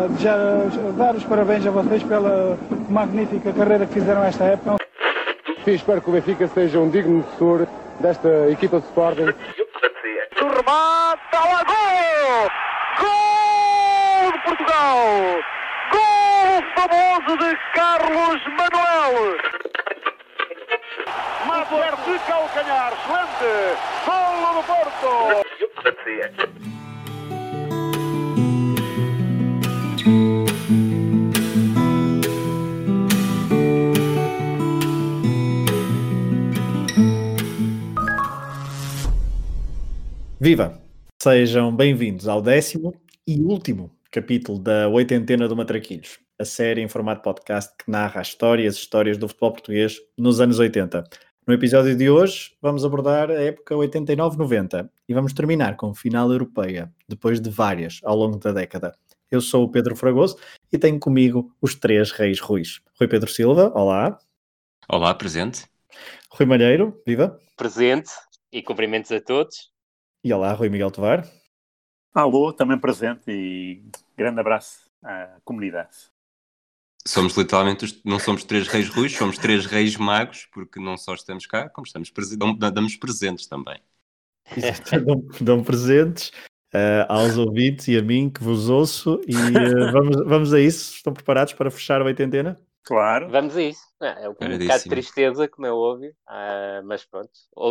Já dar os parabéns a vocês pela magnífica carreira que fizeram esta época. Espero que o Benfica seja um digno sucessor desta equipa de Sporting. O remate, está lá, gol! Gol de Portugal! Gol famoso de Carlos Manuel! Mater de calcanhar, excelente! Gol do Porto! Viva! Sejam bem-vindos ao 10º e último capítulo da Oitentena do Matraquilhos, a série em formato podcast que narra as histórias do futebol português nos anos 80. No episódio de hoje vamos abordar a época 89-90 e vamos terminar com final europeia, depois de várias ao longo da década. Eu sou o Pedro Fragoso e tenho comigo os três reis Ruis. Rui Pedro Silva, olá. Olá, presente. Rui Malheiro, viva. Presente e cumprimentos a todos. E olá, Rui Miguel Tovar. Alô, também presente e grande abraço à comunidade. Somos literalmente, não somos três reis Ruis, somos três reis magos, porque não só estamos cá, como estamos damos presentes também. Dão presentes aos ouvintes e a mim que vos ouço e vamos a isso. Estão preparados para fechar a oitentena? Claro. Vamos a isso. É um bocado de tristeza, como é óbvio, mas pronto,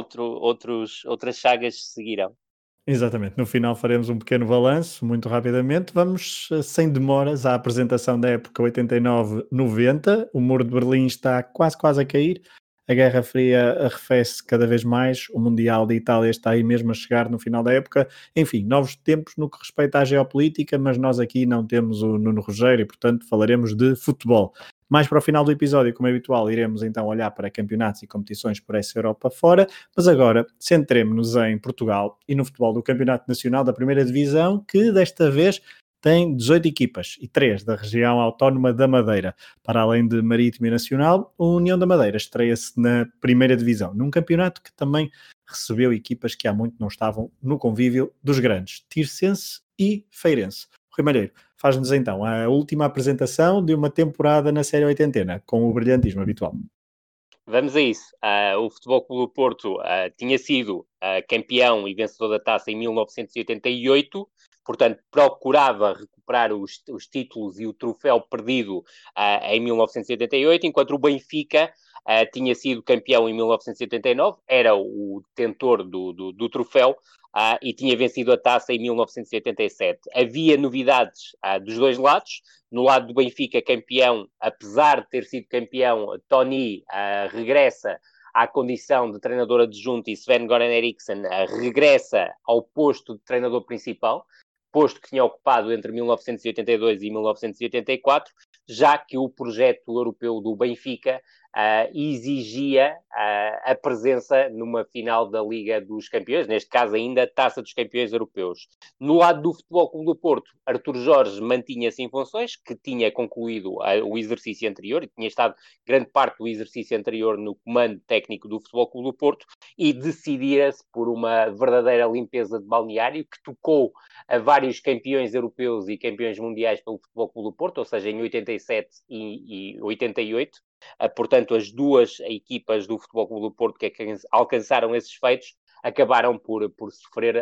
outras sagas seguirão. Exatamente, no final faremos um pequeno balanço, muito rapidamente. Vamos, sem demoras, à apresentação da época 89-90. O muro de Berlim está quase a cair. A Guerra Fria arrefece cada vez mais. O Mundial de Itália está aí mesmo a chegar no final da época. Enfim, novos tempos no que respeita à geopolítica, mas nós aqui não temos o Nuno Rogério e, portanto, falaremos de futebol. Mais para o final do episódio, como é habitual, iremos então olhar para campeonatos e competições por essa Europa fora, mas agora centremos-nos em Portugal e no futebol do Campeonato Nacional da Primeira Divisão, que desta vez tem 18 equipas e 3 da região autónoma da Madeira. Para além de Marítimo e Nacional, a União da Madeira estreia-se na Primeira Divisão, num campeonato que também recebeu equipas que há muito não estavam no convívio dos grandes, Tirsense e Feirense. Rui Malheiro, faz-nos então a última apresentação de uma temporada na série oitentena, com o brilhantismo habitual. Vamos a isso. O Futebol Clube do Porto tinha sido campeão e vencedor da taça em 1988, portanto procurava recuperar os títulos e o troféu perdido em 1988, enquanto o Benfica tinha sido campeão em 1989, era o detentor do troféu, e tinha vencido a taça em 1987. Havia novidades dos dois lados. No lado do Benfica, campeão, apesar de ter sido campeão, Tony regressa à condição de treinador adjunto e Sven-Göran Eriksson regressa ao posto de treinador principal, posto que tinha ocupado entre 1982 e 1984, já que o projeto europeu do Benfica exigia a presença numa final da Liga dos Campeões, neste caso ainda a Taça dos Campeões Europeus. No lado do Futebol Clube do Porto, Artur Jorge mantinha-se em funções, que tinha concluído o exercício anterior, e tinha estado grande parte do exercício anterior no comando técnico do Futebol Clube do Porto, e decidia-se por uma verdadeira limpeza de balneário, que tocou a vários campeões europeus e campeões mundiais pelo Futebol Clube do Porto, ou seja, em 87 e 88. Portanto, as duas equipas do Futebol Clube do Porto que alcançaram esses feitos acabaram por sofrer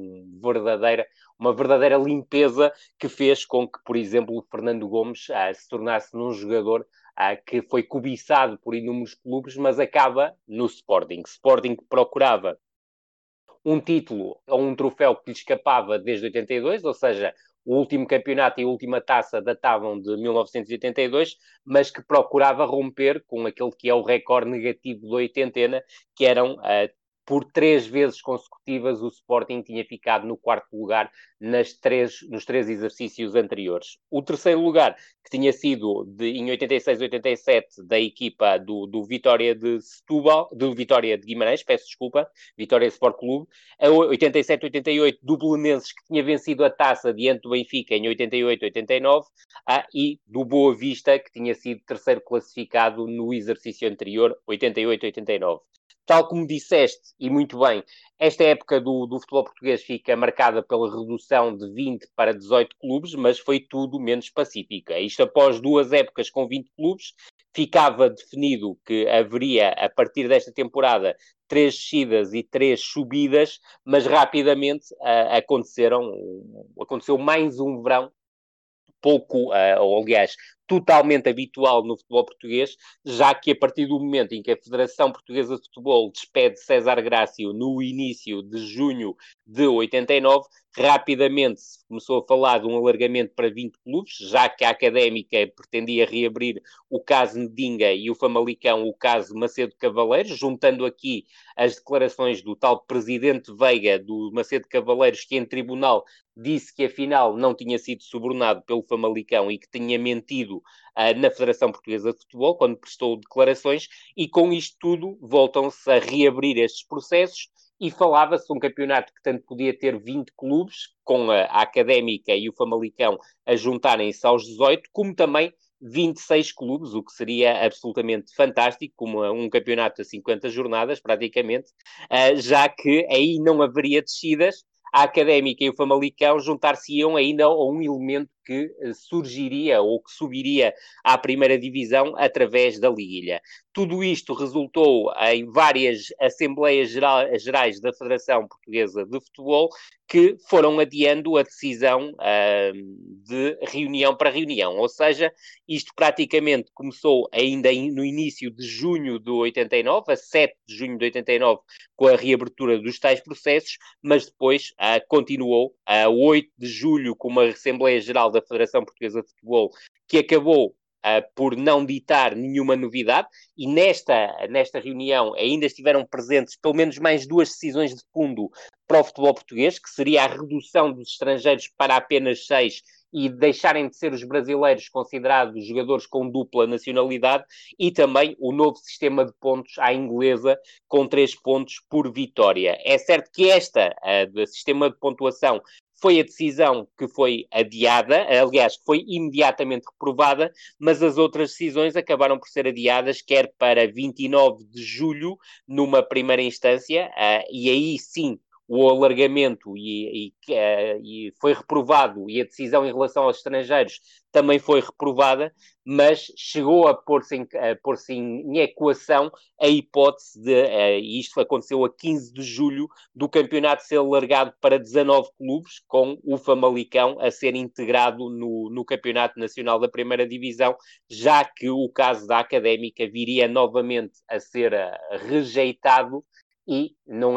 uma verdadeira limpeza que fez com que, por exemplo, o Fernando Gomes se tornasse num jogador que foi cobiçado por inúmeros clubes, mas acaba no Sporting. Sporting que procurava um título ou um troféu que lhe escapava desde 82, ou seja, o último campeonato e a última taça datavam de 1982, mas que procurava romper com aquele que é o recorde negativo da oitentena, que eram por 3 vezes consecutivas o Sporting tinha ficado no 4º lugar nos 3 exercícios anteriores. O 3º lugar, que tinha sido em 86-87 da equipa do Vitória de Setúbal, do Vitória de Guimarães, peço desculpa, Vitória Sport Clube, a 87-88 do Belenenses, que tinha vencido a taça diante do Benfica em 88-89, e do Boa Vista, que tinha sido 3º classificado no exercício anterior, 88-89. Tal como disseste, e muito bem, esta época do futebol português fica marcada pela redução de 20 para 18 clubes, mas foi tudo menos pacífica. Isto após 2 épocas com 20 clubes, ficava definido que haveria, a partir desta temporada, 3 descidas e 3 subidas, mas rapidamente aconteceu mais um verão pouco, ou aliás, totalmente habitual no futebol português, já que a partir do momento em que a Federação Portuguesa de Futebol despede César Grácio no início de junho de 89, rapidamente se começou a falar de um alargamento para 20 clubes, já que a Académica pretendia reabrir o caso Medinga e o Famalicão o caso Macedo Cavaleiros, juntando aqui as declarações do tal presidente Veiga do Macedo Cavaleiros, que em tribunal disse que afinal não tinha sido subornado pelo Famalicão e que tinha mentido na Federação Portuguesa de Futebol quando prestou declarações, e com isto tudo voltam-se a reabrir estes processos e falava-se de um campeonato que tanto podia ter 20 clubes, com a Académica e o Famalicão a juntarem-se aos 18, como também 26 clubes, o que seria absolutamente fantástico, como um campeonato a 50 jornadas, praticamente, já que aí não haveria descidas. A Académica e o Famalicão juntar-se-iam ainda a um elemento que surgiria ou que subiria à primeira divisão através da liguilha. Tudo isto resultou em várias Assembleias Gerais da Federação Portuguesa de Futebol que foram adiando a decisão de reunião para reunião. Ou seja, isto praticamente começou ainda no início de junho de 89, a 7 de junho de 89, com a reabertura dos tais processos, mas depois continuou a 8 de julho com uma Assembleia Geral da Federação Portuguesa de Futebol que acabou por não ditar nenhuma novidade, e nesta reunião ainda estiveram presentes pelo menos mais 2 decisões de fundo para o futebol português, que seria a redução dos estrangeiros para apenas 6 e deixarem de ser os brasileiros considerados jogadores com dupla nacionalidade, e também o novo sistema de pontos à inglesa, com 3 pontos por vitória. É certo que do sistema de pontuação, foi a decisão que foi adiada, aliás, que foi imediatamente reprovada, mas as outras decisões acabaram por ser adiadas, quer para 29 de julho, numa primeira instância, e aí sim o alargamento e foi reprovado, e a decisão em relação aos estrangeiros também foi reprovada, mas chegou a pôr-se em equação a hipótese de, e isto aconteceu a 15 de julho, do campeonato ser alargado para 19 clubes, com o Famalicão a ser integrado no Campeonato Nacional da Primeira Divisão, já que o caso da Académica viria novamente a ser rejeitado, e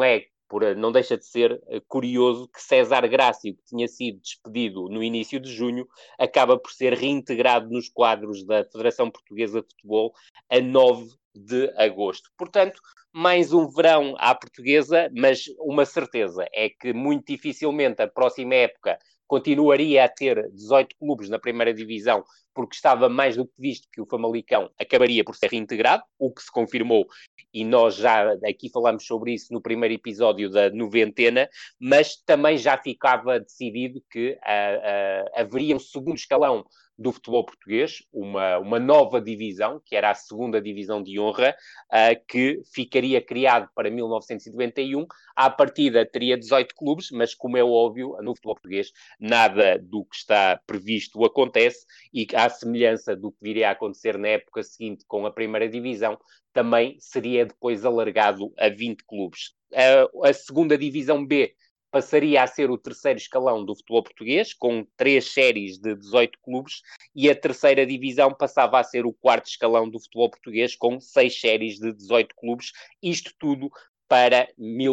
não deixa de ser curioso que César Grácio, que tinha sido despedido no início de junho, acaba por ser reintegrado nos quadros da Federação Portuguesa de Futebol a 9 de agosto. Portanto, mais um verão à portuguesa, mas uma certeza é que muito dificilmente a próxima época continuaria a ter 18 clubes na primeira divisão, porque estava mais do que visto que o Famalicão acabaria por ser reintegrado, o que se confirmou, e nós já aqui falamos sobre isso no primeiro episódio da noventena, mas também já ficava decidido que haveria um segundo escalão do futebol português, uma nova divisão, que era a segunda divisão de honra, que ficaria criado para 1991. À partida teria 18 clubes, mas como é óbvio, no futebol português nada do que está previsto acontece, e à semelhança do que viria a acontecer na época seguinte com a primeira divisão, também seria depois alargado a 20 clubes. A segunda divisão B passaria a ser o terceiro escalão do futebol português, com 3 séries de 18 clubes, e a terceira divisão passava a ser o quarto escalão do futebol português, com 6 séries de 18 clubes, isto tudo para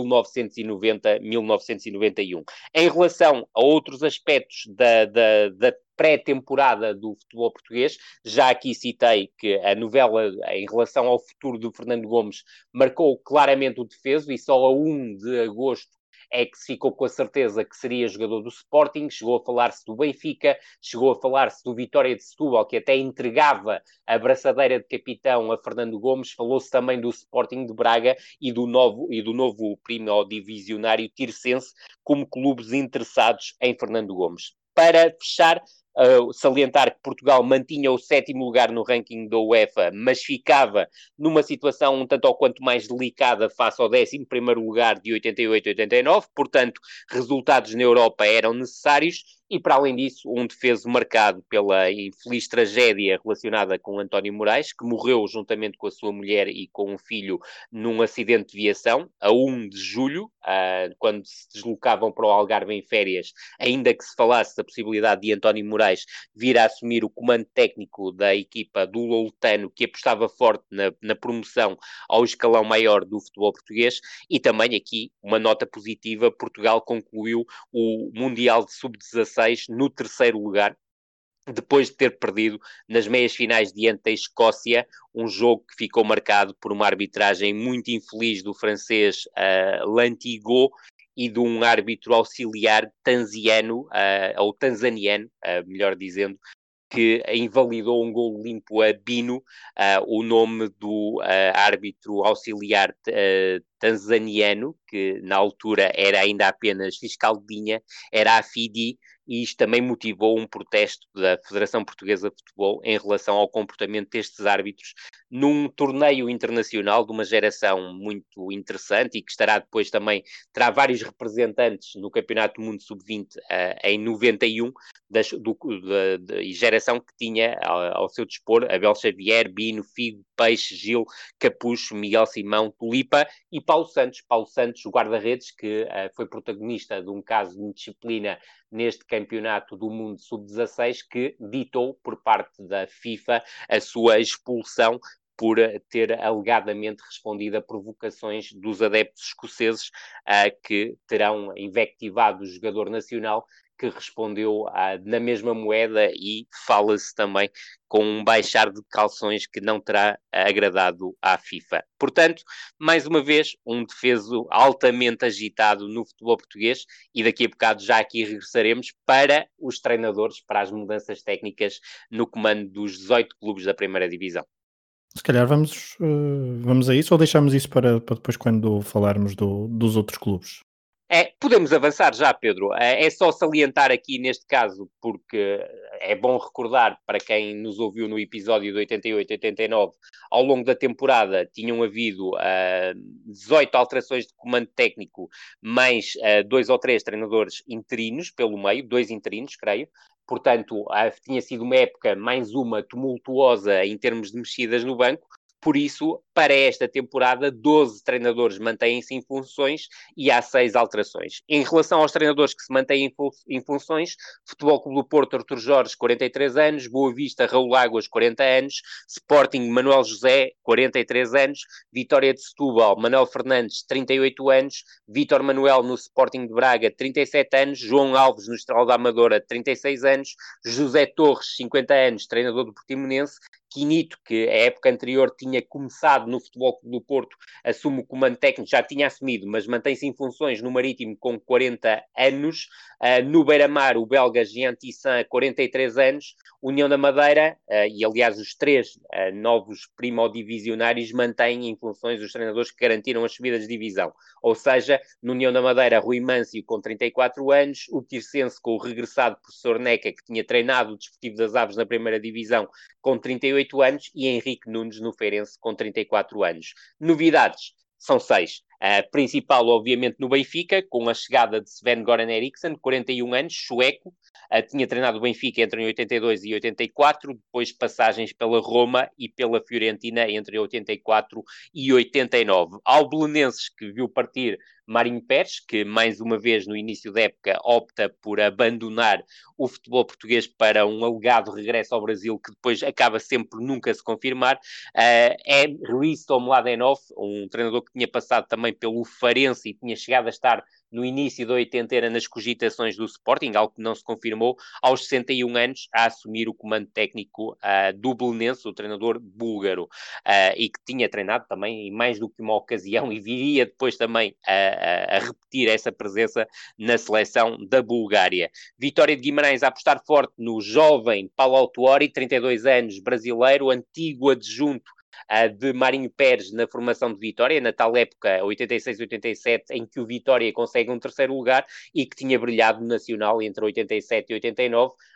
1990-1991. Em relação a outros aspectos da pré-temporada do futebol português, já aqui citei que a novela em relação ao futuro do Fernando Gomes marcou claramente o defeso, e só a 1 de agosto é que se ficou com a certeza que seria jogador do Sporting. Chegou a falar-se do Benfica, chegou a falar-se do Vitória de Setúbal, que até entregava a braçadeira de capitão a Fernando Gomes. Falou-se também do Sporting de Braga e do novo primo divisionário Tirsense como clubes interessados em Fernando Gomes. Para fechar, salientar que Portugal mantinha o 7º lugar no ranking da UEFA, mas ficava numa situação um tanto ou quanto mais delicada face ao 11º lugar de 88 e 89, portanto, resultados na Europa eram necessários. E, para além disso, um defeso marcado pela infeliz tragédia relacionada com António Moraes, que morreu juntamente com a sua mulher e com um filho num acidente de viação, a 1 de julho, quando se deslocavam para o Algarve em férias, ainda que se falasse da possibilidade de António Moraes vir a assumir o comando técnico da equipa do Loletano, que apostava forte na promoção ao escalão maior do futebol português. E também aqui uma nota positiva: Portugal concluiu o Mundial de Sub-16 no 3º lugar, depois de ter perdido nas meias finais diante da Escócia, um jogo que ficou marcado por uma arbitragem muito infeliz do francês Lantigot e de um árbitro auxiliar tanzaniano, melhor dizendo, que invalidou um golo limpo a Bino, o nome do árbitro auxiliar tanzaniano, que na altura era ainda apenas fiscal de linha, era Afidi, e isto também motivou um protesto da Federação Portuguesa de Futebol em relação ao comportamento destes árbitros num torneio internacional de uma geração muito interessante e que estará depois também, terá vários representantes no Campeonato do Mundo Sub-20 em 91, e geração que tinha ao seu dispor Abel Xavier, Bino, Figo, Peixe, Gil, Capucho, Miguel Simão, Tulipa e Paulo Santos, o guarda-redes, que foi protagonista de um caso de indisciplina neste Campeonato do Mundo Sub-16, que ditou por parte da FIFA a sua expulsão por ter alegadamente respondido a provocações dos adeptos escoceses que terão invectivado o jogador nacional, que respondeu na mesma moeda, e fala-se também com um baixar de calções que não terá agradado à FIFA. Portanto, mais uma vez, um defeso altamente agitado no futebol português, e daqui a bocado já aqui regressaremos para os treinadores, para as mudanças técnicas no comando dos 18 clubes da primeira divisão. Se calhar vamos a isso, ou deixamos isso para depois quando falarmos dos outros clubes? Podemos avançar já, Pedro. É só salientar aqui neste caso, porque é bom recordar para quem nos ouviu no episódio de 88 e 89, ao longo da temporada tinham havido 18 alterações de comando técnico, mais 2 ou 3 treinadores interinos pelo meio, 2 interinos, creio. Portanto, tinha sido uma época, mais uma, tumultuosa em termos de mexidas no banco. Por isso, para esta temporada, 12 treinadores mantêm-se em funções e há 6 alterações. Em relação aos treinadores que se mantêm em funções, Futebol Clube do Porto, Artur Jorge, 43 anos, Boa Vista, Raul Águas, 40 anos, Sporting, Manuel José, 43 anos, Vitória de Setúbal, Manuel Fernandes, 38 anos, Vítor Manuel no Sporting de Braga, 37 anos, João Alves no Estrela da Amadora, 36 anos, José Torres, 50 anos, treinador do Portimonense, Quinito, que a época anterior tinha começado no Futebol Clube do Porto, assume o comando técnico, já tinha assumido, mas mantém-se em funções no Marítimo com 40 anos. No Beira-Mar, o belga Jean Tissan, 43 anos. União da Madeira, e aliás os 3 novos primodivisionários mantêm em funções os treinadores que garantiram as subidas de divisão. Ou seja, no União da Madeira, Rui Mâncio com 34 anos, o Tirsense com o regressado professor Neca, que tinha treinado o Desportivo das Aves na primeira divisão, com 38 anos, e Henrique Nunes no Feirense com 34 anos. Novidades, são 6. A principal, obviamente, no Benfica, com a chegada de Sven-Goran Eriksson, 41 anos, sueco. Tinha treinado o Benfica entre 82 e 84, depois passagens pela Roma e pela Fiorentina entre 84 e 89. Ao Belenenses, que viu partir Marinho Pérez, que mais uma vez no início da época opta por abandonar o futebol português para um alegado regresso ao Brasil, que depois acaba sempre por nunca se confirmar. É Hristo Mladenov, um treinador que tinha passado também pelo Farense e tinha chegado a estar no início da 80 era nas cogitações do Sporting, algo que não se confirmou, aos 61 anos, a assumir o comando técnico do Belenenses, o treinador búlgaro, e que tinha treinado também em mais do que uma ocasião e viria depois também a repetir essa presença na seleção da Bulgária. Vitória de Guimarães a apostar forte no jovem Paulo Autuori, 32 anos, brasileiro, antigo adjunto de Marinho Pérez na formação de Vitória, na tal época 86-87, em que o Vitória consegue um 3º lugar e que tinha brilhado no Nacional entre 87 e 89.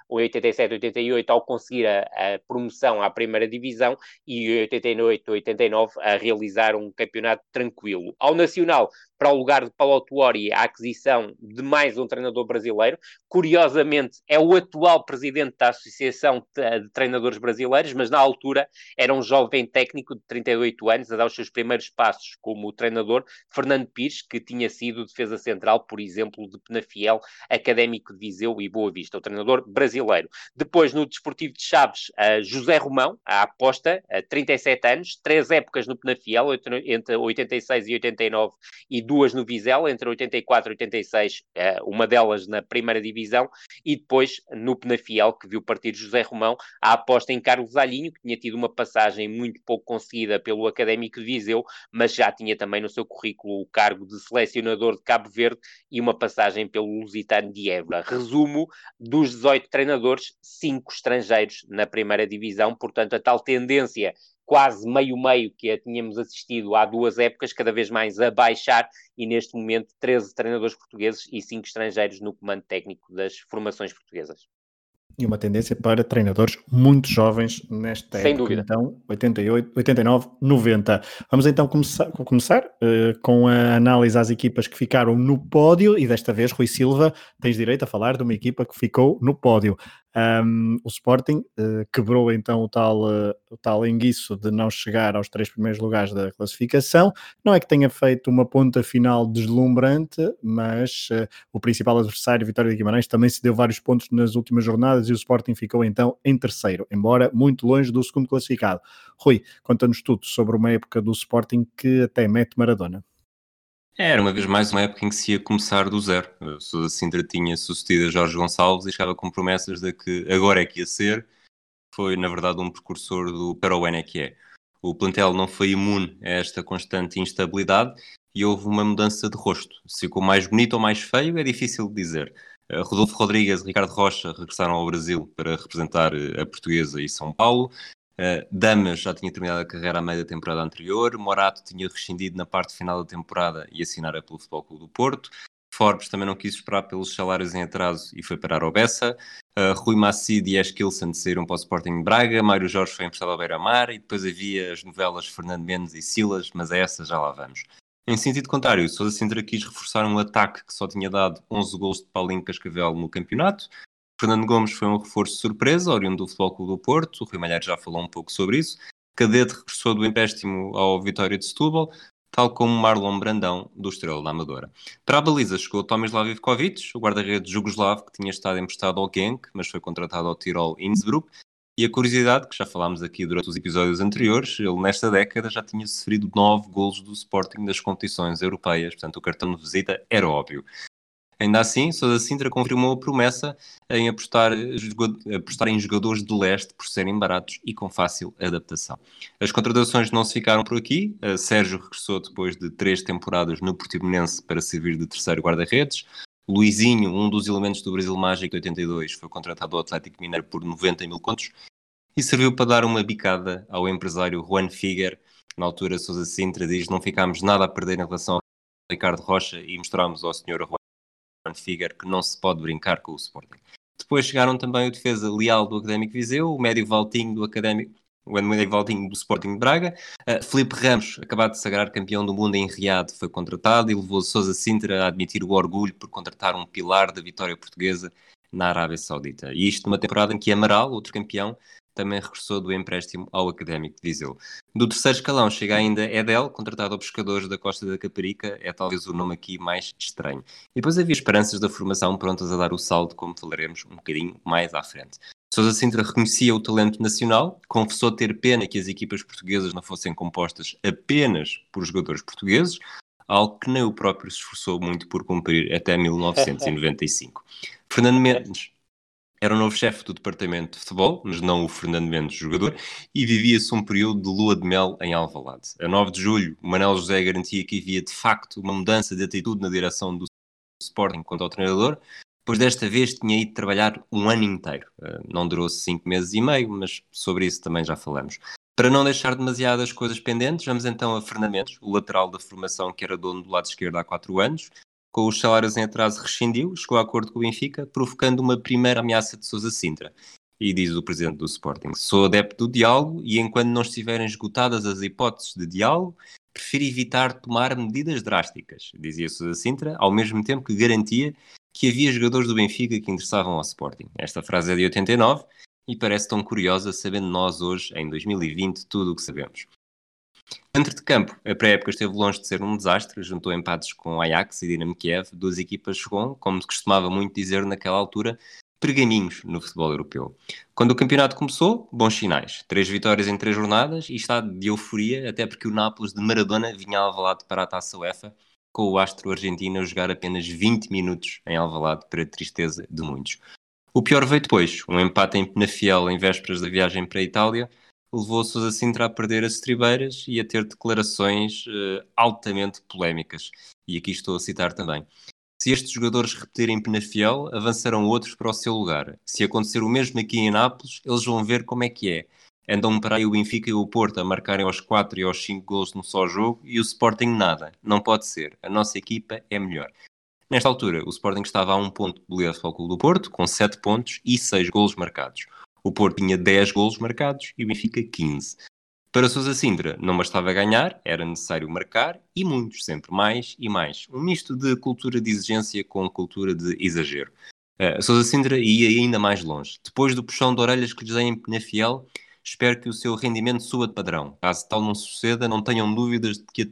ou em 87, 88, ao conseguir a promoção à primeira divisão, e em 88, 89, a realizar um campeonato tranquilo. Ao Nacional, para o lugar de Paulo Tuori, a aquisição de mais um treinador brasileiro. Curiosamente, é o atual presidente da Associação de Treinadores Brasileiros, mas na altura era um jovem técnico de 38 anos, a dar os seus primeiros passos como treinador, Fernando Pires, que tinha sido defesa central, por exemplo, de Penafiel, Académico de Viseu e Boa Vista, o treinador brasileiro. Depois, no Desportivo de Chaves, José Romão, a aposta, 37 anos, 3 épocas no Penafiel, entre 86 e 89, e 2 no Vizela, entre 84 e 86, uma delas na primeira divisão, e depois no Penafiel, que viu partir José Romão, a aposta em Carlos Alhinho, que tinha tido uma passagem muito pouco conseguida pelo Académico de Viseu, mas já tinha também no seu currículo o cargo de selecionador de Cabo Verde e uma passagem pelo Lusitano de Évora. Resumo, dos 18 treinadores, 5 estrangeiros na primeira divisão, portanto a tal tendência quase meio-meio que tínhamos assistido há 2 épocas, cada vez mais a baixar, e neste momento 13 treinadores portugueses e 5 estrangeiros no comando técnico das formações portuguesas. E uma tendência para treinadores muito jovens nesta Sem época, dúvida. então 88, 89, 90. Vamos então começar com a análise às equipas que ficaram no pódio, e desta vez, Rui Silva, tens direito a falar de uma equipa que ficou no pódio. O Sporting quebrou então o tal enguiço de não chegar aos 3 primeiros lugares da classificação. Não é que tenha feito uma ponta final deslumbrante, mas o principal adversário, Vitória de Guimarães, também se deu vários pontos nas últimas jornadas, e o Sporting ficou então em terceiro, embora muito longe do segundo classificado. Rui, conta-nos tudo sobre uma época do Sporting que até mete Maradona. Era uma vez mais uma época em que se ia começar do zero. O Sousa Sintra tinha sucedido a Jorge Gonçalves e chegava com promessas de que agora é que ia ser. Foi, na verdade, um precursor do para o ano é que é. O plantel não foi imune a esta constante instabilidade e houve uma mudança de rosto. Se ficou mais bonito ou mais feio é difícil de dizer. Rodolfo Rodrigues e Ricardo Rocha regressaram ao Brasil para representar a Portuguesa e São Paulo. Damas já tinha terminado a carreira à meia da temporada anterior. Morato tinha rescindido na parte final da temporada e assinara pelo Futebol Clube do Porto. Forbes também não quis esperar pelos salários em atraso e foi parar ao Bessa. Rui Macide e Eskilson saíram para o Sporting de Braga. Mário Jorge foi emprestado ao Beira-Mar. E depois havia as novelas Fernando Mendes e Silas, mas a essas já lá vamos. Em sentido contrário, o Sousa Sintra quis reforçar um ataque que só tinha dado 11 gols de Paulinho Cascavel no campeonato. Fernando Gomes foi um reforço surpresa, oriundo do Futebol Clube do Porto. O Rui Malheiro já falou um pouco sobre isso. Cadete regressou do empréstimo ao Vitória de Setúbal, tal como Marlon Brandão, do Estrela da Amadora. Para a baliza chegou Tomislav Ivkovic, o guarda-redes jugoslavo, que tinha estado emprestado ao Genk, mas foi contratado ao Tirol Innsbruck. E a curiosidade, que já falámos aqui durante os episódios anteriores, ele nesta década já tinha sofrido 9 golos do Sporting nas competições europeias, portanto o cartão de visita era óbvio. Ainda assim, Sousa Sintra confirmou a promessa em apostar em jogadores de leste por serem baratos e com fácil adaptação. As contratações não se ficaram por aqui. Sérgio regressou depois de 3 temporadas no Portimonense para servir de terceiro guarda-redes. Luizinho, um dos elementos do Brasil Mágico de 82, foi contratado ao Atlético Mineiro por 90 mil contos e serviu para dar uma bicada ao empresário Juan Figuer. Na altura, Sousa Sintra diz: não ficámos nada a perder em relação ao Ricardo Rocha e mostrámos ao senhor Juan Figuer que não se pode brincar com o Sporting. Depois chegaram também o defesa leal do Académico Viseu, o médio Valtinho do Académico, o médio Valtinho do Sporting de Braga. Filipe Ramos, acabado de sagrar campeão do mundo em Riad, foi contratado e levou Sousa Sintra a admitir o orgulho por contratar um pilar da vitória portuguesa na Arábia Saudita. E isto numa temporada em que Amaral, outro campeão, também regressou do empréstimo ao Académico de Viseu. Do terceiro escalão chega ainda Edel, contratado ao Pescadores da Costa da Caparica, é talvez o nome aqui mais estranho. E depois havia esperanças da formação prontas a dar o salto, como falaremos um bocadinho mais à frente. Sousa Sintra reconhecia o talento nacional, confessou ter pena que as equipas portuguesas não fossem compostas apenas por jogadores portugueses, algo que nem o próprio se esforçou muito por cumprir até 1995. Fernando Mendes era o novo chefe do departamento de futebol, mas não o Fernando Mendes, jogador, e vivia-se um período de lua de mel em Alvalade. A 9 de julho, o Manel José garantia que havia, de facto, uma mudança de atitude na direção do Sporting quanto ao treinador, pois desta vez tinha ido trabalhar um ano inteiro. Não durou 5 meses e meio, mas sobre isso também já falamos. Para não deixar demasiadas coisas pendentes, vamos então a Fernando Mendes, o lateral da formação que era dono do lado esquerdo há 4 anos. com os salários em atraso rescindiu, chegou a acordo com o Benfica, provocando uma primeira ameaça de Sousa Sintra. E diz o presidente do Sporting: sou adepto do diálogo e enquanto não estiverem esgotadas as hipóteses de diálogo, prefiro evitar tomar medidas drásticas, dizia Sousa Sintra, ao mesmo tempo que garantia que havia jogadores do Benfica que interessavam ao Sporting. Esta frase é de 89 e parece tão curiosa, sabendo nós hoje, em 2020, tudo o que sabemos. Dentro de campo, a pré-época esteve longe de ser um desastre, juntou empates com Ajax e Dinamo Kiev, duas equipas com, como se costumava muito dizer naquela altura, pergaminhos no futebol europeu. Quando o campeonato começou, bons sinais. 3 vitórias em 3 jornadas e estado de euforia, até porque o Nápoles de Maradona vinha a Alvalade para a Taça UEFA, com o astro argentino a jogar apenas 20 minutos em Alvalade, para a tristeza de muitos. O pior veio depois. Um empate em Penafiel em vésperas da viagem para a Itália levou Sousa Sintra a perder as estribeiras e a ter declarações altamente polémicas. E aqui estou a citar também: se estes jogadores repetirem Penafiel, avançarão outros para o seu lugar. Se acontecer o mesmo aqui em Nápoles, eles vão ver como é que é. Andam para aí o Benfica e o Porto a marcarem aos 4 e aos 5 golos num só jogo e o Sporting nada. Não pode ser. A nossa equipa é melhor. Nesta altura, o Sporting estava a 1 ponto do líder Futebol Clube do Porto, com 7 pontos e 6 golos marcados. O Porto tinha 10 golos marcados e o Benfica 15. Para Sousa Sintra, não bastava ganhar, era necessário marcar e muitos, sempre mais e mais. Um misto de cultura de exigência com cultura de exagero. Sousa Sintra ia ainda mais longe. Depois do puxão de orelhas que lhes dei em Penafiel, espero que o seu rendimento suba de padrão. Caso tal não suceda, não tenham dúvidas de que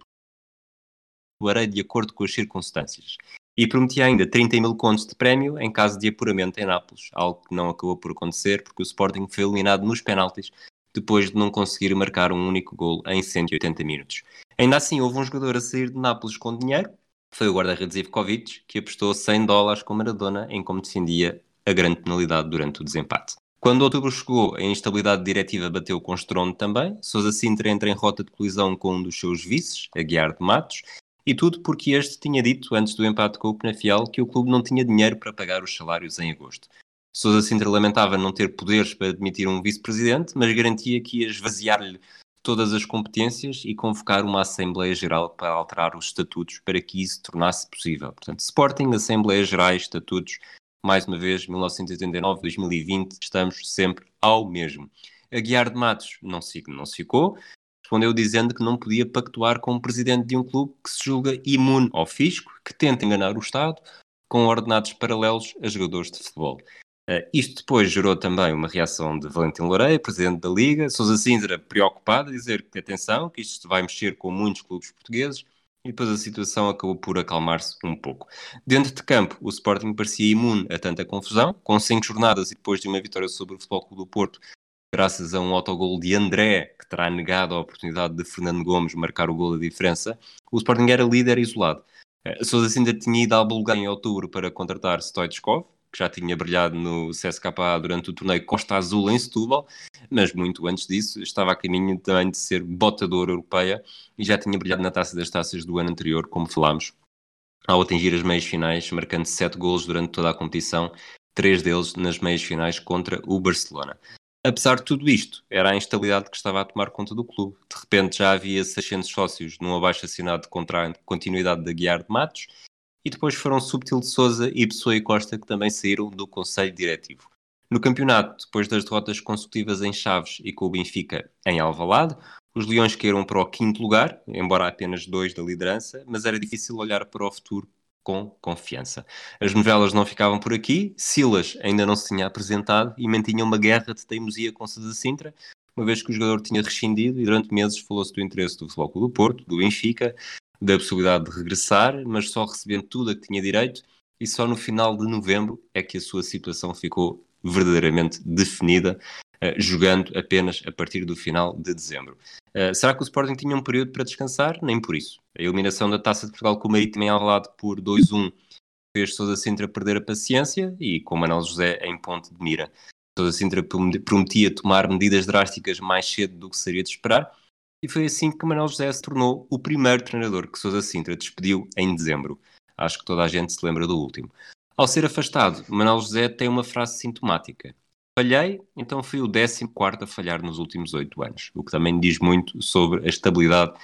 atuarei de acordo com as circunstâncias. E prometia ainda 30 mil contos de prémio em caso de apuramento em Nápoles, algo que não acabou por acontecer porque o Sporting foi eliminado nos penaltis depois de não conseguir marcar um único golo em 180 minutos. Ainda assim, houve um jogador a sair de Nápoles com dinheiro, foi o guarda-redes Ivkovic, que apostou $100 com Maradona em como defendia a grande penalidade durante o desempate. Quando outubro chegou, a instabilidade diretiva bateu com estrondo também. Sousa Sintra entra em rota de colisão com um dos seus vices, Aguiar de Matos, e tudo porque este tinha dito, antes do empate com o Penafiel, que o clube não tinha dinheiro para pagar os salários em agosto. Sousa Sintra lamentava não ter poderes para demitir um vice-presidente, mas garantia que ia esvaziar-lhe todas as competências e convocar uma Assembleia Geral para alterar os estatutos para que isso tornasse possível. Portanto, Sporting, Assembleias Gerais, estatutos, mais uma vez, 1989, 2020, estamos sempre ao mesmo. Aguiar de Matos não se ficou, respondeu dizendo que não podia pactuar com o presidente de um clube que se julga imune ao fisco, que tenta enganar o Estado, com ordenados paralelos a jogadores de futebol. Isto depois gerou também uma reação de Valentim Loureiro, presidente da Liga. Sousa Sintra preocupado, a dizer que atenção, que isto vai mexer com muitos clubes portugueses, e depois a situação acabou por acalmar-se um pouco. Dentro de campo, o Sporting parecia imune a tanta confusão, com 5 jornadas e depois de uma vitória sobre o Futebol Clube do Porto, graças a um autogol de André, que terá negado a oportunidade de Fernando Gomes marcar o gol da diferença, o Sporting era líder isolado. Sousa Sintra tinha ido à Bulgária em outubro para contratar Stoichkov, que já tinha brilhado no CSKA durante o torneio Costa Azul em Setúbal, mas muito antes disso estava a caminho também de ser botador europeia e já tinha brilhado na Taça das Taças do ano anterior, como falámos, ao atingir as meias finais, marcando 7 golos durante toda a competição, 3 deles nas meias finais contra o Barcelona. Apesar de tudo isto, era a instabilidade que estava a tomar conta do clube. De repente já havia 600 sócios num abaixo-assinado contra a continuidade de Aguiar de Matos, e depois foram Subtil de Sousa e Pessoa e Costa, que também saíram do Conselho Diretivo. No campeonato, depois das derrotas consecutivas em Chaves e com o Benfica em Alvalade, os Leões caíram para o 5º lugar, embora apenas 2 da liderança, mas era difícil olhar para o futuro com confiança. As novelas não ficavam por aqui, Silas ainda não se tinha apresentado e mantinha uma guerra de teimosia com Sousa Sintra, uma vez que o jogador tinha rescindido e durante meses falou-se do interesse do Futebol Clube do Porto, do Benfica, da possibilidade de regressar, mas só recebendo tudo a que tinha direito, e só no final de novembro é que a sua situação ficou verdadeiramente definida, jogando apenas a partir do final de dezembro. Será que o Sporting tinha um período para descansar? Nem por isso. A eliminação da Taça de Portugal com o Marítimo em Alvalade por 2-1 fez Sousa Sintra perder a paciência e com Manuel José em ponto de mira. Sousa Sintra prometia tomar medidas drásticas mais cedo do que seria de esperar, e foi assim que Manuel José se tornou o primeiro treinador que Sousa Sintra despediu em dezembro. Acho que toda a gente se lembra do último. Ao ser afastado, Manuel José tem uma frase sintomática: falhei, então fui o 14º a falhar nos últimos 8 anos, o que também diz muito sobre a estabilidade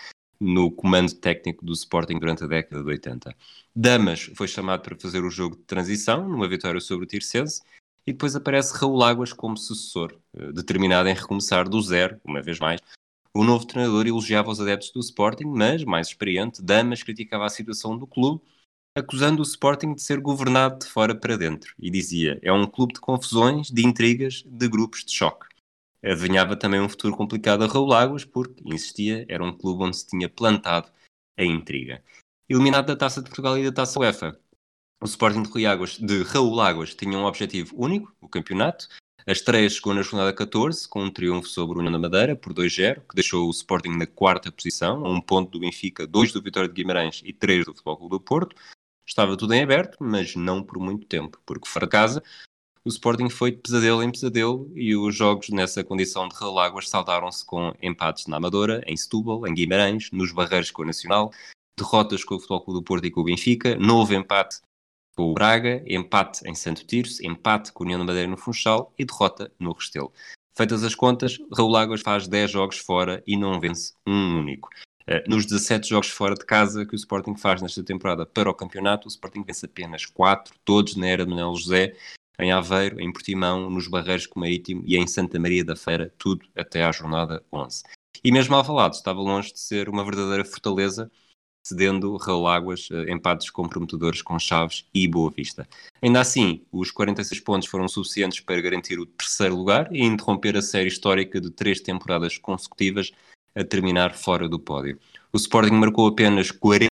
no comando técnico do Sporting durante a década de 80. Damas foi chamado para fazer o jogo de transição, numa vitória sobre o Tirsense, e depois aparece Raul Águas como sucessor, determinado em recomeçar do zero, uma vez mais. O novo treinador elogiava os adeptos do Sporting, mas, mais experiente, Damas criticava a situação do clube, acusando o Sporting de ser governado de fora para dentro, e dizia: é um clube de confusões, de intrigas, de grupos de choque. Adivinhava também um futuro complicado a Raul Águas, porque, insistia, era um clube onde se tinha plantado a intriga. Eliminado da Taça de Portugal e da Taça UEFA, o Sporting de Raul Águas tinha um objetivo único, o campeonato. A estreia chegou na jornada 14, com um triunfo sobre o União da Madeira, por 2-0, que deixou o Sporting na 4ª posição, a 1 ponto do Benfica, 2 do Vitória de Guimarães e 3 do Futebol Clube do Porto. Estava tudo em aberto, mas não por muito tempo, porque fora de casa o Sporting foi de pesadelo em pesadelo e os jogos nessa condição de Raul Águas saldaram-se com empates na Amadora, em Setúbal, em Guimarães, nos Barreiros com o Nacional, derrotas com o Futebol Clube do Porto e com o Benfica, novo empate com o Braga, empate em Santo Tirso, empate com a União da Madeira no Funchal e derrota no Restelo. Feitas as contas, Raul Águas faz 10 jogos fora e não vence um único. Nos 17 jogos fora de casa que o Sporting faz nesta temporada para o campeonato, o Sporting vence apenas 4, todos na era de Manuel José, em Aveiro, em Portimão, nos Barreiros com o Marítimo e em Santa Maria da Feira, tudo até à jornada 11. E mesmo Alvalade estava longe de ser uma verdadeira fortaleza, cedendo Raul Águas empates comprometedores com Chaves e Boa Vista. Ainda assim, os 46 pontos foram suficientes para garantir o 3º lugar e interromper a série histórica de 3 temporadas consecutivas a terminar fora do pódio. O Sporting marcou apenas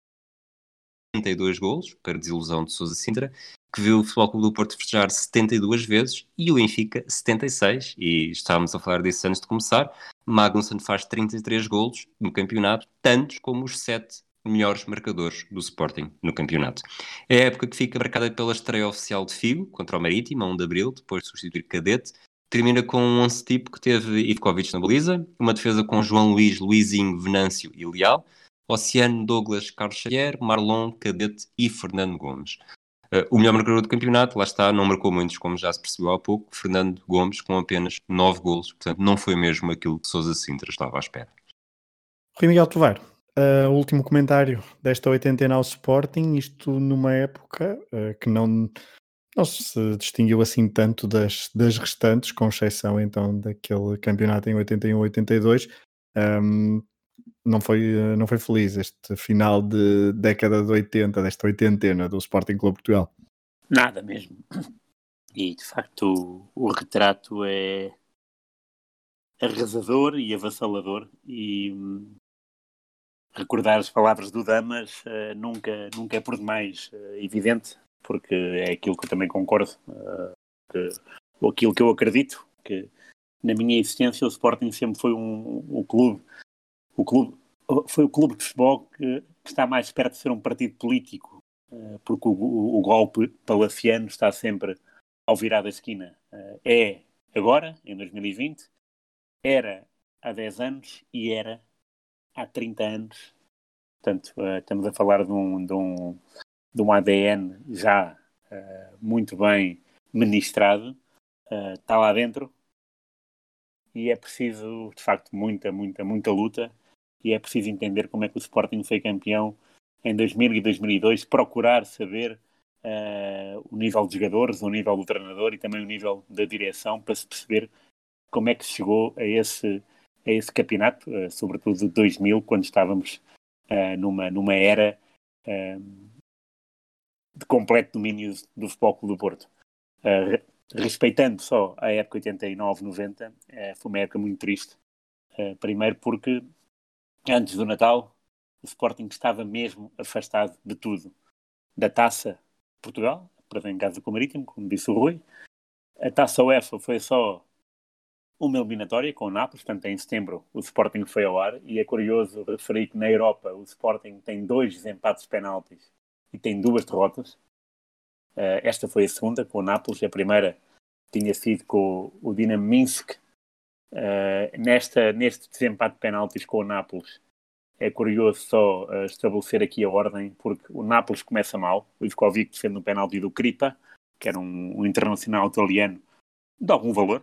42 golos, para desilusão de Sousa Sintra, que viu o Futebol Clube do Porto festejar 72 vezes e o Benfica 76, e estávamos a falar disso antes de começar. Magnusson faz 33 golos no campeonato, tantos como os 7 melhores marcadores do Sporting no campeonato. É a época que fica marcada pela estreia oficial de Figo contra o Marítimo, a 1 de Abril, depois de substituir Cadete. Termina com um 11 tipo que teve Ivkovic na baliza, uma defesa com João Luís, Luizinho, Venâncio e Leal, Oceano, Douglas, Carlos Xavier, Marlon, Cadete e Fernando Gomes. O melhor marcador do campeonato, lá está, não marcou muitos, como já se percebeu há pouco, Fernando Gomes com apenas 9 golos, portanto não foi mesmo aquilo que Sousa Sintra estava à espera. Rui Miguel Tovar, o último comentário desta 89 Sporting, isto numa época que não se distinguiu assim tanto das restantes, com exceção então daquele campeonato em 81-82. Não foi feliz este final de década de 80, desta oitentena do Sporting Clube Portugal. Nada mesmo. E de facto o retrato é arrasador e avassalador, e recordar as palavras do Damas nunca é por demais evidente, porque é aquilo que eu também concordo, ou aquilo que eu acredito, que na minha existência o Sporting sempre foi foi o clube de futebol que está mais perto de ser um partido político, porque o golpe palaciano está sempre ao virar da esquina. É agora, em 2020, era há 10 anos e era há 30 anos. Portanto, estamos a falar de um ADN já muito bem ministrado, está lá dentro, e é preciso, de facto, muita luta, e é preciso entender como é que o Sporting foi campeão em 2000 e 2002, procurar saber o nível de jogadores, o nível do treinador e também o nível da direção, para se perceber como é que se chegou a esse campeonato, sobretudo de 2000, quando estávamos numa era de completo domínio do Futebol Clube do Porto. Respeitando só a época 89-90, foi uma época muito triste. Primeiro porque, antes do Natal, o Sporting estava mesmo afastado de tudo. Da Taça de Portugal, perdeu em casa com o Marítimo, como disse o Rui. A Taça UEFA foi só uma eliminatória com o Nápoles, portanto em setembro o Sporting foi ao ar, e é curioso referir que na Europa o Sporting tem 2 desempates penaltis e tem 2 derrotas. Esta foi a segunda com o Nápoles, a primeira tinha sido com o Dinamo Minsk. Neste desempate de penaltis com o Nápoles, é curioso só estabelecer aqui a ordem, porque o Nápoles começa mal. O Ivkovic defende um penalti do Kripa, que era um internacional italiano de algum valor.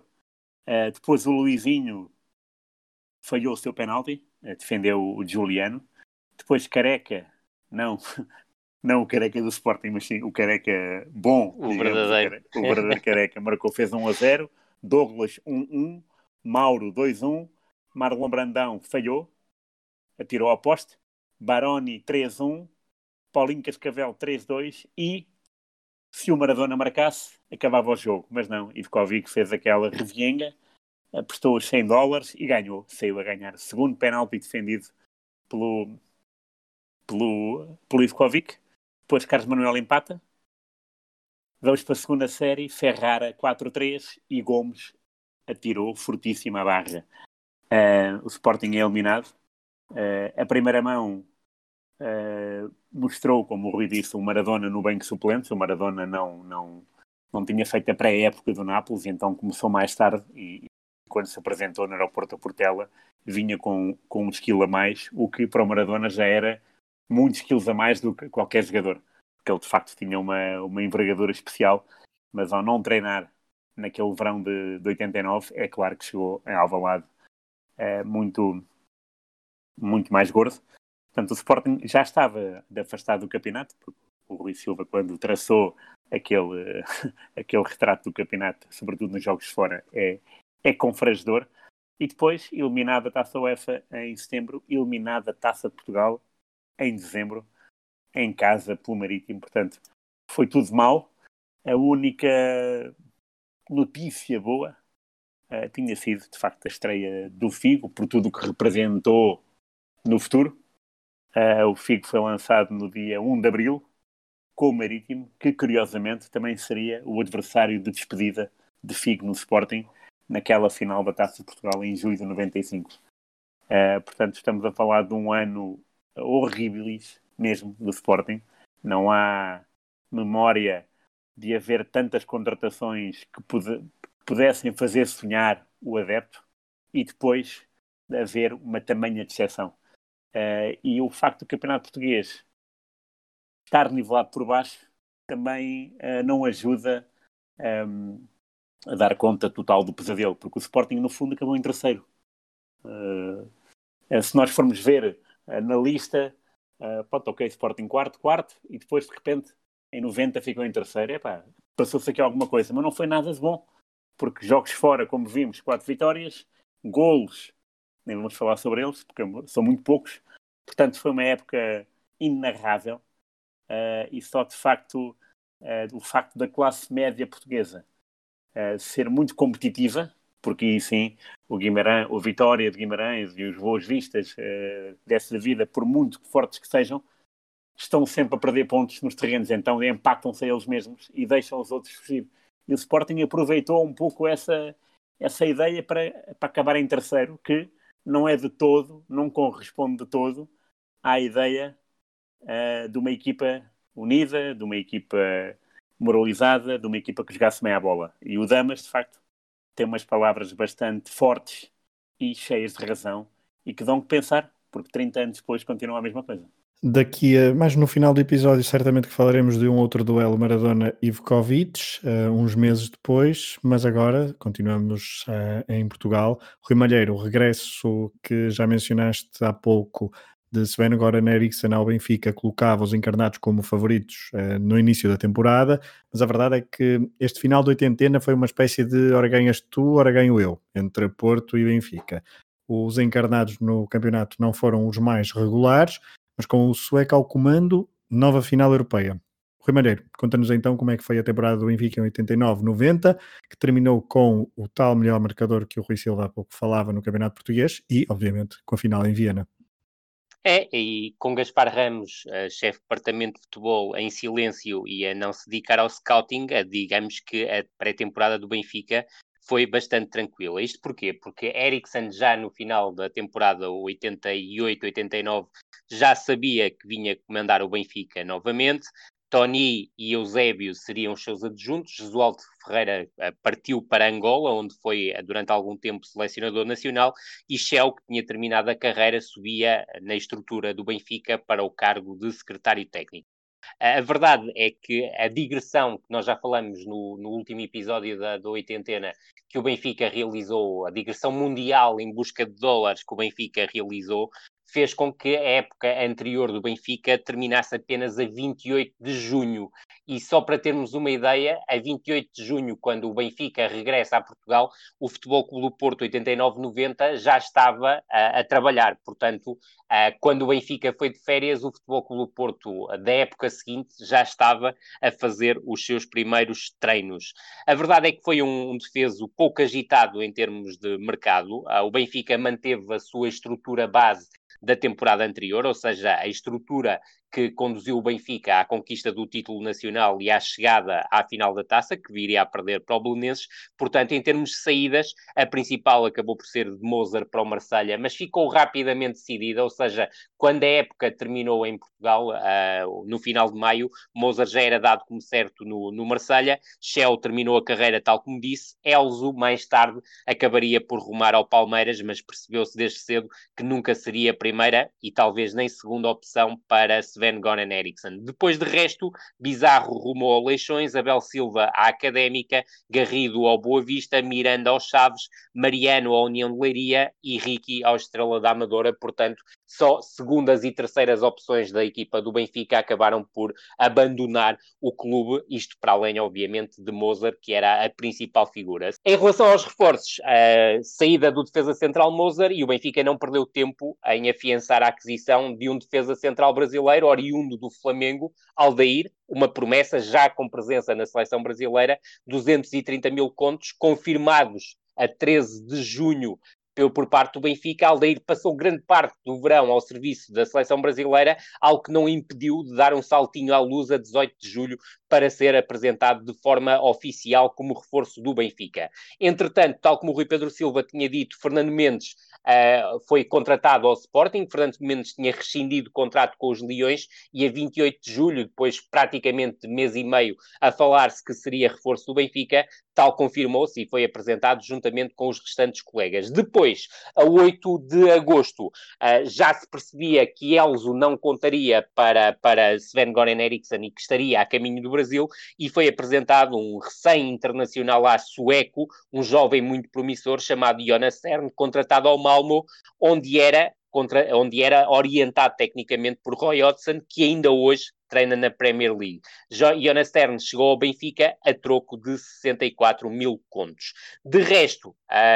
Depois o Luizinho falhou o seu penalti, defendeu o Giuliano. depois Careca, não o Careca do Sporting, mas sim o Careca bom, O digamos, verdadeiro. o verdadeiro Careca, marcou, fez 1-0, Douglas 1-1, Mauro 2-1, Marlon Brandão falhou, atirou ao poste, Baroni 3-1, Paulinho Cascavel 3-2 e se o Maradona marcasse, acabava o jogo, mas não, Ivkovic fez aquela revienga, apostou os $100 e ganhou, saiu a ganhar. Segundo penalti defendido pelo Ivkovic. Depois Carlos Manuel empata. Vamos para a segunda série, Ferrara 4-3 e Gomes atirou fortíssima a barra. O Sporting é eliminado. A primeira mão mostrou, como o Rui disse, o Maradona no banco suplente. O Maradona não tinha feito a pré-época do Nápoles, então começou mais tarde e quando se apresentou no aeroporto a Portela vinha com uns quilos a mais, o que para o Maradona já era muitos quilos a mais do que qualquer jogador, porque ele de facto tinha uma envergadura especial, mas ao não treinar naquele verão de 89, é claro que chegou em Alvalade muito, muito mais gordo. Portanto, o Sporting já estava afastado do campeonato, porque o Rui Silva, quando traçou aquele retrato do campeonato, sobretudo nos jogos fora, é confrangedor. E depois, eliminada a Taça UEFA em setembro, eliminada a Taça de Portugal em dezembro, em casa, pelo Marítimo. Portanto, foi tudo mau. A única notícia boa tinha sido, de facto, a estreia do Figo, por tudo o que representou no futuro. O Figo foi lançado no dia 1 de Abril, com o Marítimo, que curiosamente também seria o adversário de despedida de Figo no Sporting, naquela final da Taça de Portugal em julho de 95. Portanto, estamos a falar de um ano horríveis mesmo do Sporting. Não há memória de haver tantas contratações que pudessem fazer sonhar o adepto e depois de haver uma tamanha decepção. E o facto do campeonato português estar nivelado por baixo também não ajuda a dar conta total do pesadelo, porque o Sporting no fundo acabou em terceiro. Se nós formos ver na lista, Sporting quarto, e depois de repente em 90 ficou em terceiro. Passou-se aqui alguma coisa, mas não foi nada de bom, porque jogos fora, como vimos, 4 vitórias, golos, nem vamos falar sobre eles, porque são muito poucos. Portanto, foi uma época inenarrável, e só de facto o facto da classe média portuguesa ser muito competitiva, porque aí sim o Vitória de Guimarães e os Boas Vistas dessa vida, por muito fortes que sejam, estão sempre a perder pontos nos terrenos, então empatam-se a eles mesmos e deixam os outros fugir. E o Sporting aproveitou um pouco essa ideia para acabar em terceiro, que não é de todo, não corresponde de todo à ideia de uma equipa unida, de uma equipa moralizada, de uma equipa que jogasse bem à bola. E o Damas, de facto, tem umas palavras bastante fortes e cheias de razão e que dão que pensar, porque 30 anos depois continua a mesma coisa. Daqui a mais no final do episódio, certamente que falaremos de um outro duelo Maradona-Ivkovic, uns meses depois, mas agora continuamos em Portugal. Rui Malheiro, o regresso que já mencionaste há pouco de Sven-Goran Eriksson ao Benfica colocava os encarnados como favoritos no início da temporada, mas a verdade é que este final de oitentena foi uma espécie de ora ganhas tu, ora ganho eu, entre Porto e Benfica. Os encarnados no campeonato não foram os mais regulares, mas com o sueco ao comando, nova final europeia. Rui Malheiro, conta-nos então como é que foi a temporada do Benfica em 89-90, que terminou com o tal melhor marcador que o Rui Silva há pouco falava no Campeonato Português e, obviamente, com a final em Viena. E com Gaspar Ramos, chefe de departamento de futebol, em silêncio e a não se dedicar ao scouting, digamos que a pré-temporada do Benfica foi bastante tranquila. Isto porquê? Porque Eriksson já no final da temporada 88-89 já sabia que vinha comandar o Benfica novamente. Tony e Eusébio seriam os seus adjuntos. Jesualdo Ferreira partiu para Angola, onde foi durante algum tempo selecionador nacional, e Shell, que tinha terminado a carreira, subia na estrutura do Benfica para o cargo de secretário técnico. A verdade é que a digressão que nós já falamos no último episódio da oitentena, que o Benfica realizou, a digressão mundial em busca de dólares que o Benfica realizou, fez com que a época anterior do Benfica terminasse apenas a 28 de junho. E só para termos uma ideia, a 28 de junho, quando o Benfica regressa a Portugal, o Futebol Clube do Porto 89-90 já estava a trabalhar. Portanto, quando o Benfica foi de férias, o Futebol Clube do Porto da época seguinte já estava a fazer os seus primeiros treinos. A verdade é que foi um defeso pouco agitado em termos de mercado. O Benfica manteve a sua estrutura base da temporada anterior, ou seja, a estrutura que conduziu o Benfica à conquista do título nacional e à chegada à final da taça, que viria a perder para o Belenenses. Portanto, em termos de saídas, a principal acabou por ser de Mozart para o Marselha, mas ficou rapidamente decidida, ou seja, quando a época terminou em Portugal, no final de maio, Mozart já era dado como certo no Marselha, Shell terminou a carreira tal como disse, Elzo mais tarde acabaria por rumar ao Palmeiras, mas percebeu-se desde cedo que nunca seria primeira e talvez nem segunda opção para Sven-Goran Eriksson. Depois de resto, Bizarro rumou ao Leixões, Abel Silva à Académica, Garrido ao Boa Vista, Miranda ao Chaves, Mariano à União de Leiria e Ricky ao Estrela da Amadora. Portanto, só segundas e terceiras opções da equipa do Benfica acabaram por abandonar o clube, isto para além, obviamente, de Mozart, que era a principal figura. Em relação aos reforços, a saída do defesa central Mozart, e o Benfica não perdeu tempo em afiançar a aquisição de um defesa central brasileiro, oriundo do Flamengo, Aldair, uma promessa já com presença na seleção brasileira, 230 mil contos, confirmados a 13 de junho por parte do Benfica. Aldair passou grande parte do verão ao serviço da seleção brasileira, algo que não impediu de dar um saltinho à luz a 18 de julho para ser apresentado de forma oficial como reforço do Benfica. Entretanto, tal como o Rui Pedro Silva tinha dito, Fernando Mendes foi contratado ao Sporting. Fernando Mendes tinha rescindido o contrato com os Leões e a 28 de julho, depois praticamente mês e meio a falar-se que seria reforço do Benfica, tal confirmou-se e foi apresentado juntamente com os restantes colegas. Depois, a 8 de agosto, já se percebia que Elzo não contaria para Sven-Goran Eriksson e que estaria a caminho do Brasil, e foi apresentado um recém-internacional sueco, um jovem muito promissor chamado Jonas Cern, contratado ao Malmö, onde era orientado tecnicamente por Roy Hodgson, que ainda hoje treina na Premier League. Jonas Cern chegou ao Benfica a troco de 64 mil contos. De resto,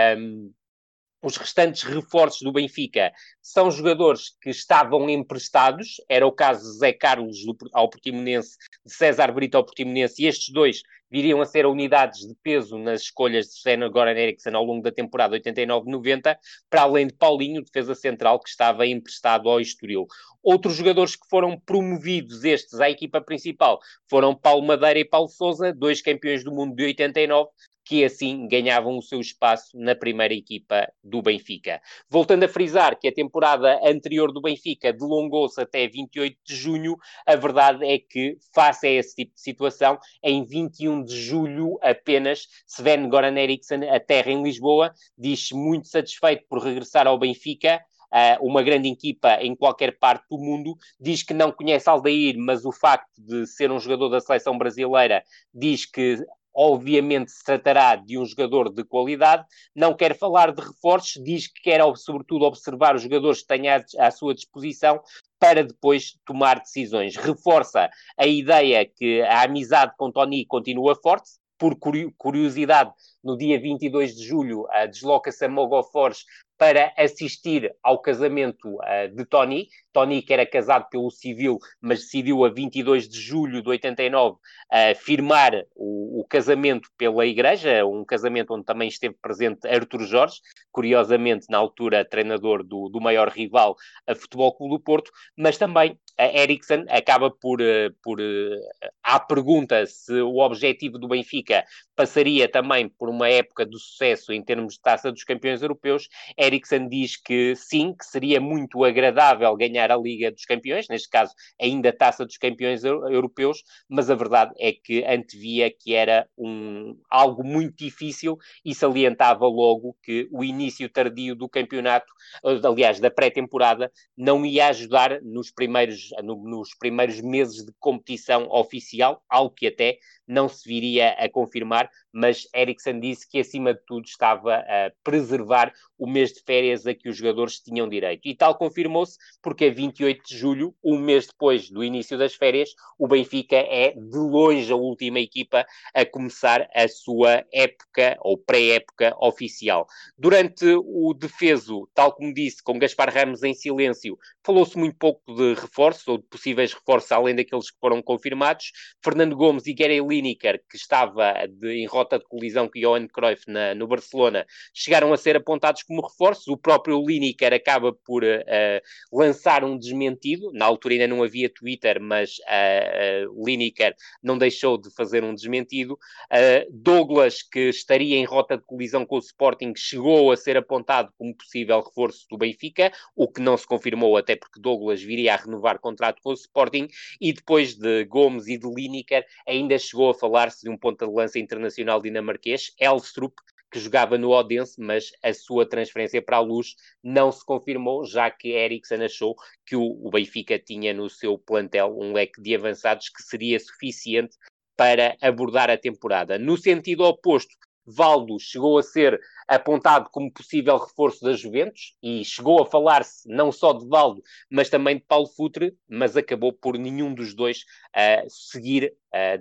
os restantes reforços do Benfica são jogadores que estavam emprestados. Era o caso de Zé Carlos ao Portimonense, de César Brito ao Portimonense, e estes dois viriam a ser unidades de peso nas escolhas de Sven-Goran Eriksson ao longo da temporada 89-90, para além de Paulinho, defesa central, que estava emprestado ao Estoril. Outros jogadores que foram promovidos estes à equipa principal foram Paulo Madeira e Paulo Sousa, dois campeões do mundo de 89, que assim ganhavam o seu espaço na primeira equipa do Benfica. Voltando a frisar que a temporada anterior do Benfica delongou-se até 28 de junho, a verdade é que, face a esse tipo de situação, em 21 de julho apenas, Sven-Goran Eriksson aterra em Lisboa, diz-se muito satisfeito por regressar ao Benfica, uma grande equipa em qualquer parte do mundo. Diz que não conhece Aldair, mas o facto de ser um jogador da seleção brasileira diz que obviamente se tratará de um jogador de qualidade. Não quer falar de reforços, diz que quer sobretudo observar os jogadores que tenha à sua disposição para depois tomar decisões. Reforça a ideia que a amizade com Tony continua forte. Por curiosidade, no dia 22 de julho desloca-se a Mogofores para assistir ao casamento de Tony. Tony, que era casado pelo civil, mas decidiu a 22 de julho de 89 firmar o casamento pela igreja, um casamento onde também esteve presente Artur Jorge, curiosamente na altura treinador do maior rival, a Futebol Clube do Porto, mas também a Eriksson acaba por à pergunta se o objetivo do Benfica passaria também por uma época de sucesso em termos de Taça dos Campeões Europeus, Eriksson diz que sim, que seria muito agradável ganhar a Liga dos Campeões, neste caso ainda a Taça dos Campeões Europeus, mas a verdade é que antevia que era algo muito difícil e salientava logo que o início tardio do campeonato, aliás, da pré-temporada, não ia ajudar nos primeiros meses de competição oficial, algo que até não se viria a confirmar, mas Eriksson disse que acima de tudo estava a preservar o mês de de férias a que os jogadores tinham direito. E tal confirmou-se porque a 28 de julho, um mês depois do início das férias, o Benfica é de longe a última equipa a começar a sua época ou pré-época oficial. Durante o defeso, tal como disse, com Gaspar Ramos em silêncio, falou-se muito pouco de reforços ou de possíveis reforços, além daqueles que foram confirmados. Fernando Gomes e Gary Lineker, que estava em rota de colisão com Johan Cruyff no Barcelona, chegaram a ser apontados como reforços. O próprio Lineker acaba por lançar um desmentido. Na altura ainda não havia Twitter, mas Lineker não deixou de fazer um desmentido. Douglas, que estaria em rota de colisão com o Sporting, chegou a ser apontado como possível reforço do Benfica, o que não se confirmou, até porque Douglas viria a renovar contrato com o Sporting, e depois de Gomes e de Lineker, ainda chegou a falar-se de um ponta de lança internacional dinamarquês, Elstrup, que jogava no Odense, mas a sua transferência para a Luz não se confirmou, já que Eriksen achou que o Benfica tinha no seu plantel um leque de avançados que seria suficiente para abordar a temporada. No sentido oposto, Valdo chegou a ser apontado como possível reforço da Juventus e chegou a falar-se não só de Valdo, mas também de Paulo Futre, mas acabou por nenhum dos dois seguir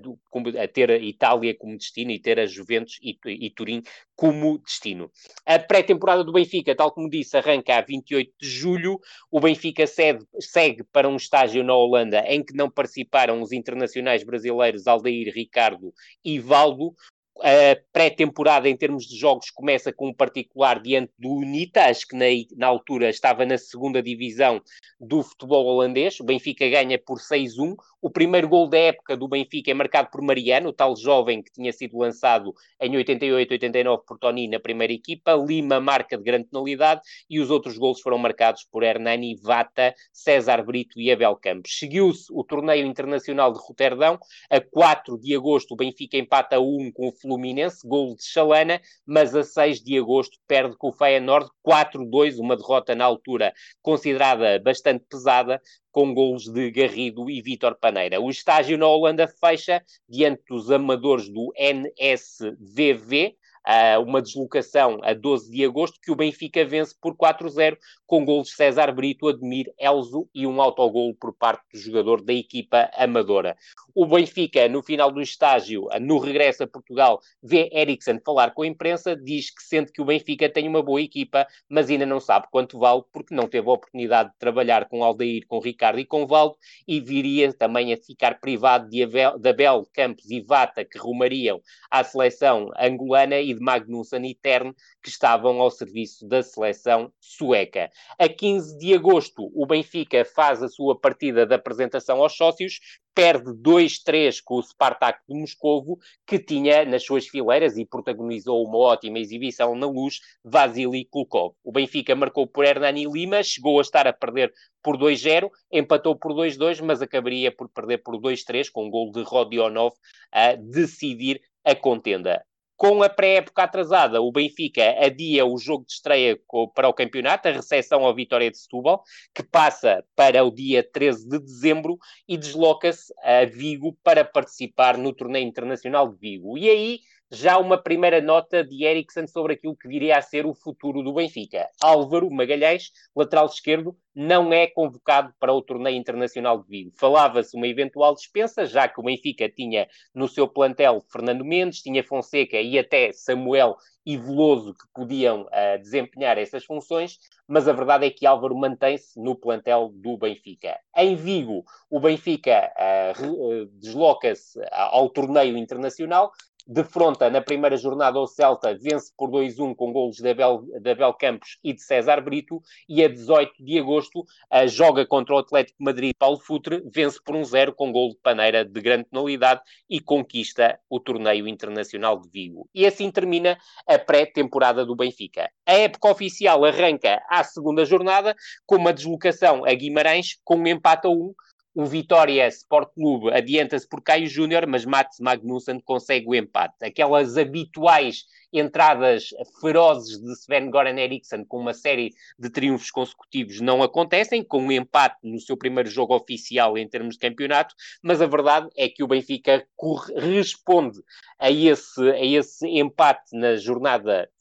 a ter a Itália como destino e ter a Juventus e Turim como destino. A pré-temporada do Benfica, tal como disse, arranca a 28 de julho. O Benfica segue para um estágio na Holanda em que não participaram os internacionais brasileiros Aldair, Ricardo e Valdo. A pré-temporada em termos de jogos começa com um particular diante do UNITA, acho que na altura estava na segunda divisão do futebol holandês. O Benfica ganha por 6-1. O primeiro gol da época do Benfica é marcado por Mariano, o tal jovem que tinha sido lançado em 88-89 por Toni na primeira equipa. Lima marca de grande penalidade e os outros golos foram marcados por Hernani, Vata, César Brito e Abel Campos. Seguiu-se o torneio internacional de Roterdão. A 4 de agosto o Benfica empata 1 com o Fluminense, golo de Chalana, mas a 6 de agosto perde com o Feyenoord 4-2, uma derrota na altura considerada bastante pesada, com golos de Garrido e Vítor Paneira. O estágio na Holanda fecha diante dos amadores do NSVV, uma deslocação a 12 de agosto, que o Benfica vence por 4-0, com golos de César Brito, Ademir, Elzo e um autogolo por parte do jogador da equipa amadora. O Benfica, no final do estágio, no regresso a Portugal, vê Eriksen falar com a imprensa, diz que sente que o Benfica tem uma boa equipa, mas ainda não sabe quanto vale, porque não teve a oportunidade de trabalhar com Aldair, com Ricardo e com Valdo, e viria também a ficar privado de Abel, Campos e Vata, que rumariam à seleção angolana, e de Magnusson e Tern, que estavam ao serviço da seleção sueca. A 15 de agosto, o Benfica faz a sua partida de apresentação aos sócios, perde 2-3 com o Spartak de Moscovo, que tinha nas suas fileiras e protagonizou uma ótima exibição na Luz, Vasily Kulkov. O Benfica marcou por Hernani Lima, chegou a estar a perder por 2-0, empatou por 2-2, mas acabaria por perder por 2-3, com um golo de Rodionov a decidir a contenda. Com a pré-época atrasada, o Benfica adia o jogo de estreia para o campeonato, a recepção ao Vitória de Setúbal, que passa para o dia 13 de dezembro e desloca-se a Vigo para participar no Torneio Internacional de Vigo. E aí, já uma primeira nota de Eriksen sobre aquilo que viria a ser o futuro do Benfica. Álvaro Magalhães, lateral esquerdo, não é convocado para o Torneio Internacional de Vigo. Falava-se uma eventual dispensa, já que o Benfica tinha no seu plantel Fernando Mendes, tinha Fonseca e até Samuel e Veloso, que podiam desempenhar essas funções, mas a verdade é que Álvaro mantém-se no plantel do Benfica. Em Vigo, o Benfica desloca-se ao Torneio Internacional, defronta na primeira jornada o Celta, vence por 2-1 com golos de Abel Campos e de César Brito, e a 18 de agosto joga contra o Atlético de Madrid, Paulo Futre, vence por 1-0 com golo de Paneira de grande penalidade e conquista o Torneio Internacional de Vigo. E assim termina a pré-temporada do Benfica. A época oficial arranca à segunda jornada com uma deslocação a Guimarães com um empate a 1. O Vitória Sport Clube adianta-se por Caio Júnior, mas Mats Magnusson consegue o empate. Aquelas habituais entradas ferozes de Sven-Goran Eriksson com uma série de triunfos consecutivos não acontecem, com um empate no seu primeiro jogo oficial em termos de campeonato, mas a verdade é que o Benfica responde a esse empate na jornada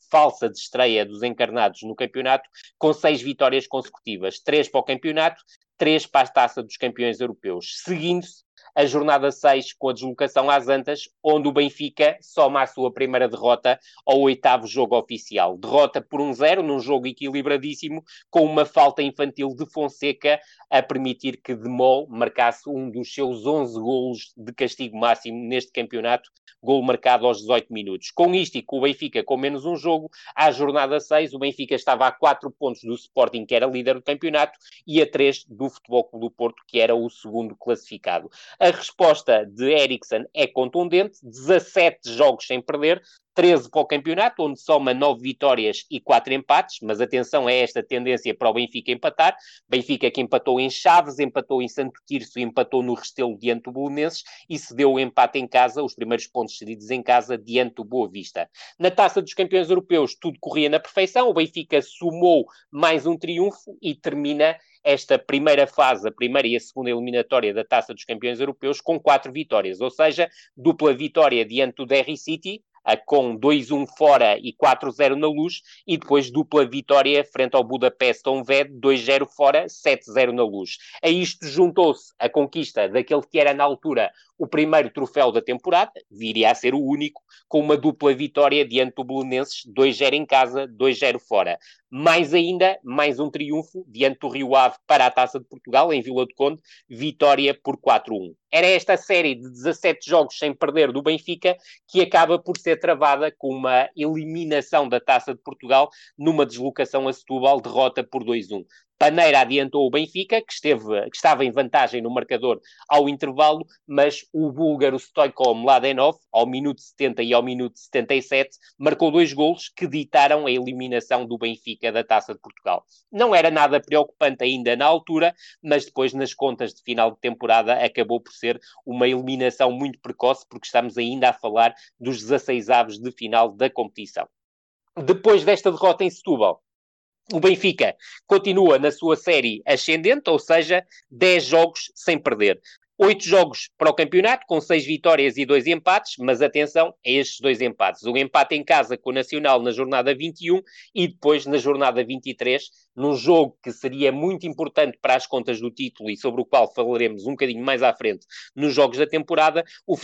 falsa de estreia dos encarnados no campeonato, com 6 vitórias consecutivas, 3 para o campeonato, 3 para a Taça dos Campeões Europeus, seguindo-se a jornada 6 com a deslocação às Antas, onde o Benfica soma a sua primeira derrota ao 8º jogo oficial. Derrota por 1-0, num jogo equilibradíssimo, com uma falta infantil de Fonseca a permitir que Demol marcasse um dos seus 11 golos de castigo máximo neste campeonato, golo marcado aos 18 minutos. Com isto e com o Benfica com menos um jogo, à jornada 6, o Benfica estava a 4 pontos do Sporting, que era líder do campeonato, e a 3 do Futebol Clube do Porto, que era o segundo classificado. A resposta de Eriksen é contundente, 17 jogos sem perder, 13 para o campeonato, onde soma 9 vitórias e 4 empates, mas atenção a esta tendência para o Benfica empatar. Benfica que empatou em Chaves, empatou em Santo Tirso e empatou no Restelo diante do Belenenses e cedeu o empate em casa, os primeiros pontos cedidos em casa, diante do Boa Vista. Na Taça dos Campeões Europeus tudo corria na perfeição, o Benfica somou mais um triunfo e termina esta primeira fase, a primeira e a segunda eliminatória da Taça dos Campeões Europeus com 4 vitórias, ou seja, dupla vitória diante do Derry City, com 2-1 fora e 4-0 na Luz, e depois dupla vitória frente ao Budapest Honvéd, 2-0 fora, 7-0 na Luz. A isto juntou-se a conquista daquele que era na altura o primeiro troféu da temporada, viria a ser o único, com uma dupla vitória diante do Belenenses, 2-0 em casa, 2-0 fora. Mais ainda, mais um triunfo diante do Rio Ave para a Taça de Portugal, em Vila do Conde, vitória por 4-1. Era esta série de 17 jogos sem perder do Benfica que acaba por ser travada com uma eliminação da Taça de Portugal numa deslocação a Setúbal, derrota por 2-1. Paneira adiantou o Benfica, que estava em vantagem no marcador ao intervalo, mas o búlgaro Stoichkov Mladenov, ao minuto 70 e ao minuto 77, marcou 2 golos que ditaram a eliminação do Benfica da Taça de Portugal. Não era nada preocupante ainda na altura, mas depois nas contas de final de temporada acabou por ser uma eliminação muito precoce, porque estamos ainda a falar dos 16avos de final da competição. Depois desta derrota em Setúbal, o Benfica continua na sua série ascendente, ou seja, 10 jogos sem perder. 8 jogos para o campeonato, com 6 vitórias e 2 empates, mas atenção a estes 2 empates. O empate em casa com o Nacional na jornada 21 e depois na jornada 23, num jogo que seria muito importante para as contas do título e sobre o qual falaremos um bocadinho mais à frente nos jogos da temporada,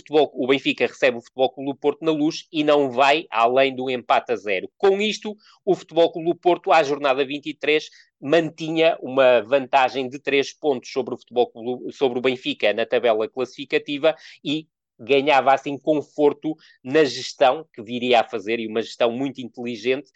o Benfica recebe o Futebol Clube do Porto na Luz e não vai além do empate a 0. Com isto, o Futebol Clube do Porto, à jornada 23, mantinha uma vantagem de 3 pontos sobre o Benfica na tabela classificativa e ganhava assim conforto na gestão que viria a fazer, e uma gestão muito inteligente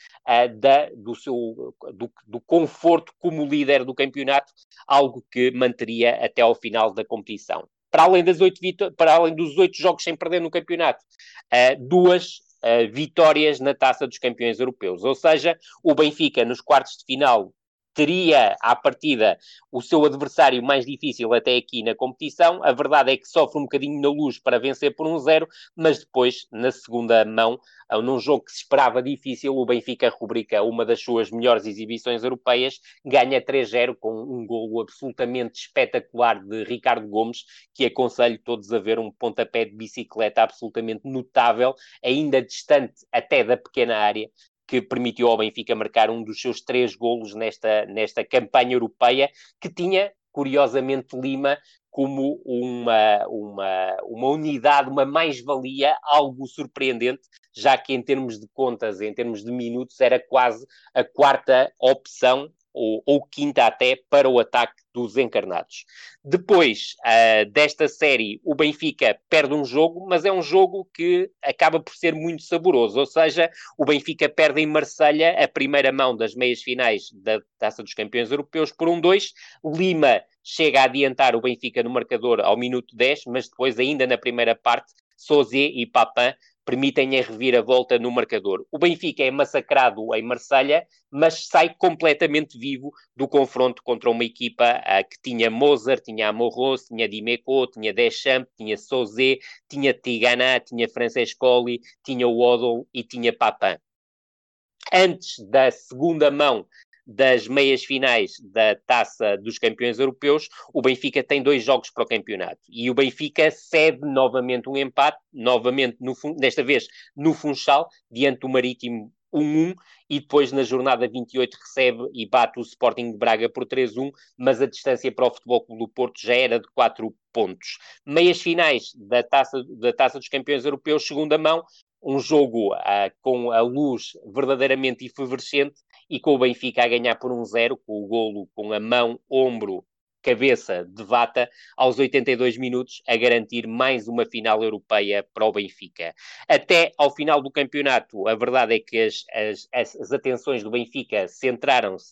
do conforto como líder do campeonato, algo que manteria até ao final da competição. Para além dos 8 jogos sem perder no campeonato, 2 vitórias na Taça dos Campeões Europeus, ou seja, o Benfica nos quartos de final teria, à partida, o seu adversário mais difícil até aqui na competição. A verdade é que sofre um bocadinho na Luz para vencer por 1-0, mas depois, na segunda mão, num jogo que se esperava difícil, o Benfica rubrica uma das suas melhores exibições europeias, ganha 3-0 com um golo absolutamente espetacular de Ricardo Gomes, que aconselho todos a ver, um pontapé de bicicleta absolutamente notável, ainda distante até da pequena área, que permitiu ao Benfica marcar um dos seus 3 golos nesta campanha europeia, que tinha, curiosamente, Lima como uma unidade, uma mais-valia, algo surpreendente, já que em termos de contas, em termos de minutos, era quase a 4ª opção, ou 5ª até, para o ataque dos encarnados. Depois desta série, o Benfica perde um jogo, mas é um jogo que acaba por ser muito saboroso, ou seja, o Benfica perde em Marselha a primeira mão das meias finais da Taça dos Campeões Europeus por 1-2. Lima chega a adiantar o Benfica no marcador ao minuto 10, mas depois, ainda na primeira parte, Sosé e Papin permitem a reviravolta no marcador. O Benfica é massacrado em Marselha, mas sai completamente vivo do confronto contra uma equipa que tinha Mozart, tinha Amorros, tinha Dimeco, tinha Deschamps, tinha Sosé, tinha Tigana, tinha Francescoli, tinha Odol e tinha Papin. Antes da segunda mão das meias finais da Taça dos Campeões Europeus, o Benfica tem 2 jogos para o campeonato. E o Benfica cede novamente um empate, desta vez no Funchal, diante do Marítimo 1-1, e depois na jornada 28 recebe e bate o Sporting de Braga por 3-1, mas a distância para o Futebol Clube do Porto já era de 4 pontos. Meias finais da Taça dos Campeões Europeus, segunda mão, um jogo com a luz verdadeiramente efervescente e com o Benfica a ganhar por 1-0, com o golo com a mão, ombro, cabeça de Vata, aos 82 minutos, a garantir mais uma final europeia para o Benfica. Até ao final do campeonato, a verdade é que as atenções do Benfica centraram-se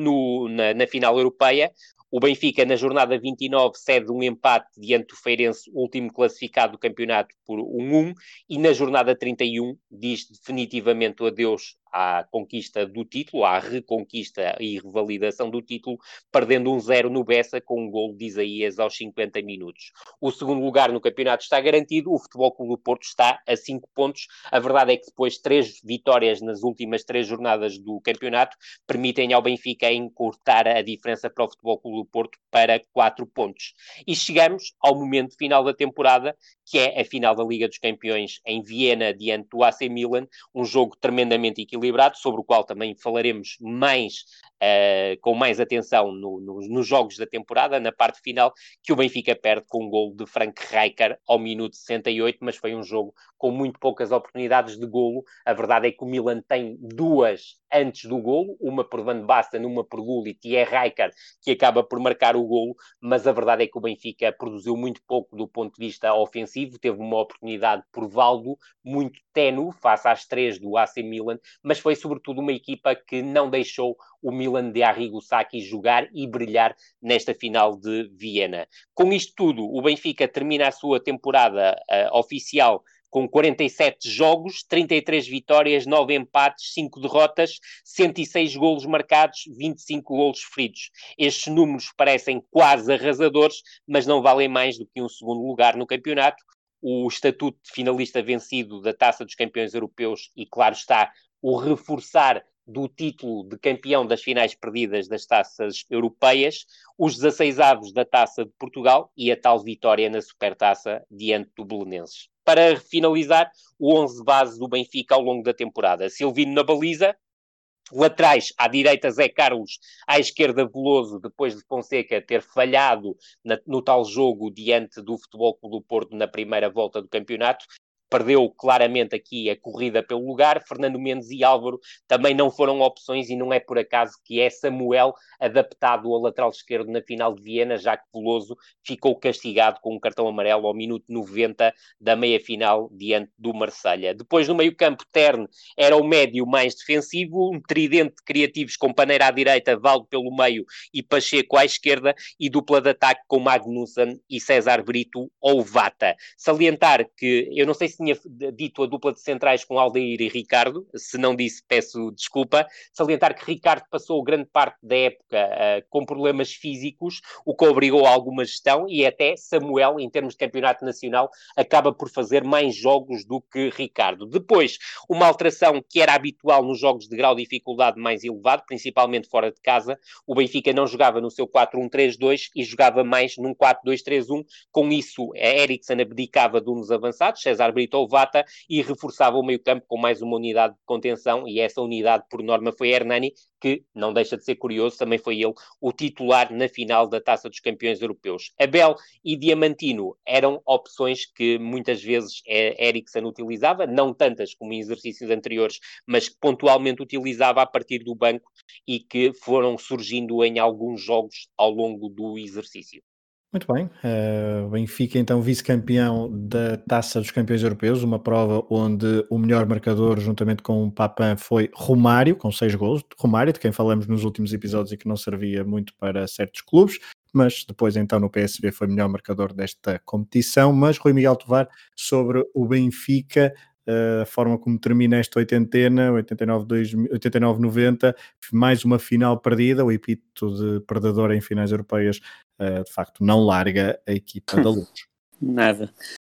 na final europeia. O Benfica, na jornada 29, cede um empate diante do Feirense, último classificado do campeonato, por 1-1, e na jornada 31 diz definitivamente o adeus à conquista do título, à reconquista e revalidação do título, perdendo 1-0 no Bessa com um golo de Isaías aos 50 minutos. O segundo lugar no campeonato está garantido, o Futebol Clube do Porto está a 5 pontos. A verdade é que depois 3 vitórias nas últimas 3 jornadas do campeonato permitem ao Benfica encurtar a diferença para o Futebol Clube do Porto para 4 pontos. E chegamos ao momento final da temporada, que é a final da Liga dos Campeões em Viena, diante do AC Milan, um jogo tremendamente equilibrado, sobre o qual também falaremos mais, com mais atenção nos jogos da temporada, na parte final, que o Benfica perde com um golo de Frank Rijkaard ao minuto 68, mas foi um jogo com muito poucas oportunidades de golo. A verdade é que o Milan tem 2 antes do golo, uma por Van Basten, uma por Gullit, e é Rijkaard que acaba por marcar o golo, mas a verdade é que o Benfica produziu muito pouco do ponto de vista ofensivo, teve uma oportunidade por Valdo, muito ténue, face às 3 do AC Milan, mas foi sobretudo uma equipa que não deixou o Milan de Arrigo Sacchi jogar e brilhar nesta final de Viena. Com isto tudo, o Benfica termina a sua temporada oficial com 47 jogos, 33 vitórias, 9 empates, 5 derrotas, 106 golos marcados, 25 golos sofridos. Estes números parecem quase arrasadores, mas não valem mais do que um segundo lugar no campeonato. O estatuto de finalista vencido da Taça dos Campeões Europeus e, claro está, o reforçar do título de campeão das finais perdidas das taças europeias, os 16 avos da Taça de Portugal e a tal vitória na Supertaça diante do Belenenses. Para finalizar, o 11 base do Benfica ao longo da temporada. Silvino na baliza, laterais, à direita Zé Carlos, à esquerda Veloso, depois de Fonseca ter falhado no tal jogo diante do Futebol Clube do Porto na primeira volta do campeonato. Perdeu claramente aqui a corrida pelo lugar. Fernando Mendes e Álvaro também não foram opções, e não é por acaso que é Samuel adaptado ao lateral esquerdo na final de Viena, já que Veloso ficou castigado com um cartão amarelo ao minuto 90 da meia-final diante do Marselha. Depois, no meio-campo, Terne era o médio mais defensivo, um tridente de criativos com Paneira à direita, Valdo pelo meio e Pacheco à esquerda, e dupla de ataque com Magnussen e César Brito ou Vata. Salientar que, eu não sei se tinha dito a dupla de centrais com Aldair e Ricardo, se não disse, peço desculpa. Salientar que Ricardo passou grande parte da época com problemas físicos, o que obrigou a alguma gestão, e até Samuel, em termos de campeonato nacional, acaba por fazer mais jogos do que Ricardo. Depois, uma alteração que era habitual nos jogos de grau de dificuldade mais elevado, principalmente fora de casa. O Benfica não jogava no seu 4-1-3-2 e jogava mais num 4-2-3-1. Com isso, a Eriksen abdicava de um dos avançados, César Brito ou Vata, e reforçava o meio-campo com mais uma unidade de contenção, e essa unidade, por norma, foi Hernani, que, não deixa de ser curioso, também foi ele o titular na final da Taça dos Campeões Europeus. Abel e Diamantino eram opções que muitas vezes Eriksen utilizava, não tantas como em exercícios anteriores, mas que pontualmente utilizava a partir do banco e que foram surgindo em alguns jogos ao longo do exercício. Muito bem, o Benfica então vice-campeão da Taça dos Campeões Europeus, uma prova onde o melhor marcador juntamente com o Papin foi Romário, com 6 golos. Romário, de quem falamos nos últimos episódios e que não servia muito para certos clubes, mas depois então no PSV foi o melhor marcador desta competição. Mas Rui Miguel Tovar, sobre o Benfica, a forma como termina esta oitentena, 89-90, mais uma final perdida, o epíteto de perdedor em finais europeias, de facto não larga a equipa da Luz. Nada.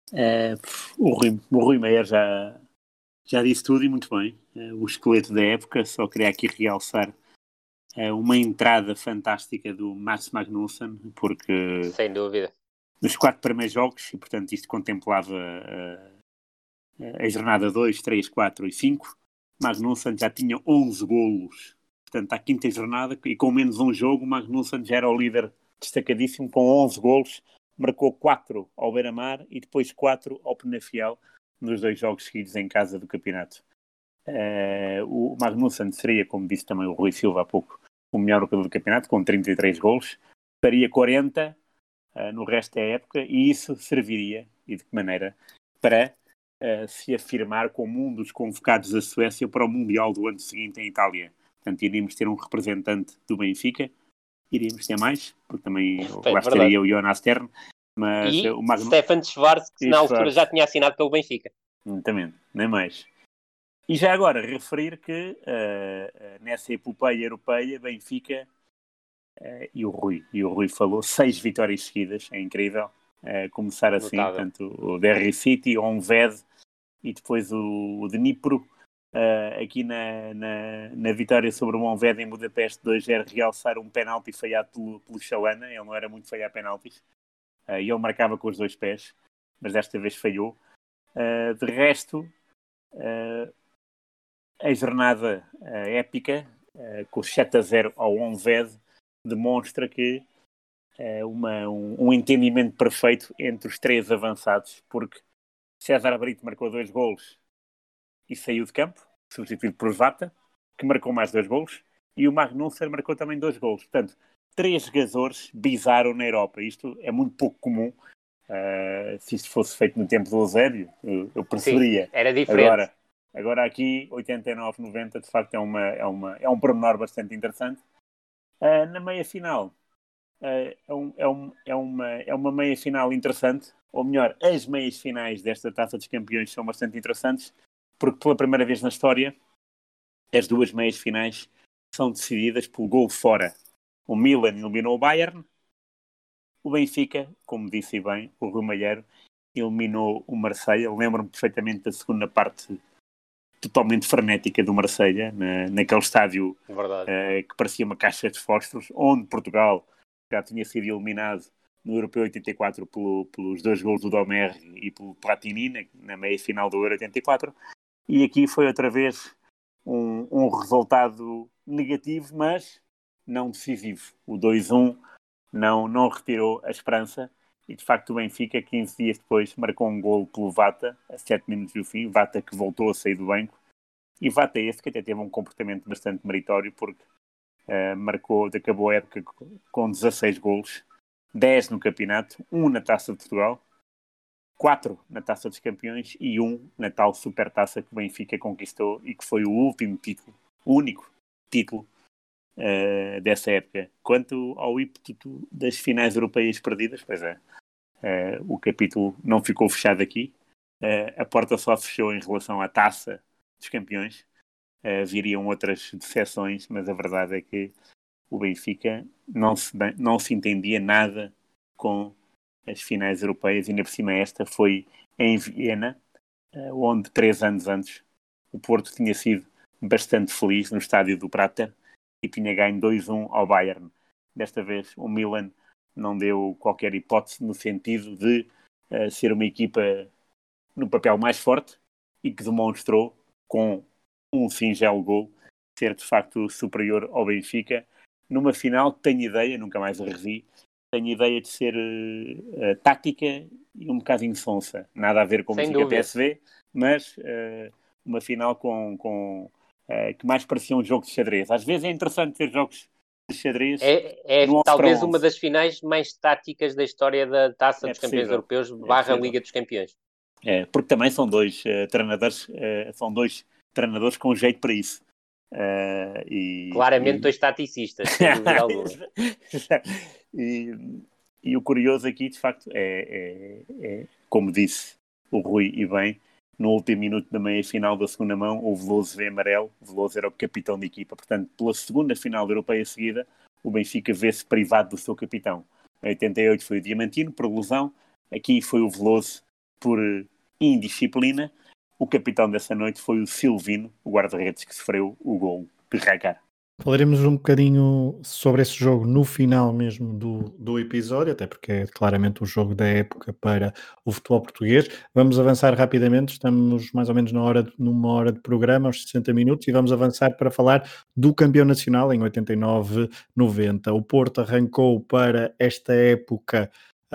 O Rui Meier já disse tudo e muito bem. O esqueleto da época, só queria aqui realçar uma entrada fantástica do Mats Magnussen, porque sem dúvida, nos 4 primeiros jogos, e portanto isto contemplava a jornada 2, 3, 4 e 5, Magnussen já tinha 11 golos. Portanto, à quinta jornada, e com menos um jogo, o Magnussen já era o líder destacadíssimo, com 11 golos. Marcou 4 ao Beira-Mar e depois 4 ao Penafiel, nos 2 jogos seguidos em casa do campeonato. O Magnussen seria, como disse também o Rui Silva há pouco, o melhor jogador do campeonato, com 33 golos. Faria 40 no resto da época, e isso serviria, e de que maneira, para se afirmar como um dos convocados da Suécia para o Mundial do ano seguinte em Itália. Portanto, iríamos ter um representante do Benfica, iríamos ter mais, porque também lá estaria o Jonas Stern, mas e o Magnussen... Stefan Schwarz, que na altura já tinha assinado pelo Benfica. Exatamente, nem mais. E já agora referir que nessa epopeia europeia, Benfica, e o Rui falou, 6 vitórias seguidas, é incrível. Começar assim, portanto, o Derry City, o Honved e depois o Dnipro, aqui na vitória sobre o Honved em Budapeste 2-0, realçar um penalti falhado pelo Chalana. Ele não era muito falhar penaltis, e ele marcava com os 2 pés, mas desta vez falhou. De resto, a jornada épica, com 7-0 ao Honved, demonstra que um entendimento perfeito entre os 3 avançados, porque César Brito marcou 2 golos e saiu de campo, substituído por Vata, que marcou mais 2 golos, e o Magnussen marcou também 2 golos. Portanto, 3 jogadores bizaram na Europa. Isto é muito pouco comum. Se isto fosse feito no tempo do Eusébio, eu perceberia. Sim, era diferente. Agora aqui, 89, 90, de facto é um pormenor bastante interessante. Na meia-final, é uma meia-final interessante, ou melhor, as meias-finais desta Taça dos Campeões são bastante interessantes, porque pela primeira vez na história, as 2 meias-finais são decididas por gol fora. O Milan eliminou o Bayern, o Benfica, como disse bem, o Rui Malheiro, eliminou o Marselha. Lembro-me perfeitamente da segunda parte totalmente frenética do Marselha, naquele estádio que parecia uma caixa de fósforos, onde Portugal já tinha sido eliminado no Europeu 84 pelos 2 gols do Domer e pelo Platini, na meia-final do Euro 84. E aqui foi outra vez um resultado negativo, mas não decisivo. O 2-1 não retirou a esperança, e de facto o Benfica, 15 dias depois, marcou um golo pelo Vata, a 7 minutos do fim. Vata que voltou a sair do banco, e Vata esse que até teve um comportamento bastante meritório, porque acabou a época com 16 golos, 10 no campeonato, 1 na Taça de Portugal, 4 na Taça dos Campeões e 1 na tal Supertaça que o Benfica conquistou, e que foi o único título dessa época. Quanto ao ímpeto das finais europeias perdidas, pois o capítulo não ficou fechado aqui. A porta só fechou em relação à Taça dos Campeões. Viriam outras decepções, mas a verdade é que o Benfica não se entendia nada com as finais europeias, e ainda por cima esta foi em Viena, onde 3 anos antes o Porto tinha sido bastante feliz no estádio do Prater e tinha ganho 2-1 ao Bayern. Desta vez o Milan não deu qualquer hipótese, no sentido de ser uma equipa no papel mais forte, e que demonstrou com um singelo gol ser de facto superior ao Benfica, numa final que tenho ideia, nunca mais a revi, tenho ideia de ser tática e um bocado insonsa. Nada a ver com o Benfica PSV, mas uma final que mais parecia um jogo de xadrez. Às vezes é interessante ter jogos de xadrez. É talvez uma das finais mais táticas da história da Taça dos Campeões Europeus / Liga dos Campeões. Porque também são 2 treinadores, treinadores com jeito para isso. Claramente 2 taticistas, sem dúvida alguma. E o curioso aqui, de facto, como disse o Rui e bem, no último minuto da meia-final da segunda mão, o Veloso vê amarelo. O Veloso era o capitão da equipa. Portanto, pela segunda final da Europeia seguida, o Benfica vê-se privado do seu capitão. Em 88 foi o Diamantino, por lesão. Aqui foi o Veloso por indisciplina. O capitão dessa noite foi o Silvino, o guarda-redes que sofreu o gol de Rijkaard. Falaremos um bocadinho sobre esse jogo no final mesmo do episódio, até porque é claramente o jogo da época para o futebol português. Vamos avançar rapidamente, estamos mais ou menos numa hora de programa, aos 60 minutos, e vamos avançar para falar do campeão nacional em 89-90. O Porto arrancou para esta época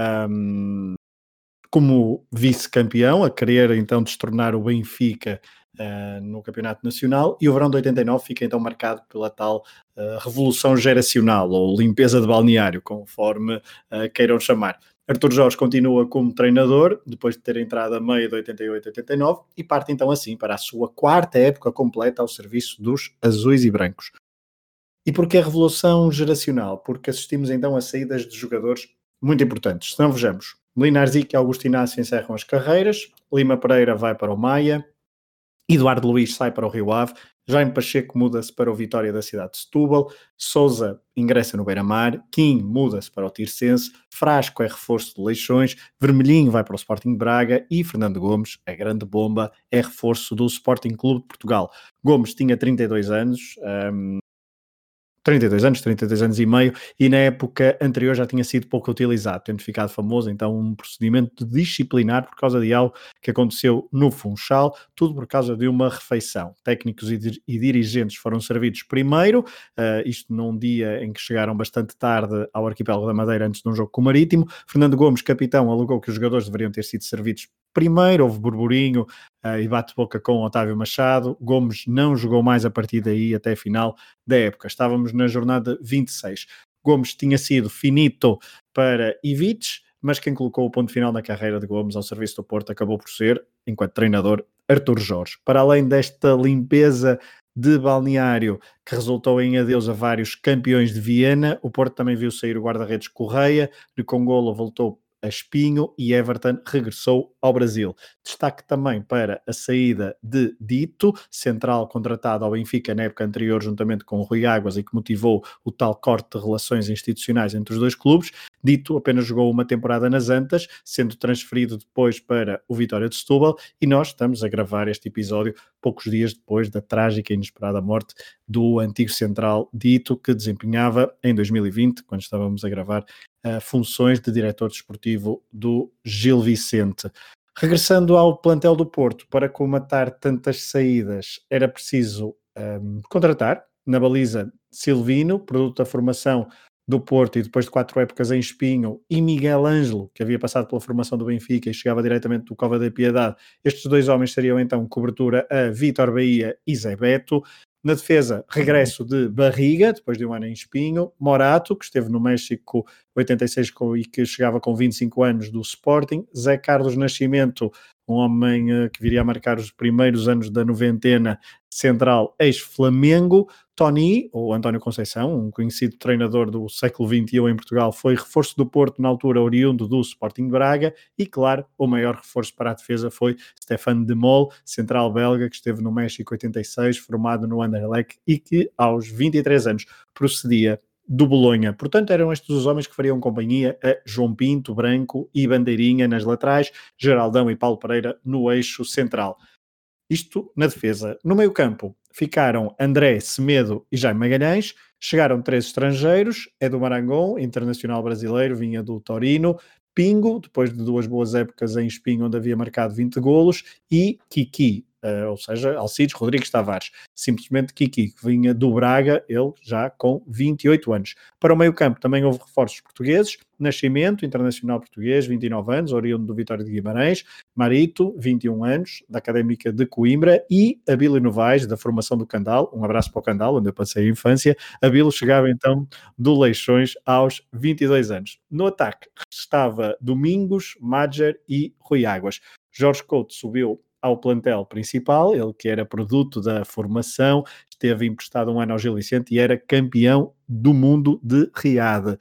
como vice-campeão, a querer então destornar o Benfica no Campeonato Nacional, e o verão de 89 fica então marcado pela tal revolução geracional, ou limpeza de balneário, conforme queiram chamar. Artur Jorge continua como treinador, depois de ter entrado a meio de 88-89, e parte então assim para a sua quarta época completa ao serviço dos azuis e brancos. E porquê a revolução geracional? Porque assistimos então a saídas de jogadores muito importantes. Se não vejamos, Linarzic e Augusto Inácio encerram as carreiras, Lima Pereira vai para o Maia, Eduardo Luiz sai para o Rio Ave, Jaime Pacheco muda-se para o Vitória da cidade de Setúbal, Sousa ingressa no Beira-Mar, Kim muda-se para o Tirsense, Frasco é reforço de Leixões, Vermelhinho vai para o Sporting Braga e Fernando Gomes, a grande bomba, é reforço do Sporting Clube de Portugal. Gomes tinha 32 anos, 32 anos e meio, e na época anterior já tinha sido pouco utilizado, tendo ficado famoso então um procedimento disciplinar por causa de algo que aconteceu no Funchal, tudo por causa de uma refeição. Técnicos e dirigentes foram servidos primeiro, isto num dia em que chegaram bastante tarde ao arquipélago da Madeira antes de um jogo com o Marítimo. Fernando Gomes, capitão, alegou que os jogadores deveriam ter sido servidos primeiro, houve burburinho e bate-boca com Otávio Machado. Gomes não jogou mais a partir daí até a final da época. Estávamos na jornada 26. Gomes tinha sido finito para Ivic, mas quem colocou o ponto final na carreira de Gomes ao serviço do Porto acabou por ser, enquanto treinador, Artur Jorge. Para além desta limpeza de balneário que resultou em adeus a vários campeões de Viena, o Porto também viu sair o guarda-redes Correia, de Congolo voltou a Espinho e Everton regressou ao Brasil. Destaque também para a saída de Dito, central contratado ao Benfica na época anterior juntamente com o Rui Águas e que motivou o tal corte de relações institucionais entre os dois clubes. Dito apenas jogou uma temporada nas Antas, sendo transferido depois para o Vitória de Setúbal, e nós estamos a gravar este episódio poucos dias depois da trágica e inesperada morte do antigo central Dito, que desempenhava em 2020, quando estávamos a gravar, funções de diretor desportivo do Gil Vicente. Regressando ao plantel do Porto, para comatar tantas saídas, era preciso contratar, na baliza, Silvino, produto da formação do Porto e depois de 4 épocas em Espinho, e Miguel Ângelo, que havia passado pela formação do Benfica e chegava diretamente do Cova da Piedade. Estes dois homens seriam então cobertura a Vítor Bahia e Zé Beto. Na defesa, regresso de Barriga, depois de um ano em Espinho, Morato, que esteve no México 86 e que chegava com 25 anos do Sporting, Zé Carlos Nascimento, um homem que viria a marcar os primeiros anos da noventena, central ex-Flamengo, Tony, ou António Conceição, um conhecido treinador do século XXI em Portugal, foi reforço do Porto na altura oriundo do Sporting Braga, e claro, o maior reforço para a defesa foi Stéphane Demol, central belga que esteve no México 86, formado no Anderlecht e que aos 23 anos procedia do Bolonha. Portanto, eram estes os homens que fariam companhia a João Pinto, Branco e Bandeirinha nas laterais, Geraldão e Paulo Pereira no eixo central. Isto na defesa. No meio-campo ficaram André, Semedo e Jaime Magalhães. Chegaram 3 estrangeiros: Edu Marangon, internacional brasileiro, vinha do Torino; Pingo, depois de 2 boas épocas em Espinho, onde havia marcado 20 golos; e Kiki, ou seja, Alcides Rodrigues Tavares, simplesmente Kiki, que vinha do Braga, ele já com 28 anos. Para o meio-campo também houve reforços portugueses: Nascimento, internacional português, 29 anos, oriundo do Vitória de Guimarães; Marito, 21 anos, da Académica de Coimbra; e Abílio Novaes, da formação do Candal. Um abraço para o Candal, onde eu passei a infância. Abílio chegava então do Leixões aos 22 anos. No ataque estava Domingos, Madger e Rui Águas. Jorge Couto subiu ao plantel principal, ele que era produto da formação, esteve emprestado um ano ao Gil Vicente e era campeão do mundo de Riad.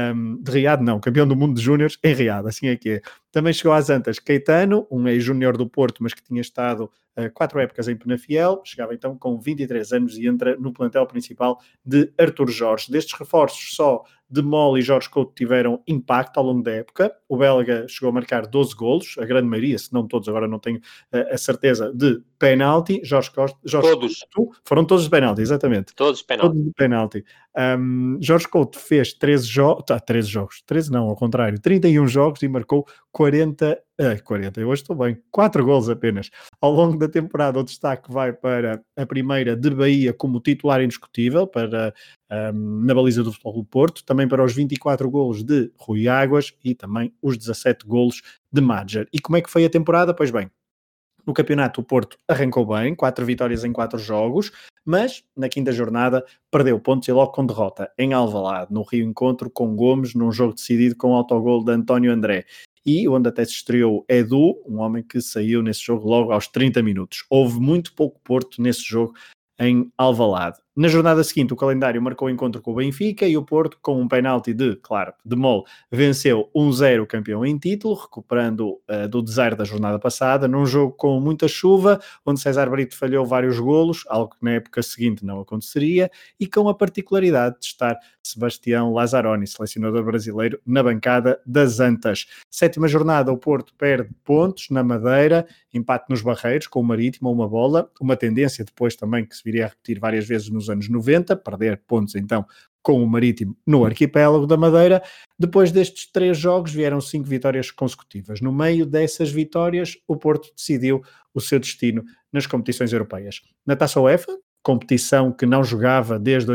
Campeão do mundo de júniores em Riad, assim é que é. Também chegou às Antas Caetano, um ex-júnior do Porto, mas que tinha estado 4 épocas em Penafiel, chegava então com 23 anos e entra no plantel principal de Artur Jorge. Destes reforços, só Demol e Jorge Couto tiveram impacto ao longo da época. O belga chegou a marcar 12 golos, a grande maioria, se não todos, agora não tenho a certeza, de penalti, Jorge Todos. Couto, foram todos de penalti, exatamente. Todos penalti. Todos de penalti. Jorge Couto fez 13 jogos, 13 não, ao contrário, 31 jogos e marcou 40, eu hoje estou bem, 4 golos apenas. Ao longo da temporada o destaque vai para a primeira de Bahia como titular indiscutível, na baliza do Futebol do Porto, também para os 24 golos de Rui Águas e também os 17 golos de Madjer. E como é que foi a temporada? Pois bem, no campeonato o Porto arrancou bem, 4 vitórias em 4 jogos, mas na quinta jornada perdeu pontos e logo com derrota em Alvalade, no Rio Encontro com Gomes, num jogo decidido com autogol de António André. E onde até se estreou Edu, um homem que saiu nesse jogo logo aos 30 minutos. Houve muito pouco Porto nesse jogo em Alvalade. Na jornada seguinte, o calendário marcou o encontro com o Benfica e o Porto, com um penalti de mole, venceu 1-0 o campeão em título, recuperando do desaire da jornada passada, num jogo com muita chuva, onde César Brito falhou vários golos, algo que na época seguinte não aconteceria, e com a particularidade de estar Sebastião Lazzaroni, selecionador brasileiro, na bancada das Antas. Sétima jornada, o Porto perde pontos na Madeira, empate nos Barreiros, com o Marítimo a uma bola, uma tendência depois também que se viria a repetir várias vezes nos anos 90, perder pontos então com o Marítimo no arquipélago da Madeira. Depois destes 3 jogos vieram 5 vitórias consecutivas. No meio dessas vitórias, o Porto decidiu o seu destino nas competições europeias. Na Taça UEFA, competição que não jogava desde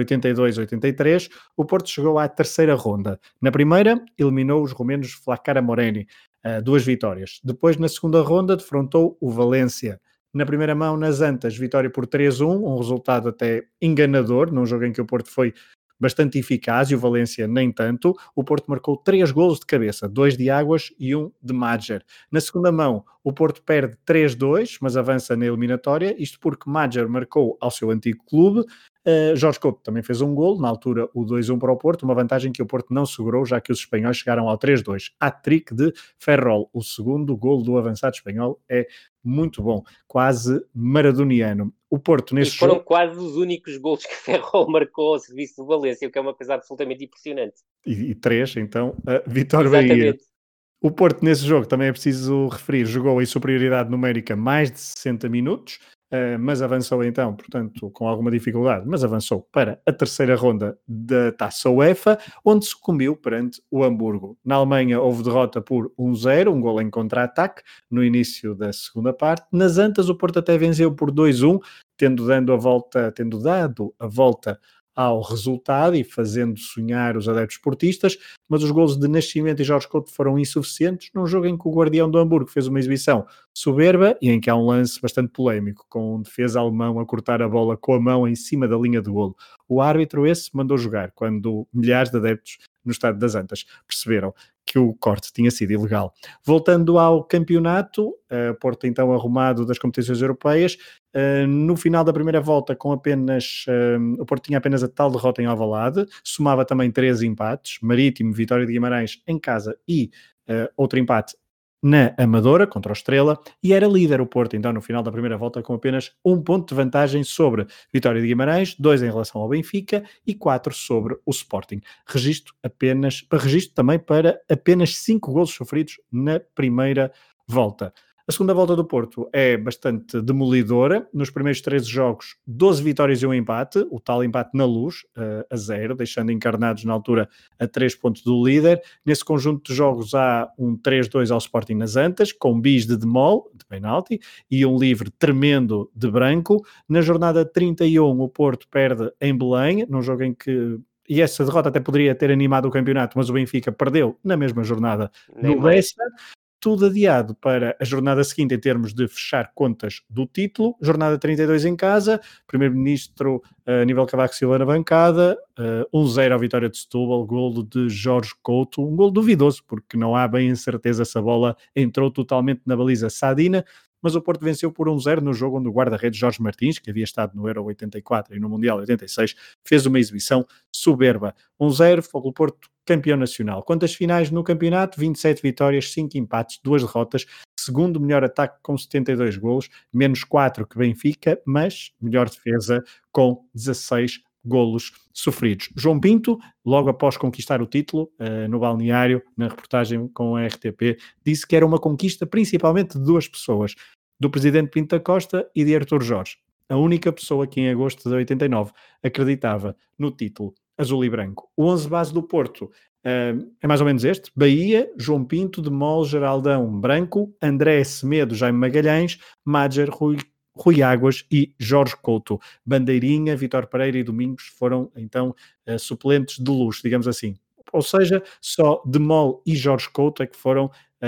82-83, o Porto chegou à terceira ronda. Na primeira, eliminou os romenos Flacara Moreni, 2 vitórias. Depois, na segunda ronda, defrontou o Valência. Na primeira mão, nas Antas, vitória por 3-1, um resultado até enganador, num jogo em que o Porto foi bastante eficaz e o Valência nem tanto. O Porto marcou 3 golos de cabeça, 2 de Águas e 1 de Madjer. Na segunda mão, o Porto perde 3-2, mas avança na eliminatória, isto porque Madjer marcou ao seu antigo clube. Jorge Couto também fez um golo, na altura o 2-1 para o Porto, uma vantagem que o Porto não segurou, já que os espanhóis chegaram ao 3-2. Hat-trick de Ferrol, o segundo golo do avançado espanhol, é muito bom, quase maradoniano. O Porto nesse foram jogo... quase os únicos golos que Ferrol marcou ao serviço do Valência, o que é uma coisa absolutamente impressionante. E 3, então, Vitória Bahia. O Porto nesse jogo, também é preciso referir, jogou em superioridade numérica mais de 60 minutos, mas avançou então, portanto, com alguma dificuldade, mas avançou para a terceira ronda da Taça UEFA, onde sucumbiu perante o Hamburgo. Na Alemanha houve derrota por 1-0, um gol em contra-ataque, no início da segunda parte. Nas Antas o Porto até venceu por 2-1, tendo dado a volta ao resultado e fazendo sonhar os adeptos portistas, mas os golos de Nascimento e Jorge Couto foram insuficientes num jogo em que o guardião do Hamburgo fez uma exibição soberba e em que há um lance bastante polémico, com um defesa alemão a cortar a bola com a mão em cima da linha de golo. O árbitro esse mandou jogar, quando milhares de adeptos no estádio das Antas perceberam que o corte tinha sido ilegal. Voltando ao campeonato, Porto então arrumado das competições europeias, no final da primeira volta o Porto tinha apenas a tal derrota em Alvalade, somava também 3 empates, Marítimo, Vitória de Guimarães em casa e outro empate na Amadora, contra o Estrela, e era líder o Porto, então, no final da primeira volta, com apenas 1 ponto de vantagem sobre Vitória de Guimarães, 2 em relação ao Benfica e 4 sobre o Sporting. Registro também para apenas 5 golos sofridos na primeira volta. A segunda volta do Porto é bastante demolidora. Nos primeiros 13 jogos, 12 vitórias e 1 empate, o tal empate na Luz, a 0, deixando encarnados na altura a 3 pontos do líder. Nesse conjunto de jogos há um 3-2 ao Sporting nas Antas, com bis de Demol, de penalti, e um livre tremendo de Branco. Na jornada 31, o Porto perde em Belém, num jogo em que... E essa derrota até poderia ter animado o campeonato, mas o Benfica perdeu na mesma jornada no Bessa. Tudo adiado para a jornada seguinte em termos de fechar contas do título. Jornada 32 em casa, primeiro-ministro Aníbal Cavaco Silva na bancada, 1-0 à vitória de Setúbal, golo de Jorge Couto, um golo duvidoso, porque não há bem certeza se a bola entrou totalmente na baliza sadina, mas o Porto venceu por 1-0 no jogo onde o guarda-redes Jorge Martins, que havia estado no Euro 84 e no Mundial 86, fez uma exibição soberba. 1-0, Fogo do Porto campeão nacional. Quantas finais no campeonato? 27 vitórias, 5 empates, 2 derrotas, segundo melhor ataque com 72 golos, menos 4 que Benfica, mas melhor defesa com 16 golos sofridos. João Pinto, logo após conquistar o título, no balneário, na reportagem com a RTP, disse que era uma conquista principalmente de 2 pessoas, do presidente Pinto da Costa e de Artur Jorge. A única pessoa que em agosto de 89 acreditava no título azul e branco. O 11 base do Porto é mais ou menos este: Bahia, João Pinto, De Mol, Geraldão, Branco, André Semedo, Jaime Magalhães, Madger, Rui Águas e Jorge Couto. Bandeirinha, Vítor Pereira e Domingos foram então suplentes de luxo, digamos assim. Ou seja, só De Mol e Jorge Couto é que foram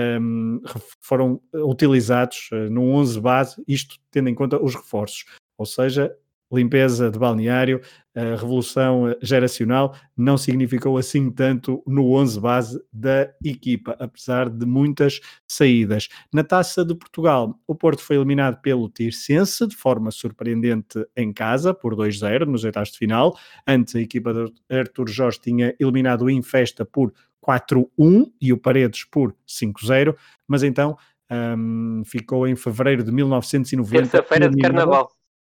utilizados no 11 base, isto tendo em conta os reforços. Ou seja, limpeza de balneário, revolução geracional, não significou assim tanto no 11 base da equipa, apesar de muitas saídas. Na Taça de Portugal, o Porto foi eliminado pelo Tirsense, de forma surpreendente em casa, por 2-0, nos oitavos de final. Antes, a equipa de Artur Jorge tinha eliminado o Infesta por 4-1 e o Paredes por 5-0, mas então ficou em fevereiro de 1990. Terça-feira de Carnaval.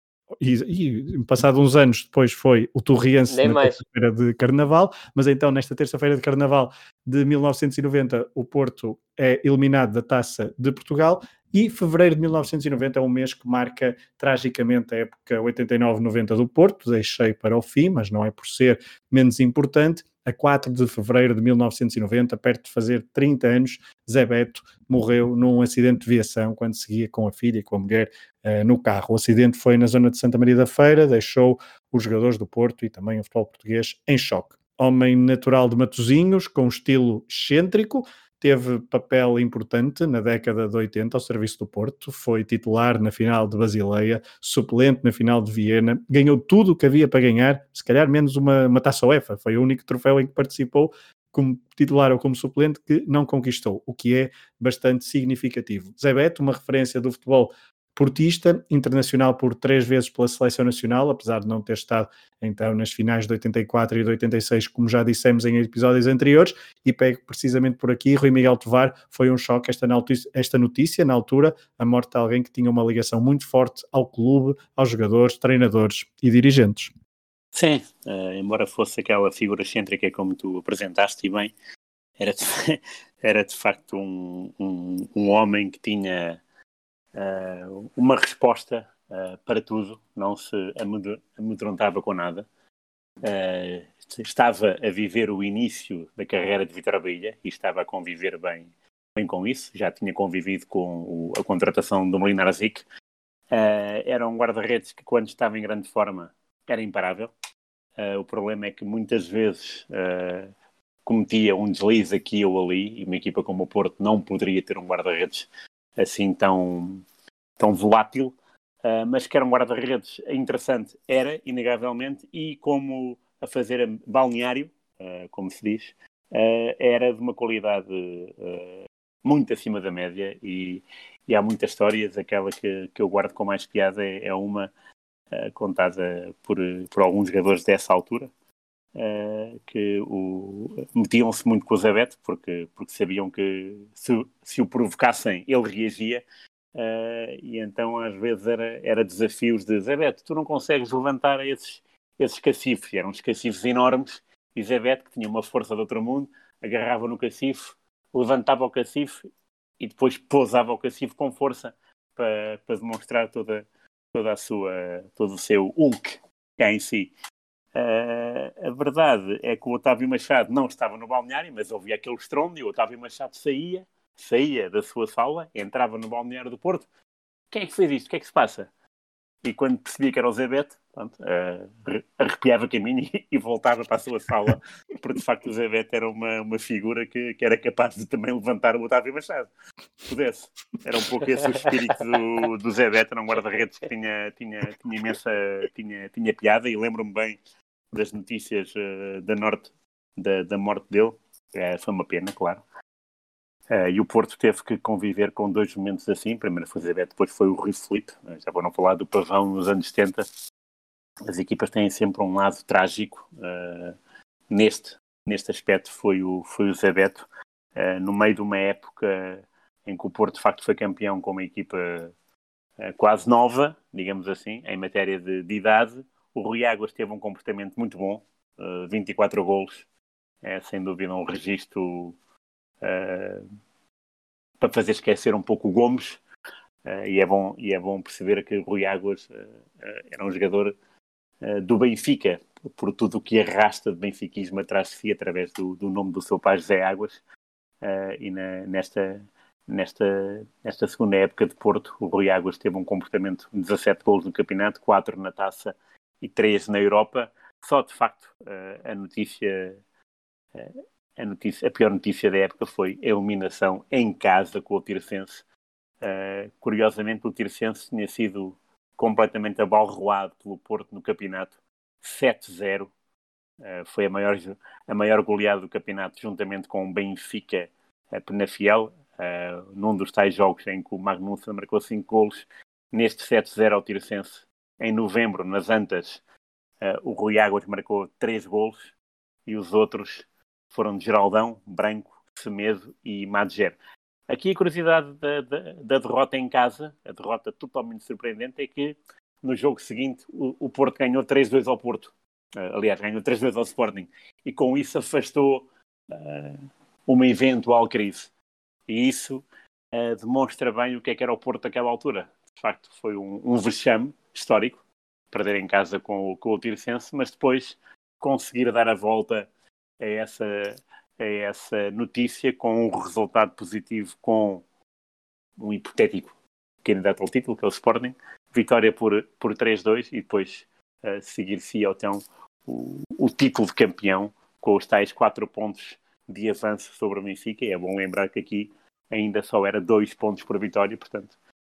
E passado uns anos depois foi o Torriense Nem na mais. terça-feira de Carnaval, mas então nesta terça-feira de Carnaval de 1990 o Porto é eliminado da Taça de Portugal e fevereiro de 1990 é um mês que marca tragicamente a época 89-90 do Porto. Deixei para o fim, mas não é por ser menos importante. A 4 de fevereiro de 1990, perto de fazer 30 anos, Zé Beto morreu num acidente de viação quando seguia com a filha e com a mulher no carro. O acidente foi na zona de Santa Maria da Feira, deixou os jogadores do Porto e também o futebol português em choque. Homem natural de Matosinhos, com estilo excêntrico, teve papel importante na década de 80 ao serviço do Porto, foi titular na final de Basileia, suplente na final de Viena, ganhou tudo o que havia para ganhar, se calhar menos uma taça UEFA, foi o único troféu em que participou como titular ou como suplente que não conquistou, o que é bastante significativo. Zé Beto, uma referência do futebol portista, internacional por 3 vezes pela Seleção Nacional, apesar de não ter estado então nas finais de 84 e de 86, como já dissemos em episódios anteriores, e pego precisamente por aqui. Rui Miguel Tovar, foi um choque esta notícia, na altura, a morte de alguém que tinha uma ligação muito forte ao clube, aos jogadores, treinadores e dirigentes. Sim, embora fosse aquela figura excêntrica como tu apresentaste e bem, era de facto um homem que tinha uma resposta para tudo, não se amedrontava com nada. Estava a viver o início da carreira de Vítor Bahia e estava a conviver bem com isso. Já tinha convivido com a contratação do Molinar Zic. Era um guarda-redes que, quando estava em grande forma, era imparável. O problema é que muitas vezes cometia um deslize aqui ou ali, e uma equipa como o Porto não poderia ter um guarda-redes assim tão volátil, mas que era um guarda-redes interessante, era, inegavelmente, e como a fazer balneário, como se diz, era de uma qualidade muito acima da média, e há muitas histórias. Aquela que eu guardo com mais piada é uma contada por alguns jogadores dessa altura, que metiam-se muito com o Zé Beto, porque sabiam que se o provocassem ele reagia, e então às vezes era desafios de Zé Beto, tu não consegues levantar esses cacifes. Eram uns cacifes enormes, e Zé Beto, que tinha uma força de outro mundo, agarrava no cacife, levantava o cacife e depois pousava o cacife com força para demonstrar todo o seu Hulk cá em si. A verdade é que o Otávio Machado não estava no balneário, mas ouvia aquele estrondo, e o Otávio Machado saía da sua sala, entrava no balneário do Porto. Quem é que fez isto? O que é que se passa? E quando percebia que era o Zé Beto, arrepiava caminho e voltava para a sua sala, porque de facto o Zé Beto era uma figura que era capaz de também levantar o Otávio Machado, se pudesse. Era um pouco esse o espírito do Zé Beto. Era um guarda-redes que tinha piada, e lembro-me bem das notícias da morte dele. Foi uma pena, claro. E o Porto teve que conviver com 2 momentos assim. Primeiro foi o Zé Beto, depois foi o Rui Filipe. Já vou não falar do Pavão nos anos 70. As equipas têm sempre um lado trágico. Neste aspecto foi o Zé Beto. No meio de uma época em que o Porto de facto foi campeão com uma equipa quase nova, digamos assim, em matéria de idade. O Rui Águas teve um comportamento muito bom. 24 golos. Sem dúvida um registro para fazer esquecer um pouco o Gomes. E é bom perceber que Rui Águas era um jogador do Benfica, por tudo o que arrasta de benfiquismo atrás de si, através do nome do seu pai, José Águas. E nesta segunda época de Porto, o Rui Águas teve um comportamento de 17 golos no campeonato, 4 na Taça e 3 na Europa. Só, de facto, a pior notícia da época foi a eliminação em casa com o Tirsense. Curiosamente, o Tirsense tinha sido completamente abalroado pelo Porto no campeonato, 7-0. Foi a maior goleada do campeonato, juntamente com o Benfica Penafiel, num dos tais jogos em que o Magnussen marcou 5 golos. Neste 7-0 ao Tirsense, em novembro, nas Antas, o Rui Águas marcou 3 golos e os outros foram de Geraldão, Branco, Semedo e Madger. Aqui a curiosidade da derrota em casa, a derrota totalmente surpreendente, é que no jogo seguinte o Porto ganhou 3-2 ao Porto. Aliás, ganhou 3-2 ao Sporting. E com isso afastou uma eventual crise. E isso demonstra bem o que era o Porto naquela altura. De facto, foi um vexame histórico, perder em casa com o Tirsense, mas depois conseguir dar a volta a essa notícia com um resultado positivo, com um hipotético candidato ao título, que é o Sporting, vitória por 3-2 e depois seguir-se então o título de campeão com os tais 4 pontos de avanço sobre o Benfica. E é bom lembrar que aqui ainda só era 2 pontos por vitória, portanto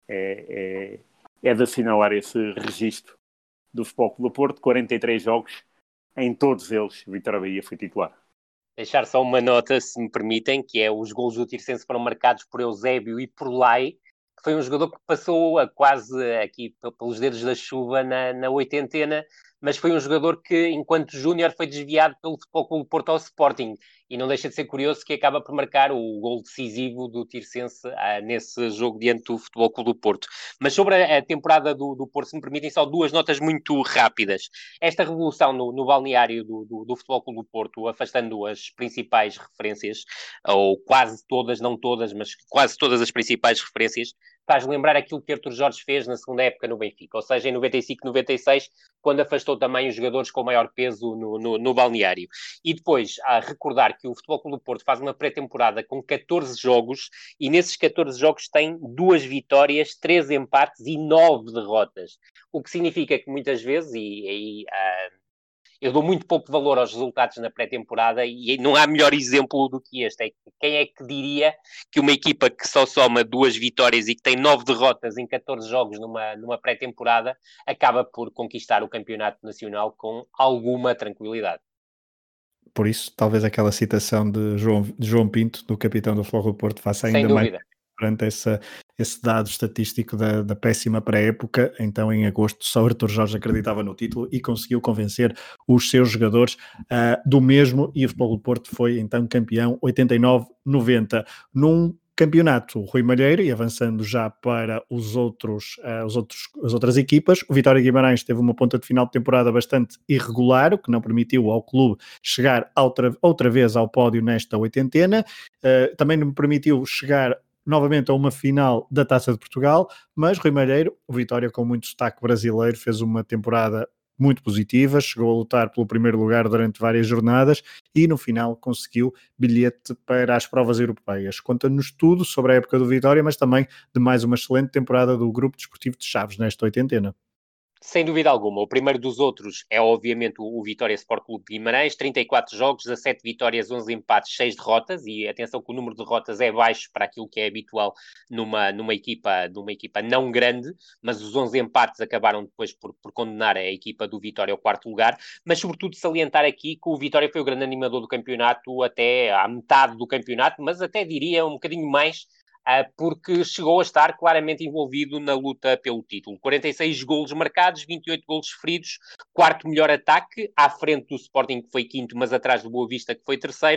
é de assinalar esse registro do Futebol Clube do Porto. 43 jogos, em todos eles Vítor Bahia foi titular. Deixar só uma nota, se me permitem, que é os golos do Tirsense foram marcados por Eusébio e por Lai, que foi um jogador que passou quase aqui pelos dedos da chuva na oitentena, mas foi um jogador que, enquanto júnior, foi desviado pelo Futebol Clube do Porto ao Sporting. E não deixa de ser curioso que acaba por marcar o gol decisivo do Tirsense nesse jogo diante do Futebol Clube do Porto. Mas sobre a temporada do Porto, se me permitem, só 2 notas muito rápidas. Esta revolução no balneário do Futebol Clube do Porto, afastando as principais referências, ou quase todas, não todas, mas quase todas as principais referências, faz lembrar aquilo que Artur Jorge fez na segunda época no Benfica, ou seja, em 95, 96, quando afastou também os jogadores com maior peso no balneário. E depois, a recordar que o Futebol Clube do Porto faz uma pré-temporada com 14 jogos, e nesses 14 jogos tem 2 vitórias, 3 empates e 9 derrotas. O que significa que muitas vezes, eu dou muito pouco valor aos resultados na pré-temporada e não há melhor exemplo do que este. Quem é que diria que uma equipa que só soma 2 vitórias e que tem 9 derrotas em 14 jogos numa pré-temporada acaba por conquistar o campeonato nacional com alguma tranquilidade? Por isso, talvez aquela citação de João Pinto, do capitão do Futebol Clube do Porto, faça Sem ainda dúvida. mais perante esse dado estatístico da péssima pré-época. Então, em agosto, só Artur Jorge acreditava no título e conseguiu convencer os seus jogadores do mesmo, e o Futebol Clube do Porto foi então campeão 89-90 num campeonato. O Rui Malheiro, e avançando já para as outras equipas, o Vitória Guimarães teve uma ponta de final de temporada bastante irregular, o que não permitiu ao clube chegar outra vez ao pódio nesta oitentena. Também não permitiu chegar novamente a uma final da Taça de Portugal, mas Rui Malheiro, o Vitória com muito destaque brasileiro, fez uma temporada muito positiva, chegou a lutar pelo primeiro lugar durante várias jornadas e no final conseguiu bilhete para as provas europeias. Conta-nos tudo sobre a época do Vitória, mas também de mais uma excelente temporada do Grupo Desportivo de Chaves nesta oitentena. Sem dúvida alguma. O primeiro dos outros é, obviamente, o Vitória Sport Clube de Guimarães. 34 jogos, 17 vitórias, 11 empates, 6 derrotas. E atenção que o número de derrotas é baixo para aquilo que é habitual numa equipa não grande, mas os 11 empates acabaram depois por condenar a equipa do Vitória ao 4º lugar. Mas, sobretudo, salientar aqui que o Vitória foi o grande animador do campeonato até à metade do campeonato, mas até diria um bocadinho mais, porque chegou a estar claramente envolvido na luta pelo título. 46 golos marcados, 28 golos sofridos, 4º melhor ataque, à frente do Sporting, que foi 5º, mas atrás do Boa Vista, que foi 3º,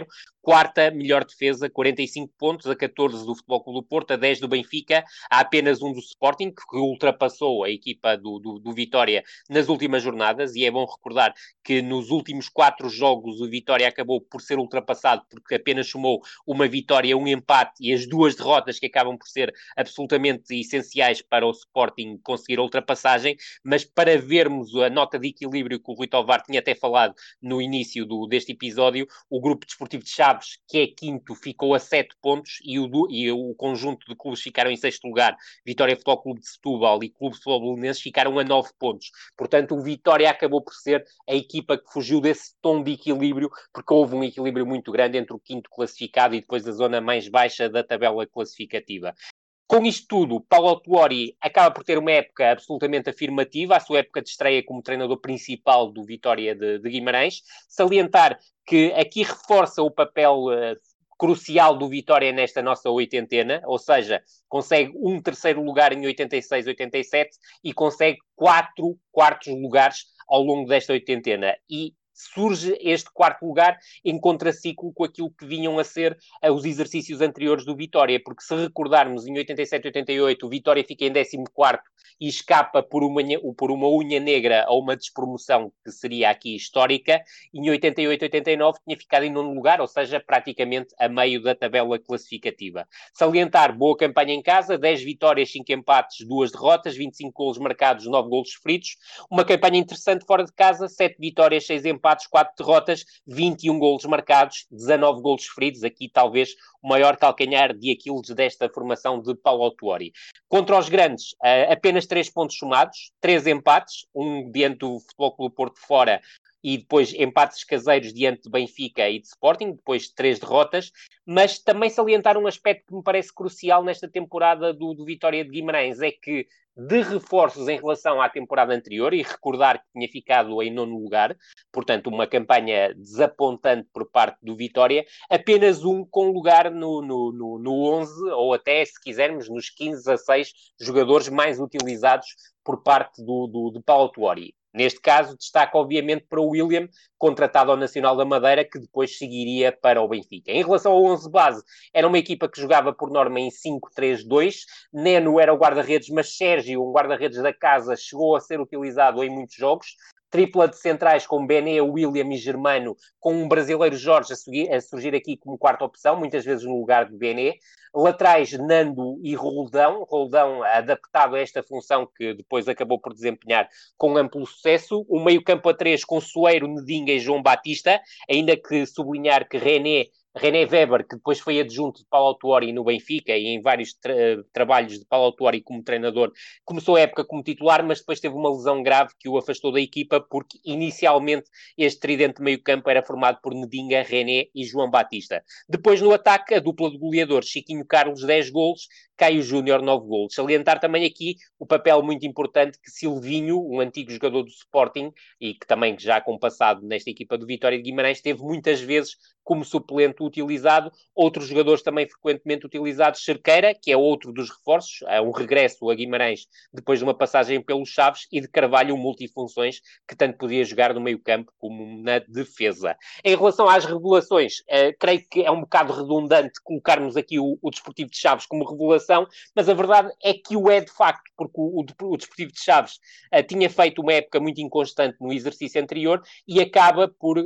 quarta melhor defesa, 45 pontos, a 14 do Futebol Clube do Porto, a 10 do Benfica, há apenas um do Sporting, que ultrapassou a equipa do Vitória nas últimas jornadas, e é bom recordar que nos últimos 4 jogos o Vitória acabou por ser ultrapassado, porque apenas somou uma vitória, um empate e as 2 derrotas que acabam por ser absolutamente essenciais para o Sporting conseguir a ultrapassagem. Mas para vermos a nota de equilíbrio que o Rui Tovar tinha até falado no início deste episódio, o Grupo Desportivo de Chaves, que é quinto, ficou a 7 pontos e o conjunto de clubes ficaram em sexto lugar. Vitória Futebol Clube de Setúbal e Clube Futebol Belenenses ficaram a 9 pontos. Portanto, o Vitória acabou por ser a equipa que fugiu desse tom de equilíbrio, porque houve um equilíbrio muito grande entre o quinto classificado e depois a zona mais baixa da tabela classificativa. Com isto tudo, Paulo Autuori acaba por ter uma época absolutamente afirmativa, a sua época de estreia como treinador principal do Vitória de Guimarães. Salientar que aqui reforça o papel crucial do Vitória nesta nossa oitentena, ou seja, consegue um terceiro lugar em 86, 87 e consegue 4 quartos lugares ao longo desta oitentena. E surge este quarto lugar em contraciclo com aquilo que vinham a ser os exercícios anteriores do Vitória, porque se recordarmos, em 87, 88, o Vitória fica em 14º e escapa por uma unha negra a uma despromoção que seria aqui histórica, e em 88, 89 tinha ficado em 9º lugar, ou seja, praticamente a meio da tabela classificativa. Salientar, boa campanha em casa, 10 vitórias, 5 empates, 2 derrotas, 25 golos marcados, 9 golos sofridos, uma campanha interessante fora de casa, 7 vitórias, 6 empates, 4 derrotas, 21 golos marcados, 19 golos sofridos, aqui talvez o maior calcanhar de Aquiles desta formação de Paulo Autuori. Contra os grandes, apenas 3 pontos somados, 3 empates, um diante do Futebol Clube do Porto fora e depois empates caseiros diante de Benfica e de Sporting, depois 3 derrotas, mas também salientar um aspecto que me parece crucial nesta temporada do Vitória de Guimarães, é que de reforços em relação à temporada anterior, e recordar que tinha ficado em 9º lugar, portanto uma campanha desapontante por parte do Vitória, apenas um com lugar no 11, ou até, se quisermos, nos 15 a 6 jogadores mais utilizados por parte de Paulo Autuori. Neste caso, destaca obviamente para o William, contratado ao Nacional da Madeira, que depois seguiria para o Benfica. Em relação ao 11 base, era uma equipa que jogava por norma em 5-3-2. Neno era o guarda-redes, mas Sérgio, um guarda-redes da casa, chegou a ser utilizado em muitos jogos. Tripla de centrais com Bené, William e Germano, com um brasileiro Jorge a surgir aqui como quarta opção, muitas vezes no lugar de Bené. Laterais, Nando e Roldão adaptado a esta função que depois acabou por desempenhar com amplo sucesso. O meio-campo a 3 com Soeiro, Nedinga e João Batista, ainda que sublinhar que René Weber, que depois foi adjunto de Paulo Autuori no Benfica e em vários trabalhos de Paulo Autuori como treinador, começou a época como titular, mas depois teve uma lesão grave que o afastou da equipa, porque inicialmente este tridente de meio-campo era formado por Nedinga, René e João Batista. Depois no ataque, a dupla de goleadores, Chiquinho Carlos, 10 golos, Caio Júnior, 9 golos. Salientar também aqui o papel muito importante que Silvinho, um antigo jogador do Sporting, e que também já com passado nesta equipa do Vitória de Guimarães, teve muitas vezes como suplente utilizado. Outros jogadores também frequentemente utilizados, Cerqueira, que é outro dos reforços, é um regresso a Guimarães depois de uma passagem pelos Chaves, e de Carvalho, multifunções, que tanto podia jogar no meio-campo como na defesa. Em relação às revelações, creio que é um bocado redundante colocarmos aqui o Desportivo de Chaves como revelação, mas a verdade é que o é de facto, porque o Desportivo de Chaves tinha feito uma época muito inconstante no exercício anterior e acaba por,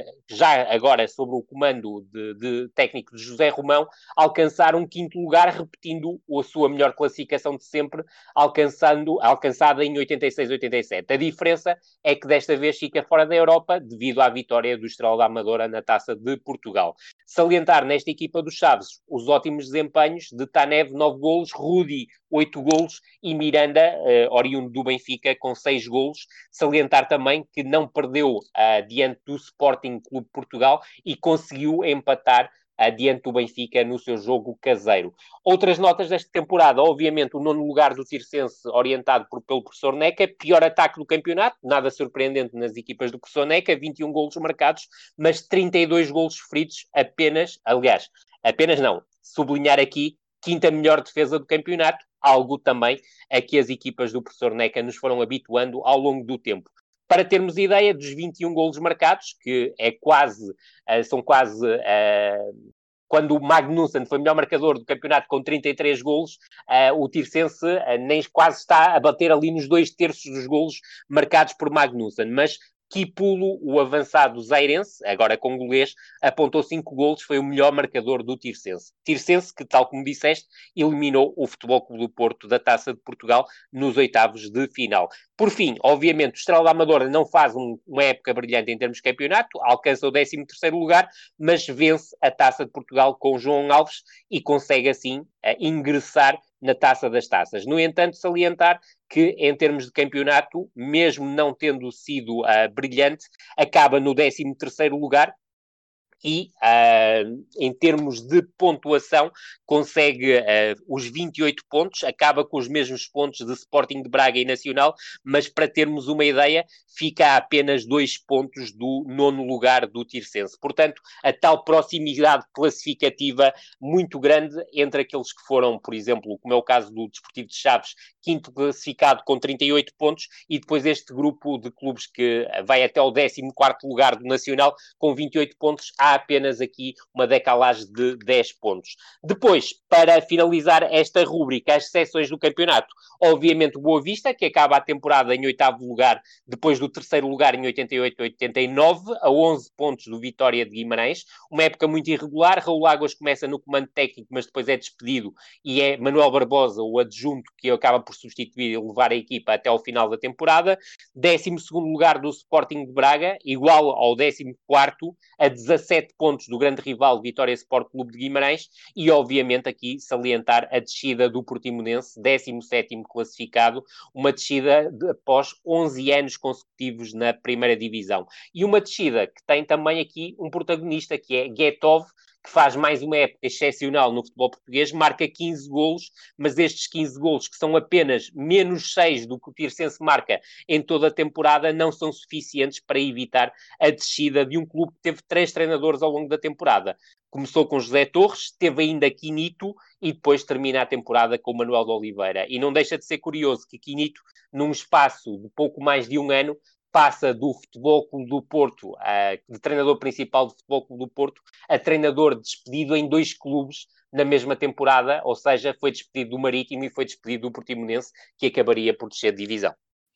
já agora sob o comando de técnico de José Romão, alcançar um 5º lugar, repetindo a sua melhor classificação de sempre, alcançada em 86-87. A diferença é que desta vez fica fora da Europa devido à vitória do Estrela da Amadora na Taça de Portugal. Salientar nesta equipa dos Chaves os ótimos desempenhos de Tanev, 9 golos, Rudi, 8 golos e Miranda, oriundo do Benfica, com 6 golos. Salientar também que não perdeu diante do Sporting Clube Portugal e conseguiu empatar diante do Benfica no seu jogo caseiro. Outras notas desta temporada, obviamente o 9º lugar do Tirsense, orientado pelo professor Neca, pior ataque do campeonato, nada surpreendente nas equipas do professor Neca, 21 golos marcados, mas 32 golos sofridos apenas não, sublinhar aqui, 5ª melhor defesa do campeonato, algo também a que as equipas do professor Neca nos foram habituando ao longo do tempo. Para termos ideia dos 21 golos marcados, que é são quase... quando o Magnussen foi melhor marcador do campeonato com 33 golos, o Tirsense nem quase está a bater ali nos 2/3 dos golos marcados por Magnussen. Mas Kipulo, o avançado zairense, agora congolês, apontou 5 golos, foi o melhor marcador do Tirsense. Tirsense que, tal como disseste, eliminou o Futebol Clube do Porto da Taça de Portugal nos oitavos de final. Por fim, obviamente, o Estrela da Amadora não faz uma época brilhante em termos de campeonato, alcança o 13º lugar, mas vence a Taça de Portugal com João Alves e consegue, assim, ingressar na Taça das Taças. No entanto, salientar que, em termos de campeonato, mesmo não tendo sido brilhante, acaba no 13º lugar, e, em termos de pontuação, consegue os 28 pontos, acaba com os mesmos pontos de Sporting de Braga e Nacional, mas para termos uma ideia, fica a apenas 2 pontos do 9º lugar do Tirsense. Portanto, a tal proximidade classificativa muito grande entre aqueles que foram, por exemplo, como é o caso do Desportivo de Chaves, 5º classificado com 38 pontos, e depois este grupo de clubes que vai até o 14º lugar do Nacional com 28 pontos, há apenas aqui uma decalagem de 10 pontos. Depois, para finalizar esta rúbrica, as seções do campeonato, obviamente o Boa Vista, que acaba a temporada em 8º lugar, depois do 3º lugar em 88-89, a 11 pontos do Vitória de Guimarães, uma época muito irregular. Raul Águas começa no comando técnico, mas depois é despedido, e é Manuel Barbosa, o adjunto, que acaba por substituir e levar a equipa até ao final da temporada. 12º lugar do Sporting de Braga, igual ao 14º, a 17 pontos do grande rival Vitória Sport Clube de Guimarães, e obviamente aqui salientar a descida do Portimonense, 17º classificado, uma descida após 11 anos consecutivos na primeira divisão. E uma descida que tem também aqui um protagonista, que é Guetov, que faz mais uma época excepcional no futebol português, marca 15 golos, mas estes 15 golos, que são apenas menos 6 do que o Tirsense marca em toda a temporada, não são suficientes para evitar a descida de um clube que teve 3 treinadores ao longo da temporada. Começou com José Torres, teve ainda Quinito e depois termina a temporada com Manuel de Oliveira. E não deixa de ser curioso que Quinito, num espaço de pouco mais de um ano, passa do Futebol Clube do Porto, de treinador principal do Futebol Clube do Porto, a treinador despedido em 2 clubes na mesma temporada, ou seja, foi despedido do Marítimo e foi despedido do Portimonense, que acabaria por descer de divisão.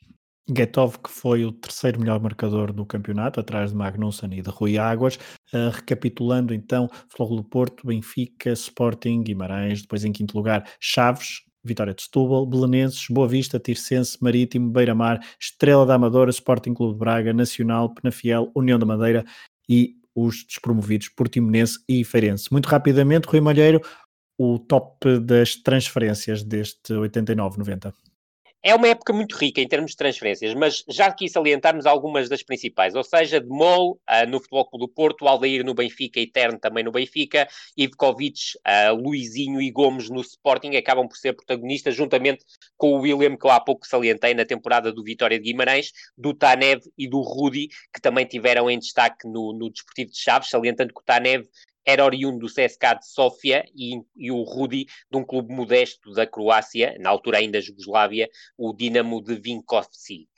Guetov, que foi o 3º melhor marcador do campeonato, atrás de Magnussen e de Rui Águas. Recapitulando então, Futebol do Porto, Benfica, Sporting, Guimarães, depois em 5º lugar, Chaves, Vitória de Setúbal, Belenenses, Boa Vista, Tirsense, Marítimo, Beira-Mar, Estrela da Amadora, Sporting Clube de Braga, Nacional, Penafiel, União da Madeira e os despromovidos Portimonense e Feirense. Muito rapidamente, Rui Malheiro, o top das transferências deste 89-90. É uma época muito rica em termos de transferências, mas já quis salientarmos algumas das principais, ou seja, de Mol no Futebol Clube do Porto, Aldair no Benfica e Terno também no Benfica, Ivkovic, Luizinho e Gomes no Sporting acabam por ser protagonistas, juntamente com o William, que eu há pouco salientei na temporada do Vitória de Guimarães, do Tanev e do Rudi, que também tiveram em destaque no Desportivo de Chaves, salientando que o Tanev era oriundo do CSKA de Sofia e o Rudi de um clube modesto da Croácia, na altura ainda Jugoslávia, o Dinamo de Vinkovci.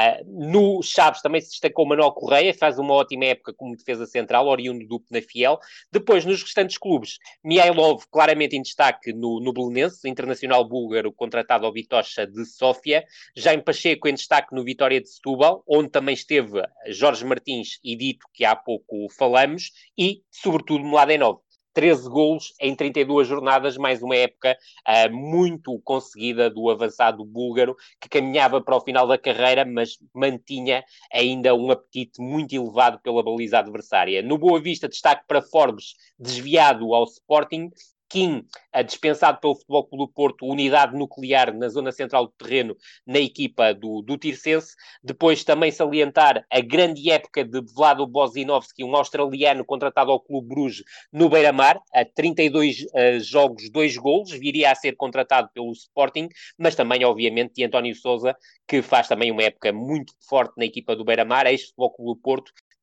No Chaves também se destacou Manuel Correia, faz uma ótima época como defesa central, oriundo do Penafiel. Depois, nos restantes clubes, Mihailov claramente em destaque no Belenenses, internacional búlgaro contratado ao Vitória de Sófia. Jaime Pacheco em destaque no Vitória de Setúbal, onde também esteve Jorge Martins e Dito, que há pouco falamos, e, sobretudo, Mladenov. 13 golos em 32 jornadas, mais uma época muito conseguida do avançado búlgaro, que caminhava para o final da carreira, mas mantinha ainda um apetite muito elevado pela baliza adversária. No Boa Vista, destaque para Forbes, desviado ao Sporting, Kim, dispensado pelo Futebol Clube do Porto, unidade nuclear na zona central do terreno, na equipa do Tirsense. Depois também salientar a grande época de Vlado Bozinovski, um australiano contratado ao Clube Bruges no Beira-Mar, a 32 jogos, 2 golos, viria a ser contratado pelo Sporting, mas também, obviamente, de António Sousa, que faz também uma época muito forte na equipa do Beira-Mar, ex-Futebol Clube do Porto,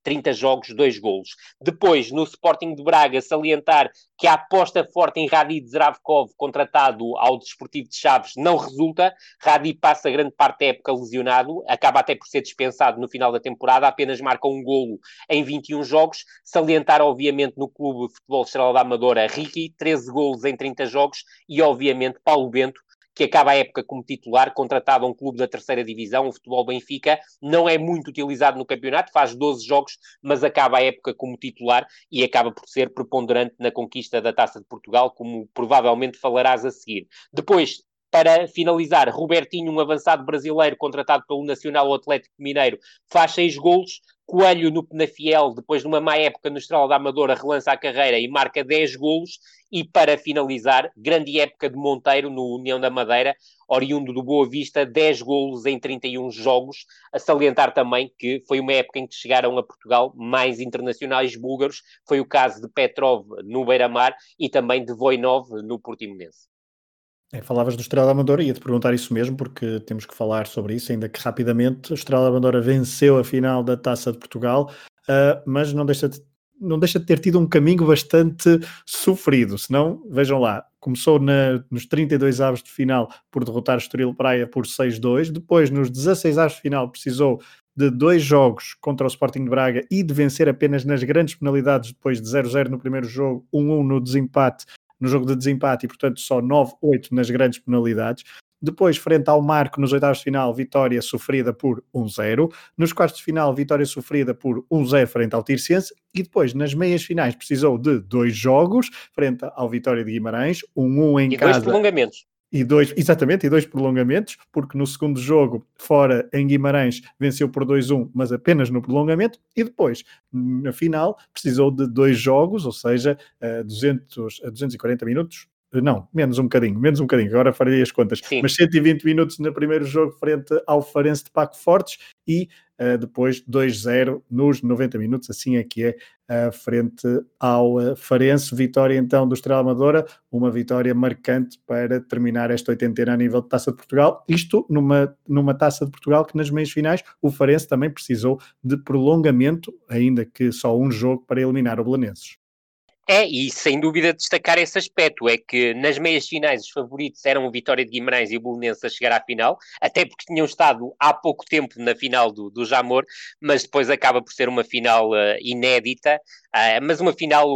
30 jogos, 2 golos. Depois, no Sporting de Braga, salientar que a aposta forte em Radid Zdravkov, contratado ao Desportivo de Chaves, não resulta. Radid passa grande parte da época lesionado, acaba até por ser dispensado no final da temporada, apenas marca um golo em 21 jogos. Salientar, obviamente, no Clube de Futebol Estrela da Amadora, Ricky, 13 golos em 30 jogos, e, obviamente, Paulo Bento, que acaba a época como titular, contratado a um clube da terceira divisão, o Futebol Benfica, não é muito utilizado no campeonato, faz 12 jogos, mas acaba a época como titular e acaba por ser preponderante na conquista da Taça de Portugal, como provavelmente falarás a seguir. Depois, para finalizar, Robertinho, um avançado brasileiro contratado pelo Nacional Atlético Mineiro, faz 6 golos. Coelho no Penafiel, depois de uma má época no Estrela da Amadora, relança a carreira e marca 10 golos. E para finalizar, grande época de Monteiro no União da Madeira, oriundo do Boa Vista, 10 golos em 31 jogos. A salientar também que foi uma época em que chegaram a Portugal mais internacionais búlgaros. Foi o caso de Petrov no Beira-Mar e também de Voinov no Portimonense. Falavas do Estrela da Amadora, ia-te perguntar isso mesmo, porque temos que falar sobre isso, ainda que rapidamente. O Estrela da Amadora venceu a final da Taça de Portugal, mas não deixa de ter tido um caminho bastante sofrido. Senão, vejam lá, começou nos 32 avos de final por derrotar o Estoril Praia por 6-2, depois nos 16 avos de final precisou de 2 jogos contra o Sporting de Braga e de vencer apenas nas grandes penalidades, depois de 0-0 no primeiro jogo, 1-1 no desempate, no jogo de desempate, e portanto só 9-8 nas grandes penalidades. Depois, frente ao Marco, nos oitavos de final, vitória sofrida por 1-0. Nos quartos de final, vitória sofrida por 1-0 frente ao Tirsense. E depois, nas meias finais, precisou de 2 jogos frente ao Vitória de Guimarães, 1-1 em casa. E 2 prolongamentos. E 2 prolongamentos, porque no segundo jogo, fora em Guimarães, venceu por 2-1, mas apenas no prolongamento. E depois, na final, precisou de 2 jogos, ou seja, 240 minutos. Não, menos um bocadinho, agora farei as contas. Sim. Mas 120 minutos no primeiro jogo frente ao Farense de Paco Fortes e depois 2-0 nos 90 minutos, assim é que é, frente ao Farense. Vitória então do Estrela Amadora, uma vitória marcante para terminar esta oitentena a nível de Taça de Portugal. Isto numa Taça de Portugal que nas meias finais o Farense também precisou de prolongamento, ainda que só um jogo para eliminar o Belenenses. E sem dúvida destacar esse aspecto, é que nas meias finais os favoritos eram o Vitória de Guimarães e o Belenenses a chegar à final, até porque tinham estado há pouco tempo na final do Jamor, mas depois acaba por ser uma final inédita, mas uma final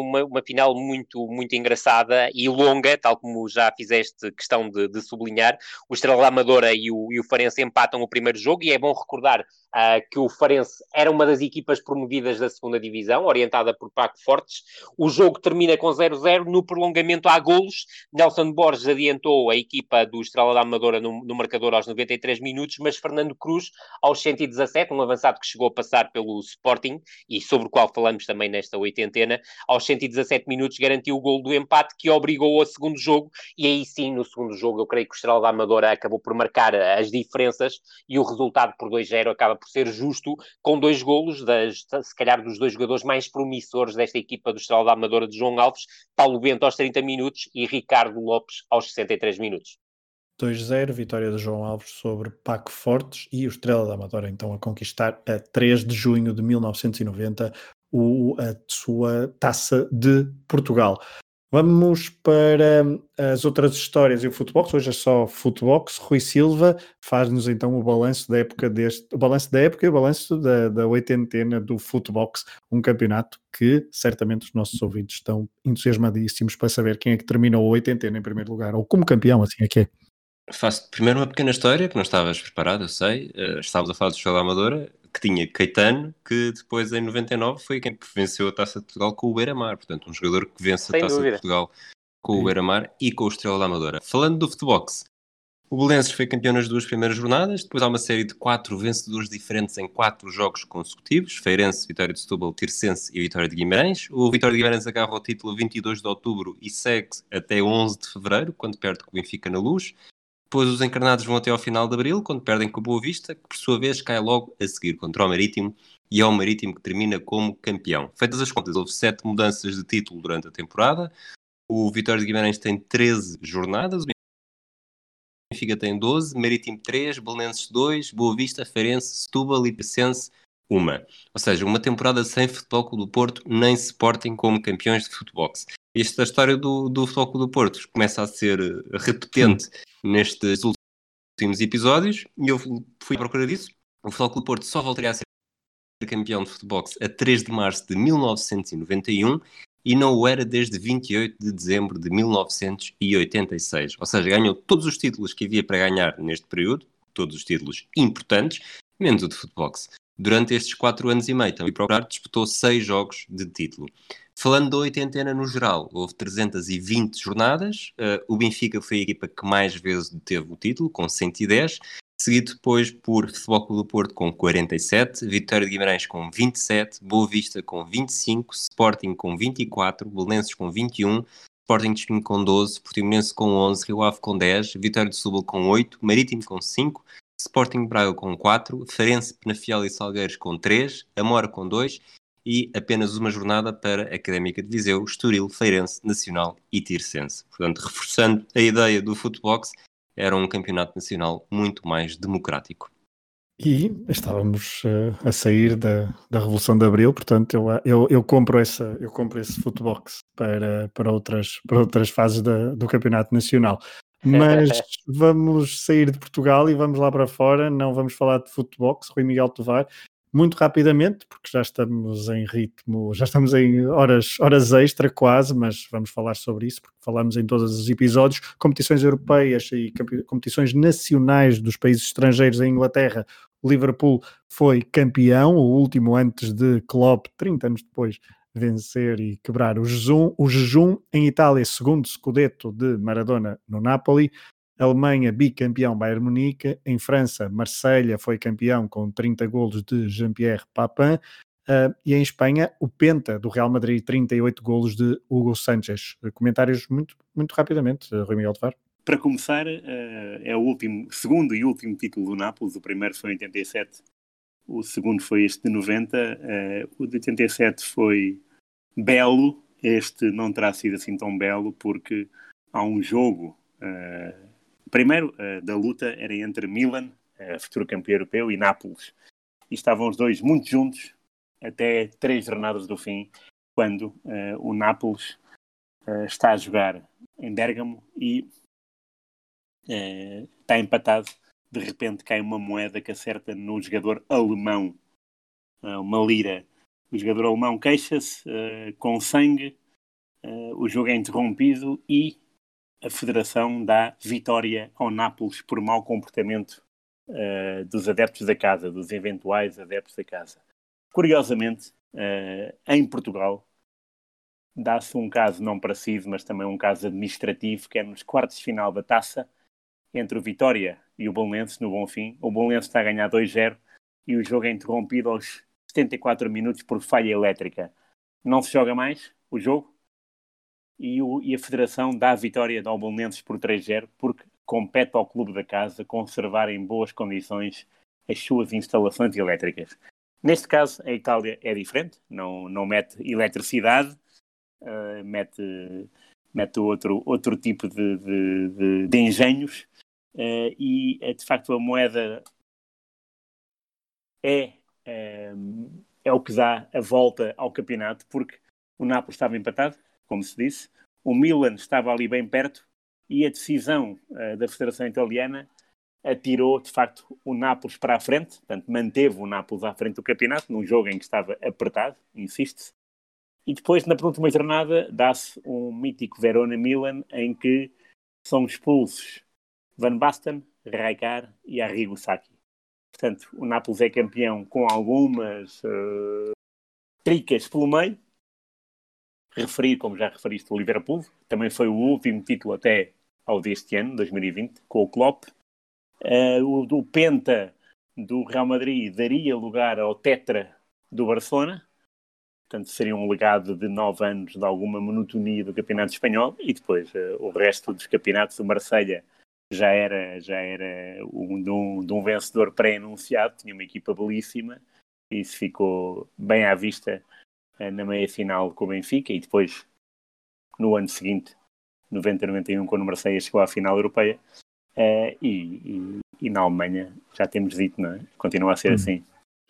muito, muito engraçada e longa, tal como já fizeste questão de sublinhar. O Estrela da Amadora e o Farense empatam o primeiro jogo, e é bom recordar que o Farense era uma das equipas promovidas da segunda divisão, orientada por Paco Fortes. O jogo termina com 0-0, no prolongamento há golos. Nelson Borges adiantou a equipa do Estrela da Amadora no marcador aos 93 minutos, mas Fernando Cruz, aos 117, um avançado que chegou a passar pelo Sporting, e sobre o qual falamos também nesta oitentena, aos 117 minutos garantiu o golo do empate, que obrigou ao segundo jogo, e aí sim, no segundo jogo, eu creio que o Estrela da Amadora acabou por marcar as diferenças, e o resultado por 2-0 acaba por ser justo, com 2 golos, se calhar dos 2 jogadores mais promissores desta equipa do Estrela da Amadora, de João Alves, Paulo Bento aos 30 minutos e Ricardo Lopes aos 63 minutos. 2-0, vitória de João Alves sobre Paco Fortes, e o Estrela da Amadora então a conquistar a 3 de junho de 1990 a sua Taça de Portugal. Vamos para as outras histórias e o Futebox. Hoje é só Futebox. Rui Silva faz-nos então o balanço da época e o balanço da oitentena do Futebox, um campeonato que certamente os nossos ouvintes estão entusiasmadíssimos para saber quem é que terminou a oitentena em primeiro lugar, ou como campeão, assim é que é. Faço primeiro uma pequena história, que não estavas preparado, eu sei. Estávamos a falar do Estrela da Amadora, que tinha Caetano, que depois em 99 foi quem venceu a Taça de Portugal com o Beira-Mar. Portanto, um jogador que vence a Taça de Portugal com o Beira-Mar e com o Estrela da Amadora. Falando do Futebox, o Belenenses foi campeão nas 2 primeiras jornadas, depois há uma série de 4 vencedores diferentes em 4 jogos consecutivos: Feirense, Vitória de Setúbal, Tirsense e Vitória de Guimarães. O Vitória de Guimarães agarra o título 22 de outubro e segue até 11 de fevereiro, quando perde com o Benfica na Luz. Depois os encarnados vão até ao final de abril, quando perdem com o Boa Vista, que por sua vez cai logo a seguir contra o Marítimo, e é o Marítimo que termina como campeão. Feitas as contas, houve 7 mudanças de título durante a temporada. O Vitória de Guimarães tem 13 jornadas, o Benfica tem 12, Marítimo 3, Belenenses 2, Boa Vista, Feirense, Setúbal e Tirsense uma. Ou seja, uma temporada sem Futebol Clube do Porto, nem Sporting como campeões de Futebox. Esta história do Futebol Clube do Porto começa a ser repetente nestes últimos episódios, e eu fui à procura disso. O Futebol Clube do Porto só voltaria a ser campeão de Futebox a 3 de março de 1991 e não o era desde 28 de dezembro de 1986. Ou seja, ganhou todos os títulos que havia para ganhar neste período, todos os títulos importantes, menos o de Futebox. Durante estes 4 anos e meio, também procurar, disputou 6 jogos de título. Falando da oitentena no geral, houve 320 jornadas. O Benfica foi a equipa que mais vezes deteve o título, com 110, seguido depois por Futebol Clube do Porto com 47, Vitória de Guimarães com 27, Boa Vista com 25, Sporting com 24, Belenenses com 21, Sporting de Espinho com 12, Portimonense com 11, Rio Ave com 10, Vitória de Setúbal com 8, Marítimo com 5, Sporting de Braga com 4, Farense, Penafiel e Salgueiros com 3, Amora com 2 e apenas uma jornada para a Académica de Viseu, Estoril, Feirense, Nacional e Tirsense. Portanto, reforçando a ideia do Futebox, era um campeonato nacional muito mais democrático. E estávamos a sair da Revolução de Abril, portanto eu compro esse Futebox para outras fases do Campeonato Nacional. Mas vamos sair de Portugal e vamos lá para fora, não vamos falar de Futebox, Rui Miguel Tovar, muito rapidamente, porque já estamos em ritmo, já estamos em horas extra quase, mas vamos falar sobre isso, porque falamos em todos os episódios, competições europeias e competições nacionais dos países estrangeiros. Em Inglaterra, o Liverpool foi campeão, o último antes de Klopp, 30 anos depois, vencer e quebrar o jejum. Em Itália, segundo Scudetto de Maradona no Napoli. Alemanha, bicampeão Bayern Munique. Em França, Marselha foi campeão com 30 golos de Jean-Pierre Papin. E em Espanha, o Penta do Real Madrid, 38 golos de Hugo Sánchez. Comentários muito, muito rapidamente, Rui Miguel Tovar. Para começar, é o segundo e último título do Nápoles. O primeiro foi em 87, o segundo foi este de 90. O de 87 foi belo, este não terá sido assim tão belo, porque há um jogo... primeiro, da luta era entre Milan, futuro campeão europeu, e Nápoles. E estavam os dois muito juntos, até 3 jornadas do fim, quando o Nápoles está a jogar em Bérgamo e está empatado. De repente cai uma moeda que acerta no jogador alemão, uma lira. O jogador alemão queixa-se com sangue, o jogo é interrompido e a Federação dá vitória ao Nápoles por mau comportamento dos adeptos da casa, dos eventuais adeptos da casa. Curiosamente, em Portugal, dá-se um caso não parecido, mas também um caso administrativo, que é nos quartos de final da Taça, entre o Vitória e o Belenenses, no Bonfim. O Belenenses está a ganhar 2-0 e o jogo é interrompido aos 74 minutos por falha elétrica. Não se joga mais o jogo e a Federação dá a vitória ao Belenenses por 3-0, porque compete ao clube da casa conservar em boas condições as suas instalações elétricas. Neste caso, a Itália é diferente, não mete eletricidade, mete outro tipo de engenhos, e de facto a moeda é o que dá a volta ao campeonato, porque o Nápoles estava empatado, como se disse, o Milan estava ali bem perto e a decisão da Federação Italiana atirou de facto o Nápoles para a frente, portanto manteve o Nápoles à frente do campeonato num jogo em que estava apertado, insiste-se. E depois, na penúltima jornada, dá-se um mítico Verona-Milan em que são expulsos Van Basten, Rijkaard e Arrigo Sacchi. Portanto, o Nápoles é campeão com algumas tricas pelo meio. Referir, como já referiste, o Liverpool. Também foi o último título até ao deste ano, 2020, com o Klopp. O do Penta do Real Madrid daria lugar ao Tetra do Barcelona. Portanto, seria um legado de 9 anos de alguma monotonia do campeonato espanhol. E depois, o resto dos campeonatos, o Marselha já era de um vencedor pré-anunciado. Tinha uma equipa belíssima. E isso ficou bem à vista na meia-final com o Benfica. E depois, no ano seguinte, 90-91, quando o Marselha chegou à final europeia. E na Alemanha, já temos dito, não é? Continua a ser assim.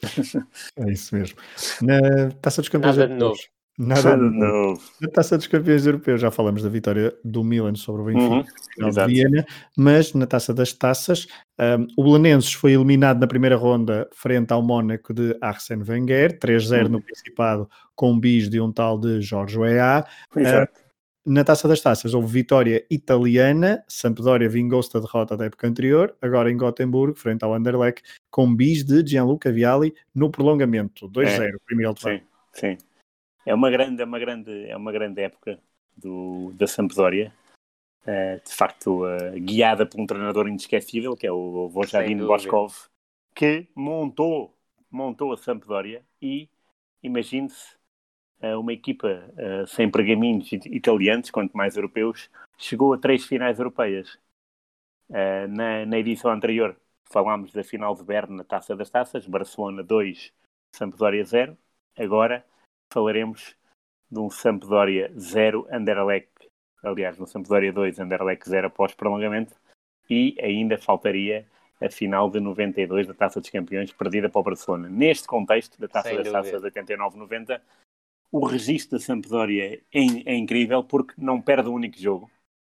É isso mesmo. Na Taça dos Campeões Nada de Europeus. Nada de Nada de novo. novo. Na Taça dos Campeões Europeus já falamos da vitória do Milan sobre o Benfica Uhum, na final de exato. Viena, mas na Taça das Taças, o Belenenses foi eliminado na primeira ronda frente ao Mónaco de Arsène Wenger, 3-0 no Principado, com um bis de um tal de Jorge Weah. Exato. Na Taça das Taças houve vitória italiana, Sampdoria vingou-se da derrota da época anterior, agora em Gotemburgo, frente ao Anderlecht, com bis de Gianluca Vialli no prolongamento, 2-0 para Miguel Tevez. Sim, sim. É uma grande época da Sampdoria. De facto, guiada por um treinador inesquecível, que é o Vojadin Boškov, que montou a Sampdoria e, imagine-se, uma equipa sem pergaminhos italianos, quanto mais europeus, chegou a 3 finais europeias. Na edição anterior falámos da final de Berna na Taça das Taças, Barcelona 2, Sampdoria 0. Agora falaremos de um Sampdoria 0, Anderlecht, aliás, um Sampdoria 2, Anderlecht 0 após prolongamento, e ainda faltaria a final de 92 da Taça dos Campeões, perdida para o Barcelona. Neste contexto da Taça das Taças de 89-90, o registro da Sampdoria é incrível porque não perde o único jogo.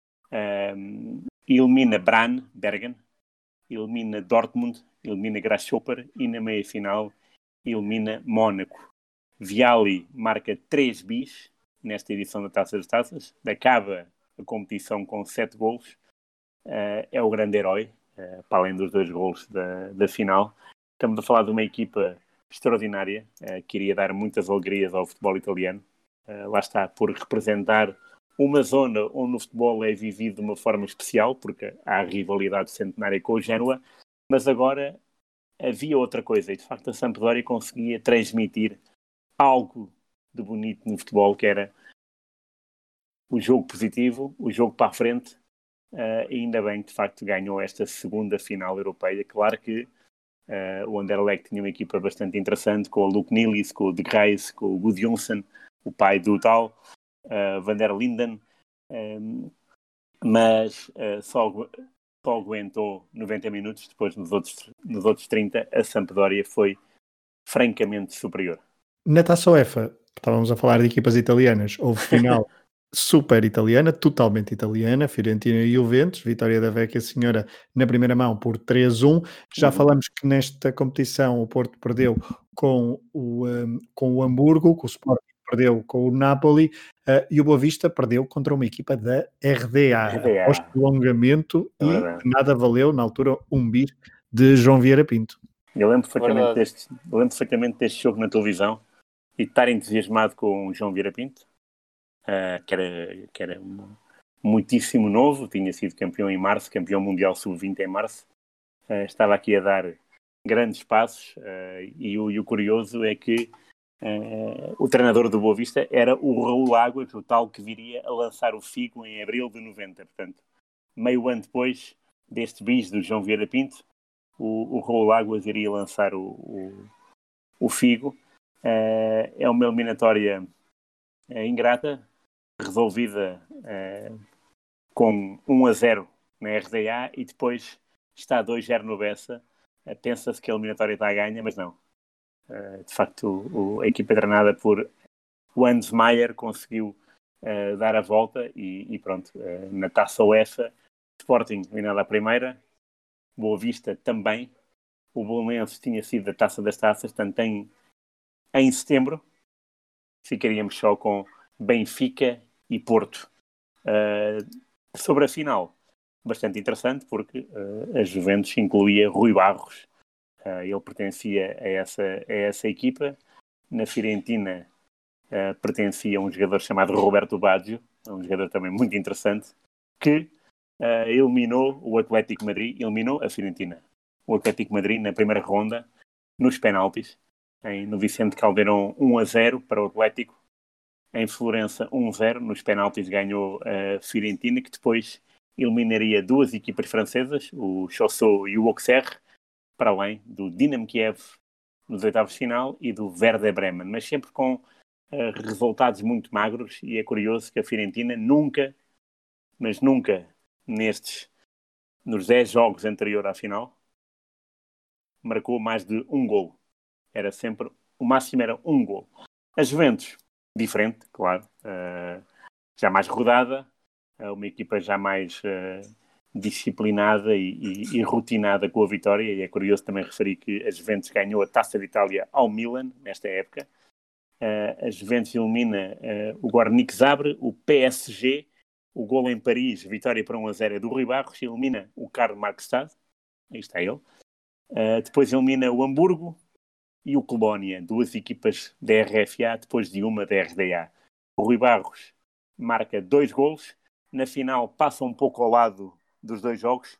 Elimina Bergen, elimina Dortmund, elimina Grasshopper e na meia-final elimina Mónaco. Vialli marca 3 bis nesta edição da Taça das Taças, acaba a competição com 7 golos, é o grande herói, para além dos 2 golos da final. Estamos a falar de uma equipa extraordinária, que iria dar muitas alegrias ao futebol italiano. Lá está, por representar uma zona onde o futebol é vivido de uma forma especial, porque há a rivalidade centenária com o Génova, mas agora havia outra coisa, e de facto a Sampdoria conseguia transmitir algo de bonito no futebol, que era o jogo positivo, o jogo para a frente, e ainda bem que de facto ganhou esta segunda final europeia. Claro que o Anderlecht tinha uma equipa bastante interessante, com o Luke Nilis, com o De Grijs, com o Gudjonsson, o pai do tal, Van der Linden, mas só aguentou 90 minutos. Depois nos outros 30 a Sampdoria foi francamente superior. Na Taça UEFA, estávamos a falar de equipas italianas, houve final super italiana, totalmente italiana, Fiorentina e Juventus, vitória da Vecchia Senhora na primeira mão por 3-1. Já falamos que nesta competição o Porto perdeu com o Hamburgo, que o Sporting perdeu com o Napoli, e o Boa Vista perdeu contra uma equipa da RDA. Após prolongamento, e nada valeu, na altura, um bis de João Vieira Pinto. Eu lembro perfeitamente deste jogo na televisão e estar entusiasmado com o João Vieira Pinto, que era muitíssimo novo, tinha sido campeão em março, campeão mundial sub-20 em março, estava aqui a dar grandes passos, e o curioso é que o treinador do Boa Vista era o Raul Águas, o tal que viria a lançar o Figo em abril de 90, portanto, meio ano depois deste bis do João Vieira Pinto, o Raul Águas iria lançar o Figo. É uma eliminatória ingrata, resolvida com 1-0 na RDA, e depois está 2-0 no Bessa. Pensa-se que a eliminatória está a ganha, mas não. De facto, a equipa treinada por Hans Meyer conseguiu dar a volta e pronto. Na Taça UEFA, Sporting eliminado à primeira, Boa Vista também. O Belenenses tinha sido da Taça das Taças, portanto em setembro ficaríamos só com Benfica e Porto. Sobre a final, bastante interessante, porque a Juventus incluía Rui Barros. Ele pertencia a essa equipa. Na Fiorentina pertencia um jogador chamado Roberto Baggio, um jogador também muito interessante, que eliminou o Atlético Madrid, eliminou a Fiorentina. O Atlético Madrid na primeira ronda, nos penaltis, no Vicente Calderón 1-0 para o Atlético. Em Florença 1-0, nos penaltis ganhou a Fiorentina, que depois eliminaria 2 equipas francesas, o Choceau e o Auxerre, para além do Dinamo Kiev nos oitavos de final e do Werder Bremen, mas sempre com resultados muito magros. E é curioso que a Fiorentina nunca nos 10 jogos anteriores à final marcou mais de um golo. Era sempre, o máximo era um gol. A Juventus, diferente, claro, já mais rodada, uma equipa já mais disciplinada e rotinada com a vitória, e é curioso também referir que a Juventus ganhou a Taça de Itália ao Milan, nesta época. A Juventus elimina o Gornik Zabrze, o PSG, o golo em Paris, vitória por 1-0 do Rui Barros, elimina o Karl Marxstad, aí está ele. Depois elimina o Hamburgo e o Colónia, duas equipas da RFA, depois de uma da RDA. O Rui Barros marca 2 golos, na final passa um pouco ao lado dos 2 jogos,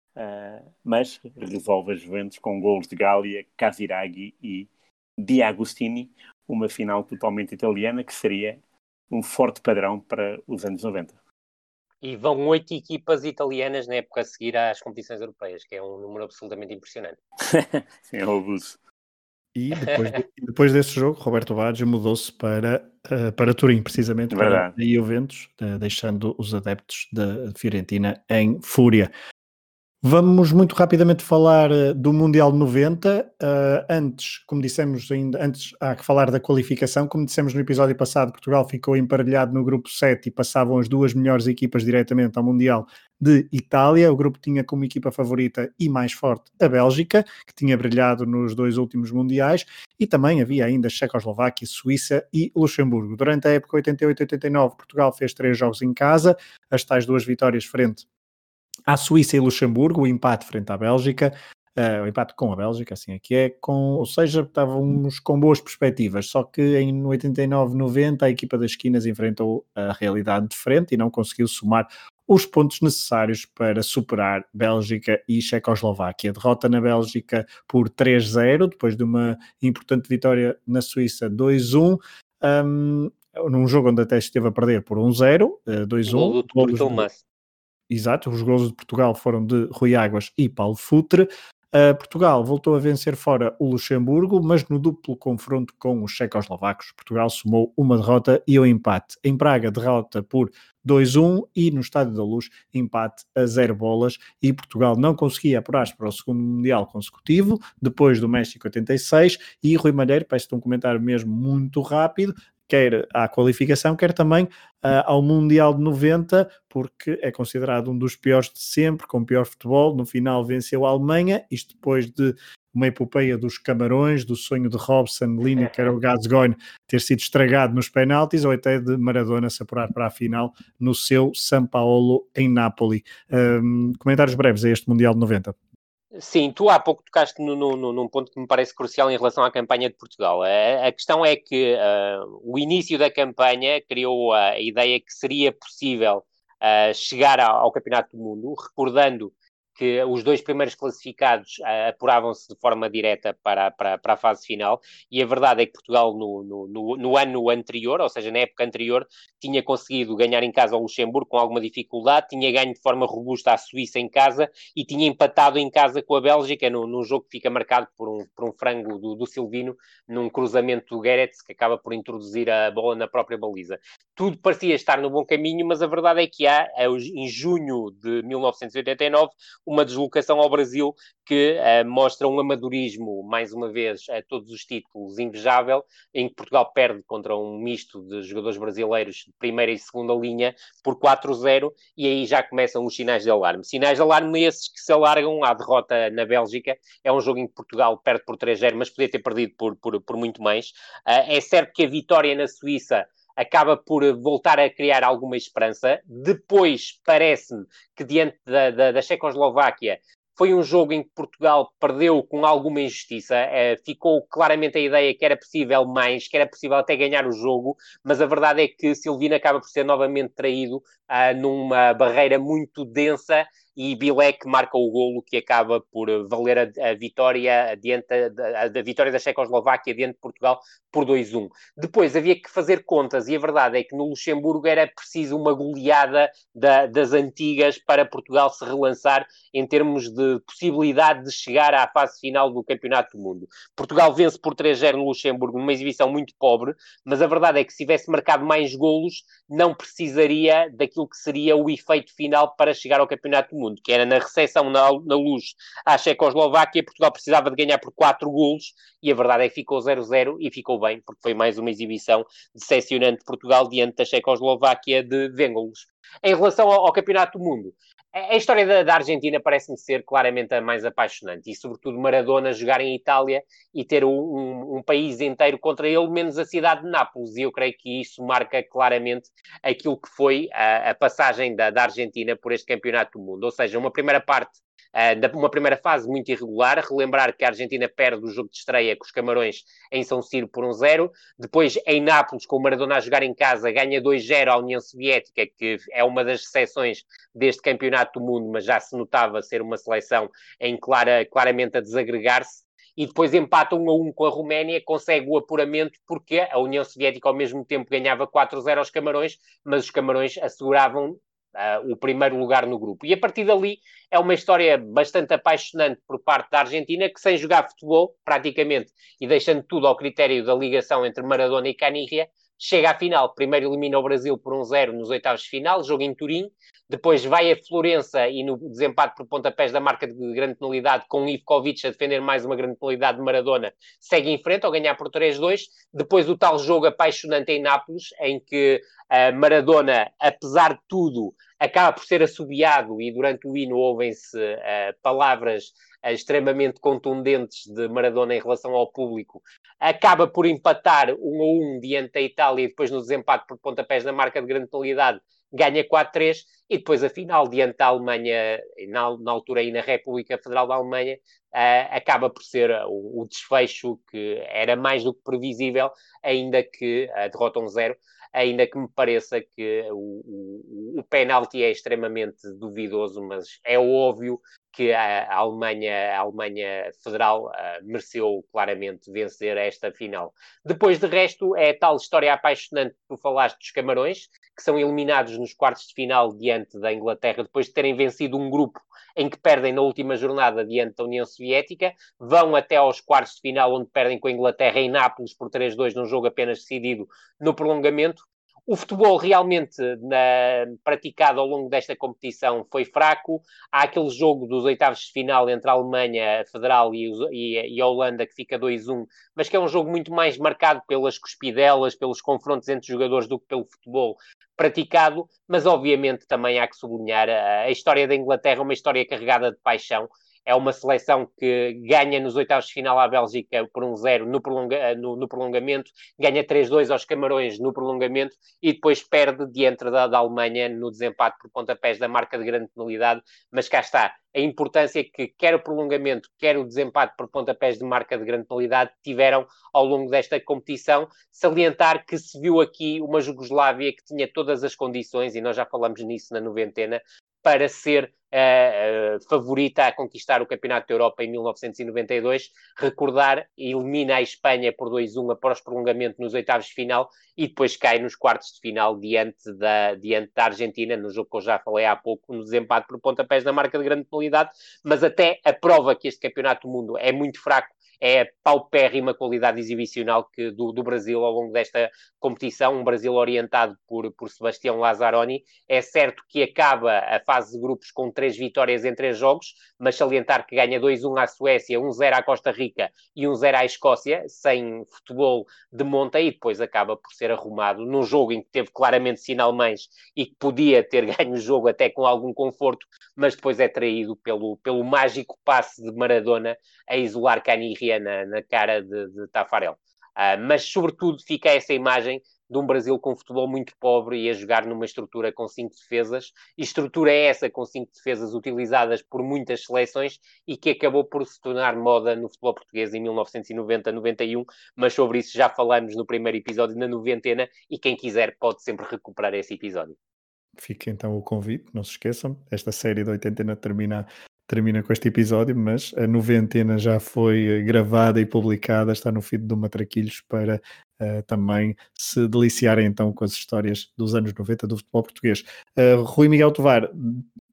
mas resolve a Juventus com golos de Gallia, Casiraghi e Di Agostini, uma final totalmente italiana que seria um forte padrão para os anos 90. E vão 8 equipas italianas na época a seguir às competições europeias, que é um número absolutamente impressionante. Sim, é um abuso. E depois desse jogo, Roberto Baggio mudou-se para Turim, precisamente para a Juventus, deixando os adeptos da Fiorentina em fúria. Vamos muito rapidamente falar do Mundial 90. Antes, como dissemos ainda, antes há que falar da qualificação. Como dissemos no episódio passado, Portugal ficou emparelhado no grupo 7 e passavam as 2 melhores equipas diretamente ao Mundial de Itália. O grupo tinha como equipa favorita e mais forte a Bélgica, que tinha brilhado nos 2 últimos Mundiais, e também havia ainda Checoslováquia, Suíça e Luxemburgo. Durante a época 88-89, Portugal fez 3 jogos em casa, as tais 2 vitórias frente à Suíça e Luxemburgo, o empate frente à Bélgica, o empate com a Bélgica, assim é que é, ou seja, estávamos com boas perspectivas, só que em 89-90 a equipa das esquinas enfrentou a realidade de frente e não conseguiu somar os pontos necessários para superar Bélgica e Checoslováquia. Derrota na Bélgica por 3-0, depois de uma importante vitória na Suíça 2-1, num jogo onde até esteve a perder por 1-0, 2-1. Exato, os golos de Portugal foram de Rui Águas e Paulo Futre. Portugal voltou a vencer fora o Luxemburgo, mas no duplo confronto com os checoslovacos, Portugal somou uma derrota e um empate. Em Praga, derrota por 2-1 e no Estádio da Luz, empate a 0 bolas, e Portugal não conseguia apurar-se para o segundo Mundial consecutivo, depois do México 86, e Rui Malheiro, peço-te um comentário mesmo muito rápido, quer à qualificação, quer também ao Mundial de 90, porque é considerado um dos piores de sempre, com pior futebol. No final venceu a Alemanha, isto depois de uma epopeia dos Camarões, do sonho de Robson, Lineker ou Gascoigne ter sido estragado nos penaltis, ou até de Maradona se apurar para a final no seu São Paulo em Nápoles. Comentários breves a este Mundial de 90. Sim, tu há pouco tocaste num ponto que me parece crucial em relação à campanha de Portugal. A questão é que o início da campanha criou a ideia que seria possível chegar ao Campeonato do Mundo, recordando que os 2 primeiros classificados apuravam-se de forma direta para a fase final, e a verdade é que Portugal no ano anterior, ou seja, na época anterior, tinha conseguido ganhar em casa ao Luxemburgo com alguma dificuldade, tinha ganho de forma robusta à Suíça em casa e tinha empatado em casa com a Bélgica num jogo que fica marcado por um frango do Silvino, num cruzamento do Guéretz, que acaba por introduzir a bola na própria baliza. Tudo parecia estar no bom caminho, mas a verdade é que há, em junho de 1989, uma deslocação ao Brasil que mostra um amadorismo, mais uma vez, a todos os títulos, invejável, em que Portugal perde contra um misto de jogadores brasileiros de primeira e segunda linha por 4-0, e aí já começam os sinais de alarme. Sinais de alarme esses que se alargam à derrota na Bélgica. É um jogo em que Portugal perde por 3-0, mas podia ter perdido por muito mais. É certo que a vitória na Suíça acaba por voltar a criar alguma esperança. Depois, parece-me que diante da Checoslováquia foi um jogo em que Portugal perdeu com alguma injustiça. Ficou claramente a ideia que era possível mais, que era possível até ganhar o jogo, mas a verdade é que Silvino acaba por ser novamente traído numa barreira muito densa, e Bilek marca o golo que acaba por valer a vitória da vitória da Checoslováquia diante de Portugal por 2-1. Depois havia que fazer contas, e a verdade é que no Luxemburgo era preciso uma goleada das antigas para Portugal se relançar em termos de de possibilidade de chegar à fase final do Campeonato do Mundo. Portugal vence por 3-0 no Luxemburgo, numa exibição muito pobre, mas a verdade é que se tivesse marcado mais golos, não precisaria daquilo que seria o efeito final para chegar ao Campeonato do Mundo, que era na recepção na Luz à Checoslováquia. Portugal precisava de ganhar por 4 golos, e a verdade é que ficou 0-0, e ficou bem, porque foi mais uma exibição decepcionante de Portugal diante da Checoslováquia de Vengolos. Em relação ao Campeonato do Mundo, a história da Argentina parece-me ser claramente a mais apaixonante, e sobretudo Maradona jogar em Itália e ter um país inteiro contra ele, menos a cidade de Nápoles, e eu creio que isso marca claramente aquilo que foi a passagem da Argentina por este Campeonato do Mundo. Ou seja, uma primeira parte, uma primeira fase muito irregular. Relembrar que a Argentina perde o jogo de estreia com os Camarões em São Siro por 1-0. Depois, em Nápoles, com o Maradona a jogar em casa, ganha 2-0 à União Soviética, que é uma das exceções deste Campeonato do Mundo, mas já se notava ser uma seleção claramente a desagregar-se. E depois empata 1-1 com a Roménia, consegue o apuramento porque a União Soviética ao mesmo tempo ganhava 4-0 aos Camarões, mas os Camarões asseguravam o primeiro lugar no grupo. E a partir dali é uma história bastante apaixonante por parte da Argentina, que sem jogar futebol, praticamente, e deixando tudo ao critério da ligação entre Maradona e Caniggia, chega à final. Primeiro elimina o Brasil por 1-0 nos oitavos de final, jogo em Turim. Depois vai a Florença e no desempate por pontapés da marca de grande penalidade, com Ivkovic a defender mais uma grande penalidade de Maradona, segue em frente ao ganhar por 3-2. Depois o tal jogo apaixonante em Nápoles, em que Maradona, apesar de tudo, acaba por ser assobiado, e durante o hino ouvem-se palavras extremamente contundentes de Maradona em relação ao público. Acaba por empatar 1-1 diante da Itália, e depois no desempate por pontapés da marca de grande penalidade ganha 4-3, e depois a final diante da Alemanha, na altura aí na República Federal da Alemanha, acaba por ser o desfecho que era mais do que previsível, ainda que a derrota 1-0, ainda que me pareça que o penalti é extremamente duvidoso, mas é óbvio que a Alemanha Federal mereceu claramente vencer esta final. Depois, de resto, é a tal história apaixonante que tu falaste dos Camarões, que são eliminados nos quartos de final diante da Inglaterra, depois de terem vencido um grupo em que perdem na última jornada diante da União Soviética, vão até aos quartos de final, onde perdem com a Inglaterra em Nápoles por 3-2, num jogo apenas decidido no prolongamento. O futebol realmente praticado ao longo desta competição foi fraco. Há aquele jogo dos oitavos de final entre a Alemanha Federal e a Holanda, que fica 2-1, mas que é um jogo muito mais marcado pelas cuspidelas, pelos confrontos entre jogadores, do que pelo futebol praticado. Mas obviamente também há que sublinhar a história da Inglaterra, uma história carregada de paixão. É uma seleção que ganha nos oitavos de final à Bélgica por 1-0 no prolongamento, ganha 3-2 aos Camarões no prolongamento, e depois perde diante da Alemanha no desempate por pontapés da marca de grande penalidade. Mas cá está a importância que quer o prolongamento, quer o desempate por pontapés de marca de grande penalidade tiveram ao longo desta competição. Salientar que se viu aqui uma Jugoslávia que tinha todas as condições, e nós já falamos nisso na noventena, para ser favorita a conquistar o Campeonato da Europa em 1992. Recordar, elimina a Espanha por 2-1 após prolongamento nos oitavos de final, e depois cai nos quartos de final diante da Argentina, no jogo que eu já falei há pouco, no desempate por pontapés da marca de grande penalidade. Mas até a prova que este Campeonato do Mundo é muito fraco é a paupérrima qualidade exibicional do Brasil ao longo desta competição, um Brasil orientado por Sebastião Lazzaroni. É certo que acaba a fase de grupos com 3 vitórias em 3 jogos, mas salientar que ganha 2-1 à Suécia, 1-0 à Costa Rica e 1-0 à Escócia, sem futebol de monta, e depois acaba por ser arrumado num jogo em que teve claramente sinalmães e que podia ter ganho o jogo até com algum conforto, mas depois é traído pelo mágico passe de Maradona a isolar Caniggia na cara de Taffarel. Mas, sobretudo, fica essa imagem de um Brasil com futebol muito pobre e a jogar numa estrutura com 5 defesas. E estrutura é essa com 5 defesas utilizadas por muitas seleções e que acabou por se tornar moda no futebol português em 1990-91. Mas sobre isso já falamos no primeiro episódio, na noventena, e quem quiser pode sempre recuperar esse episódio. Fica então o convite, não se esqueçam, esta série de 80 termina com este episódio, mas a noventena já foi gravada e publicada, está no feed do Matraquilhos para também se deliciarem então com as histórias dos anos 90 do futebol português. Rui Miguel Tovar,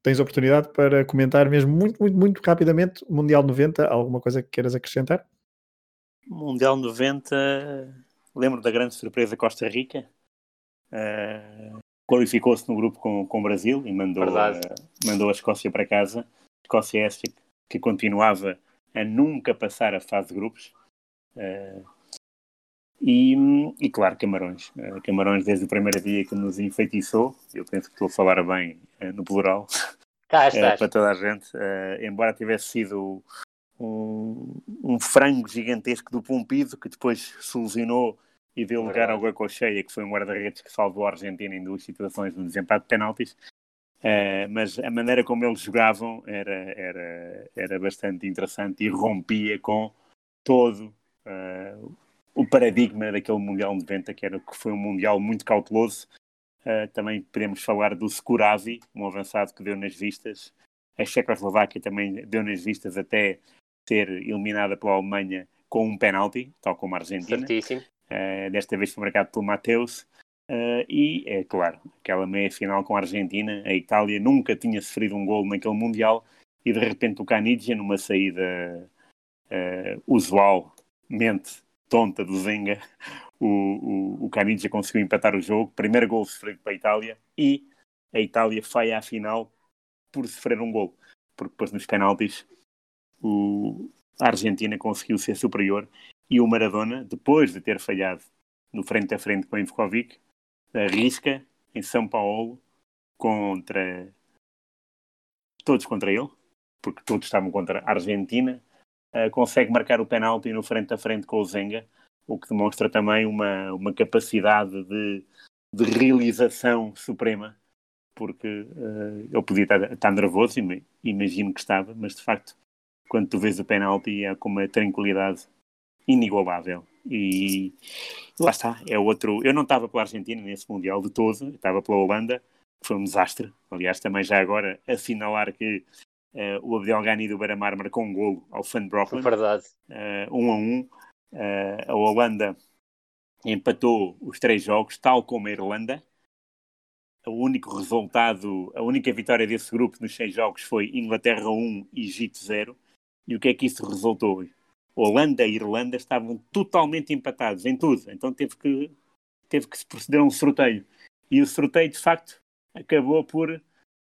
tens oportunidade para comentar mesmo muito, muito, muito rapidamente o Mundial 90. Alguma coisa que queiras acrescentar? Mundial 90, lembro da grande surpresa Costa Rica. Qualificou-se no grupo com o Brasil e mandou a Escócia para casa. Escócia essa que continuava a nunca passar a fase de grupos. E claro, Camarões. Camarões desde o primeiro dia que nos enfeitiçou. Eu penso que estou a falar bem no plural. Para toda a gente. Embora tivesse sido um frango gigantesco do Pompido, que depois solucionou e deu lugar ao Goicoechea, que foi um guarda-redes que salvou a Argentina em 2 situações no desempate de penaltis. Mas a maneira como eles jogavam era bastante interessante e rompia com todo o paradigma daquele Mundial 90, que foi um Mundial muito cauteloso. Também podemos falar do Skuravi, um avançado que deu nas vistas. A Checoslováquia também deu nas vistas até ser eliminada pela Alemanha com um penalti, tal como a Argentina. Certíssimo. Desta vez foi marcado pelo Mateus. E, é claro, aquela meia-final com a Argentina, a Itália nunca tinha sofrido um golo naquele Mundial e de repente o Caniggia, numa saída usualmente tonta do Zenga, o Caniggia conseguiu empatar o jogo. Primeiro golo sofrido para a Itália e a Itália falha à final por sofrer um golo, porque depois nos penaltis a Argentina conseguiu ser superior e o Maradona, depois de ter falhado no frente a frente com o Ivkovic, arrisca em São Paulo todos contra ele, porque todos estavam contra a Argentina, consegue marcar o penalti no frente a frente com o Zenga, o que demonstra também uma capacidade de realização suprema, porque ele podia estar nervoso, imagino que estava, mas de facto quando tu vês o penalti é com uma tranquilidade inigualável. E lá está, é outro. Eu não estava pela Argentina nesse Mundial de todo, estava pela Holanda, que foi um desastre. Aliás, também já agora assinalar que o Abdelghani do Beira-Mar marcou um golo ao Van Broecklyn. Verdade. 1-1. A Holanda empatou os 3 jogos, tal como a Irlanda. O único resultado, a única vitória desse grupo nos 6 jogos foi Inglaterra 1, Egito 0. E o que é que isso resultou? Holanda e Irlanda estavam totalmente empatados em tudo, então teve que se proceder a um sorteio. E o sorteio, de facto, acabou por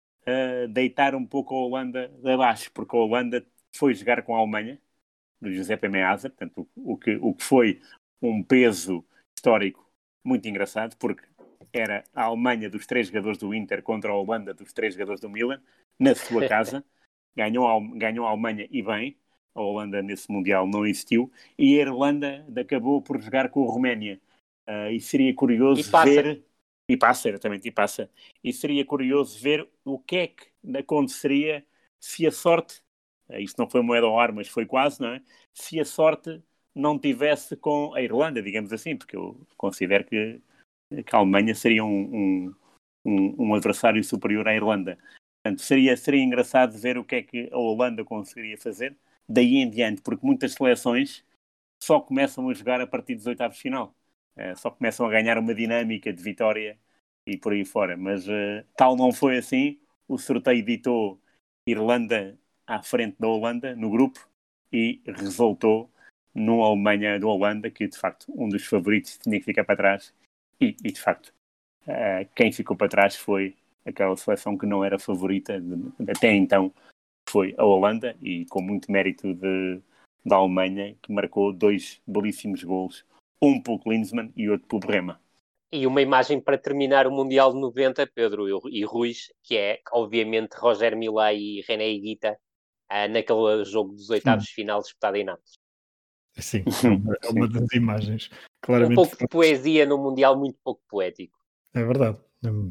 deitar um pouco a Holanda de abaixo, porque a Holanda foi jogar com a Alemanha, do Giuseppe Meazza, portanto, o que foi um peso histórico muito engraçado, porque era a Alemanha dos 3 jogadores do Inter contra a Holanda dos 3 jogadores do Milan, na sua casa. Ganhou a Alemanha e bem. A Holanda nesse Mundial não existiu. E a Irlanda acabou por jogar com a Roménia. E seria curioso ver... E passa, exatamente, e passa. E seria curioso ver o que é que aconteceria se a sorte... Isto não foi moeda ao ar, mas foi quase, não é? Se a sorte não tivesse com a Irlanda, digamos assim, porque eu considero que a Alemanha seria um adversário superior à Irlanda. Portanto, seria engraçado ver o que é que a Holanda conseguiria fazer daí em diante, porque muitas seleções só começam a jogar a partir dos oitavos de final. Só começam a ganhar uma dinâmica de vitória e por aí fora. Mas tal não foi assim. O sorteio ditou Irlanda à frente da Holanda no grupo e resultou numa Alemanha da Holanda, que de facto um dos favoritos tinha que ficar para trás. E de facto, quem ficou para trás foi aquela seleção que não era favorita até então, foi a Holanda, e com muito mérito da Alemanha, que marcou 2 belíssimos golos, um pelo Klinsmann e outro pelo Brema. E uma imagem para terminar o Mundial de 90, Pedro e Ruiz, que é, obviamente, Roger Milá e René Higuita naquele jogo dos oitavos de final disputado em Nápoles. Sim, é uma das imagens. Claramente Um pouco de poesia no Mundial, muito pouco poético. É verdade.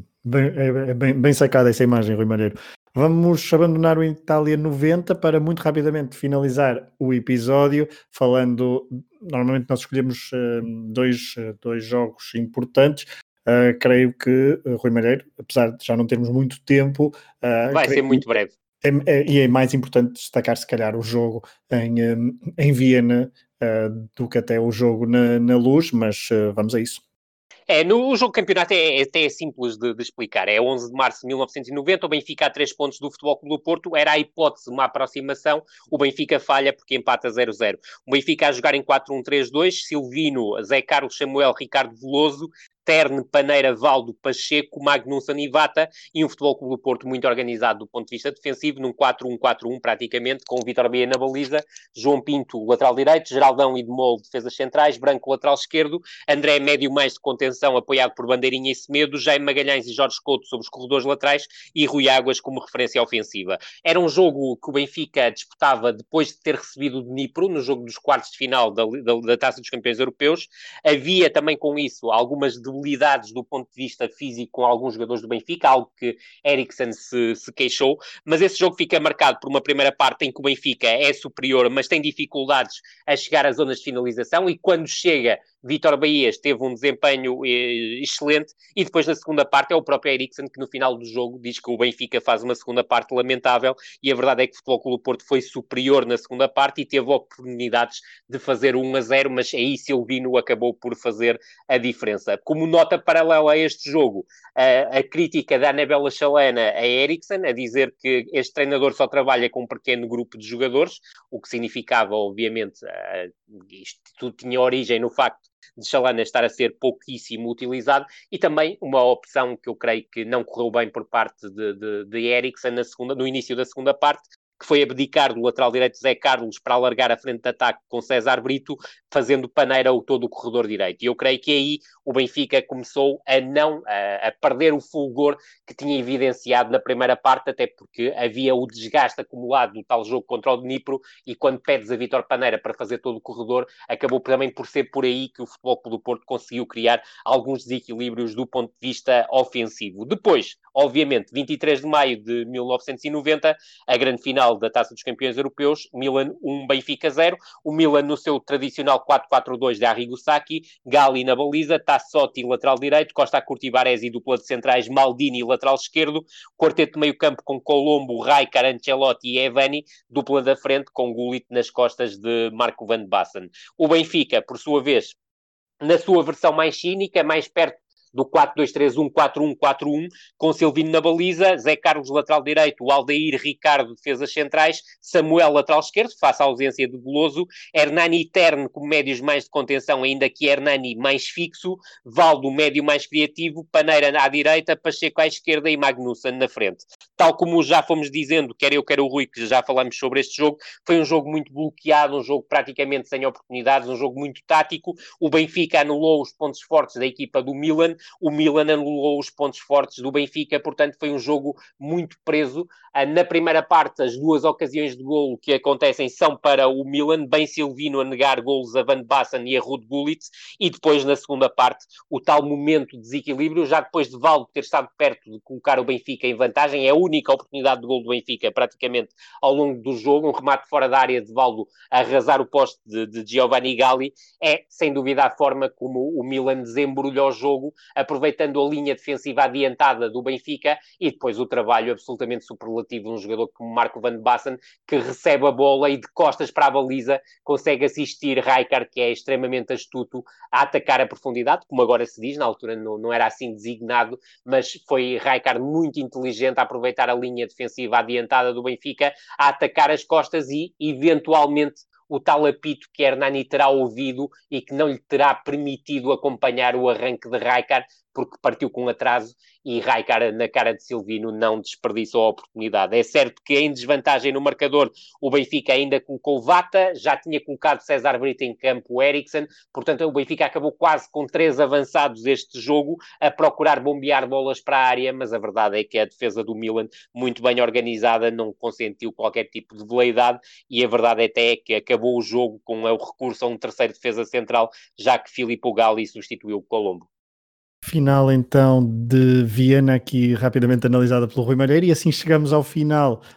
É bem sacada essa imagem, Rui Malheiro. Vamos abandonar o Itália 90 para muito rapidamente finalizar o episódio, falando... Normalmente nós escolhemos dois jogos importantes. Creio que, Rui Malheiro, apesar de já não termos muito tempo... vai ser muito breve. E é mais importante destacar, se calhar, o jogo em Viena do que até o jogo na Luz, mas vamos a isso. No jogo de campeonato até simples de explicar. É 11 de março de 1990, o Benfica a 3 pontos do Futebol Clube do Porto, era a hipótese de uma aproximação, o Benfica falha porque empata 0-0. O Benfica a jogar em 4-1-3-2, Silvino, Zé Carlos, Samuel, Ricardo Veloso, Terne, Paneira, Valdo, Pacheco, Magnusson e Vata, e um Futebol Clube do Porto muito organizado do ponto de vista defensivo, num 4-1-4-1 praticamente, com o Vítor Baía na baliza, João Pinto, lateral direito, Geraldão e Demol, defesas centrais, Branco, lateral esquerdo, André, médio mais de contenção, apoiado por Bandeirinha e Semedo, Jaime Magalhães e Jorge Couto sobre os corredores laterais e Rui Águas como referência ofensiva. Era um jogo que o Benfica disputava depois de ter recebido o Dnipro, no jogo dos quartos de final da Taça dos Campeões Europeus. Havia também com isso algumas debilidades do ponto de vista físico com alguns jogadores do Benfica, algo que Eriksen se queixou, mas esse jogo fica marcado por uma primeira parte em que o Benfica é superior, mas tem dificuldades a chegar às zonas de finalização, e quando chega, Vítor Baías teve um desempenho excelente, e depois na segunda parte é o próprio Eriksen que no final do jogo diz que o Benfica faz uma segunda parte lamentável, e a verdade é que o Futebol Clube do Porto foi superior na segunda parte e teve oportunidades de fazer 1-0, mas aí Silvino acabou por fazer a diferença. Como nota paralela a este jogo, a crítica da Anabela Chalana a Eriksen, a dizer que este treinador só trabalha com um pequeno grupo de jogadores, o que significava, obviamente, isto tudo tinha origem no facto de Chalana estar a ser pouquíssimo utilizado, e também uma opção que eu creio que não correu bem por parte de Eriksen no início da segunda parte, que foi abdicar do lateral direito Zé Carlos para alargar a frente de ataque com César Brito, fazendo Paneira todo o corredor direito. E eu creio que aí o Benfica começou a perder o fulgor que tinha evidenciado na primeira parte, até porque havia o desgaste acumulado do tal jogo contra o Dnipro, e quando pedes a Vítor Paneira para fazer todo o corredor, acabou também por ser por aí que o Futebol Clube do Porto conseguiu criar alguns desequilíbrios do ponto de vista ofensivo. Depois, obviamente, 23 de maio de 1990, a grande final da Taça dos Campeões Europeus, Milan 1, Benfica 0, o Milan no seu tradicional 4-4-2 de Arrigo Sacchi, Gali na baliza, Tassotti lateral direito, Costa Curti Baresi dupla de centrais, Maldini lateral esquerdo, quarteto de meio campo com Colombo, Rijkaard, Ancelotti e Evani, dupla da frente com Gullit nas costas de Marco van Basten. O Benfica, por sua vez, na sua versão mais cínica, mais perto do 4-2-3-1, 4-1-4-1, com Silvino na baliza, Zé Carlos lateral direito, Aldair, Ricardo defesas centrais, Samuel lateral esquerdo, face à ausência de Veloso, Hernani e Terne como médios mais de contenção, ainda que Hernani mais fixo, Valdo médio mais criativo, Paneira à direita, Pacheco à esquerda e Magnusson na frente. Tal como já fomos dizendo, quer eu, quer o Rui, que já falamos sobre este jogo, foi um jogo muito bloqueado, um jogo praticamente sem oportunidades, um jogo muito tático. O Benfica anulou os pontos fortes da equipa do Milan, o Milan anulou os pontos fortes do Benfica, portanto foi um jogo muito preso. Na primeira parte, as duas ocasiões de golo que acontecem são para o Milan, bem Silvino a negar golos a Van Basten e a Ruud Gullit, e depois na segunda parte o tal momento de desequilíbrio, já depois de Valdo ter estado perto de colocar o Benfica em vantagem, é a única oportunidade de golo do Benfica praticamente ao longo do jogo, um remate fora da área de Valdo a arrasar o poste de Giovanni Gali, é sem dúvida a forma como o Milan desembrulha o jogo, aproveitando a linha defensiva adiantada do Benfica, e depois o trabalho absolutamente superlativo de um jogador como Marco van Basten, que recebe a bola e de costas para a baliza consegue assistir Rijkaard, que é extremamente astuto, a atacar a profundidade, como agora se diz, na altura não era assim designado, mas foi Rijkaard muito inteligente a aproveitar a linha defensiva adiantada do Benfica, a atacar as costas e, eventualmente, o tal apito que Hernani terá ouvido e que não lhe terá permitido acompanhar o arranque de Rijkaard, porque partiu com atraso, e Rijkaard, na cara de Silvino, não desperdiçou a oportunidade. É certo que em desvantagem no marcador o Benfica ainda colocou Vata, já tinha colocado César Brito em campo Eriksen, portanto o Benfica acabou quase com 3 avançados este jogo, a procurar bombear bolas para a área, mas a verdade é que a defesa do Milan, muito bem organizada, não consentiu qualquer tipo de veleidade, e a verdade até é que acabou o jogo com o recurso a um terceiro defesa central, já que Filippo Gali substituiu o Colombo. Final então de Viena, aqui rapidamente analisada pelo Rui Malheiro, e assim chegamos ao final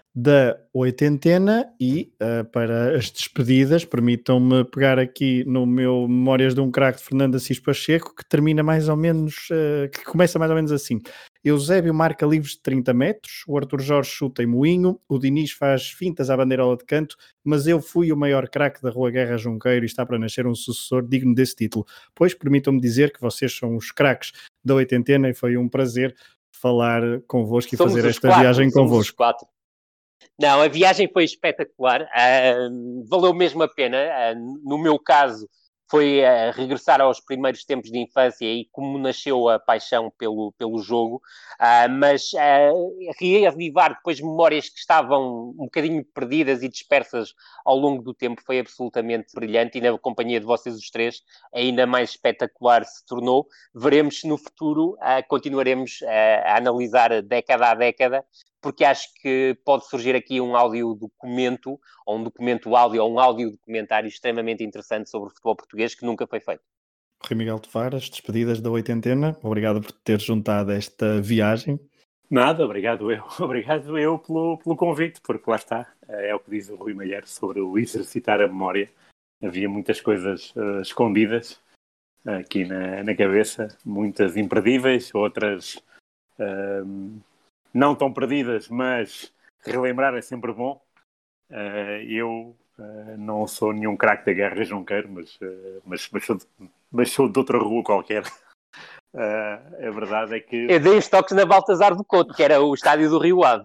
da oitentena e para as despedidas, permitam-me pegar aqui no meu Memórias de um Craque de Fernando Assis Pacheco, que termina mais ou menos, que começa mais ou menos assim. Eusébio marca livros de 30 metros, o Arthur Jorge chuta em moinho, o Diniz faz fintas à bandeirola de canto, mas eu fui o maior craque da Rua Guerra Junqueiro e está para nascer um sucessor digno desse título. Pois permitam-me dizer que vocês são os craques da oitentena e foi um prazer falar convosco e fazer esta viagem convosco. Não, a viagem foi espetacular, valeu mesmo a pena. No meu caso, foi regressar aos primeiros tempos de infância e como nasceu a paixão pelo jogo, mas reavivar depois memórias que estavam um bocadinho perdidas e dispersas ao longo do tempo foi absolutamente brilhante e na companhia de vocês os três ainda mais espetacular se tornou. Veremos se no futuro continuaremos a analisar década a década, porque acho que pode surgir aqui um audiodocumento, ou um documento áudio, ou um audiodocumentário extremamente interessante sobre o futebol português que nunca foi feito. Rui Miguel Tavares, despedidas da oitentena. Obrigado por ter juntado esta viagem. Nada, obrigado eu. Obrigado eu pelo convite, porque lá está, é o que diz o Rui Malheiro sobre o exercitar a memória. Havia muitas coisas escondidas aqui na cabeça, muitas imperdíveis, outras não tão perdidas, mas relembrar é sempre bom. Eu não sou nenhum craque da Guerra Junqueiro, mas sou de outra rua qualquer. A verdade é que... Eu dei os toques na Baltazar do Couto, que era o estádio do Rio Ave.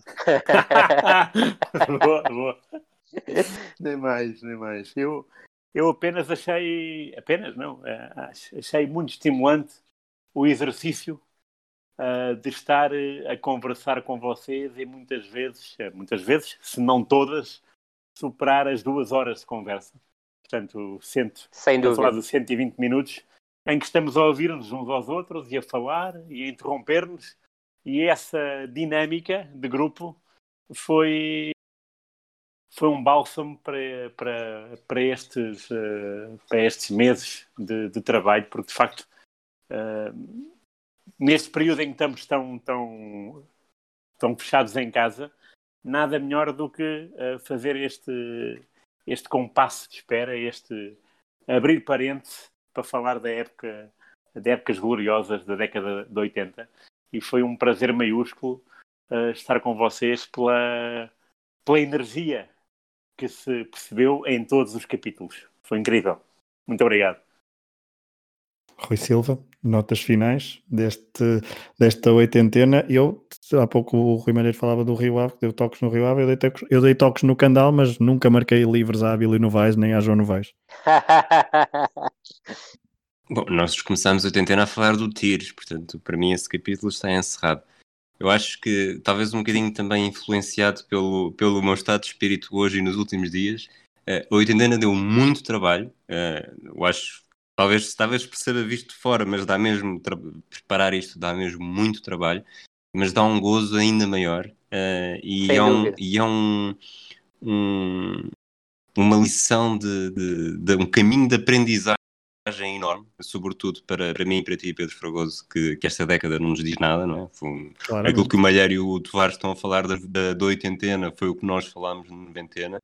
Boa. Nem mais. Eu apenas achei muito estimulante o exercício de estar a conversar com vocês e muitas vezes, se não todas, superar as 2 horas de conversa. Portanto, a falar de 120 minutos em que estamos a ouvir-nos uns aos outros e a falar e a interromper-nos, e essa dinâmica de grupo foi um bálsamo para estes meses de trabalho, porque de facto neste período em que estamos tão fechados em casa, nada melhor do que fazer este compasso de espera, este abrir parênteses para falar de épocas gloriosas da década de 80. E foi um prazer maiúsculo estar com vocês pela energia que se percebeu em todos os capítulos. Foi incrível. Muito obrigado. Rui Silva, notas finais desta oitentena. Há pouco o Rui Malheiro falava do Rio Ave, que deu toques no Rio Ave, eu dei toques no Candal, mas nunca marquei livros à Abílio Novaes nem à João Novaes. Bom, nós começámos a oitentena a falar do Tires, portanto, para mim esse capítulo está encerrado. Eu acho que, talvez um bocadinho também influenciado pelo meu estado de espírito hoje e nos últimos dias, a oitentena deu muito trabalho. Eu acho, talvez por ser visto de fora, mas dá mesmo, preparar isto dá mesmo muito trabalho, mas dá um gozo ainda maior. E é uma lição de um caminho de aprendizagem enorme, sobretudo para mim e para ti, Pedro Fragoso, que esta década não nos diz nada, não é? Aquilo que o Malheiro e o Tavares estão a falar da oitentena foi o que nós falámos na noventena,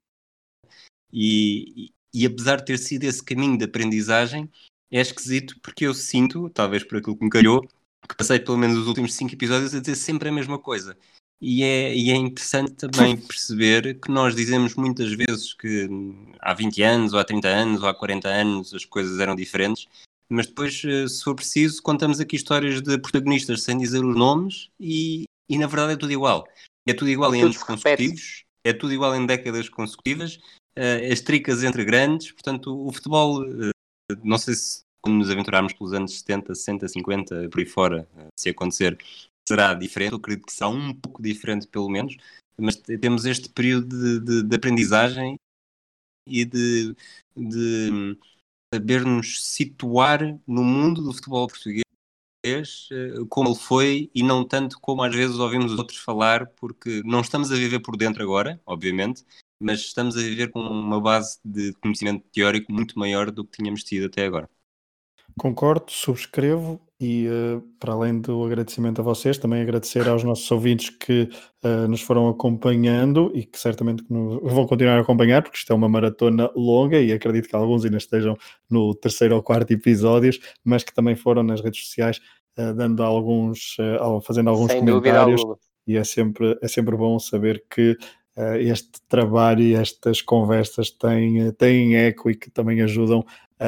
e apesar de ter sido esse caminho de aprendizagem, é esquisito porque eu sinto, talvez por aquilo que me calhou, que passei pelo menos os últimos 5 episódios a dizer sempre a mesma coisa. E é interessante também perceber que nós dizemos muitas vezes que há 20 anos, ou há 30 anos, ou há 40 anos as coisas eram diferentes, mas depois, se for preciso, contamos aqui histórias de protagonistas sem dizer os nomes e na verdade é tudo igual. É tudo igual em anos consecutivos, é tudo igual em décadas consecutivas, as tricas entre grandes, portanto o futebol, não sei se quando nos aventurarmos pelos anos 70, 60, 50, por aí fora, se acontecer, será diferente, eu acredito que será um pouco diferente pelo menos, mas temos este período de aprendizagem e de saber-nos situar no mundo do futebol português como ele foi e não tanto como às vezes ouvimos os outros falar, porque não estamos a viver por dentro agora, obviamente, mas estamos a viver com uma base de conhecimento teórico muito maior do que tínhamos tido até agora. Concordo, subscrevo E para além do agradecimento a vocês, também agradecer aos nossos ouvintes que nos foram acompanhando e que certamente nos vão continuar a acompanhar, porque isto é uma maratona longa e acredito que alguns ainda estejam no 3º ou 4º episódios, mas que também foram nas redes sociais dando fazendo alguns Sem dúvida comentários. alguma. E é sempre bom saber que este trabalho e estas conversas têm eco e que também ajudam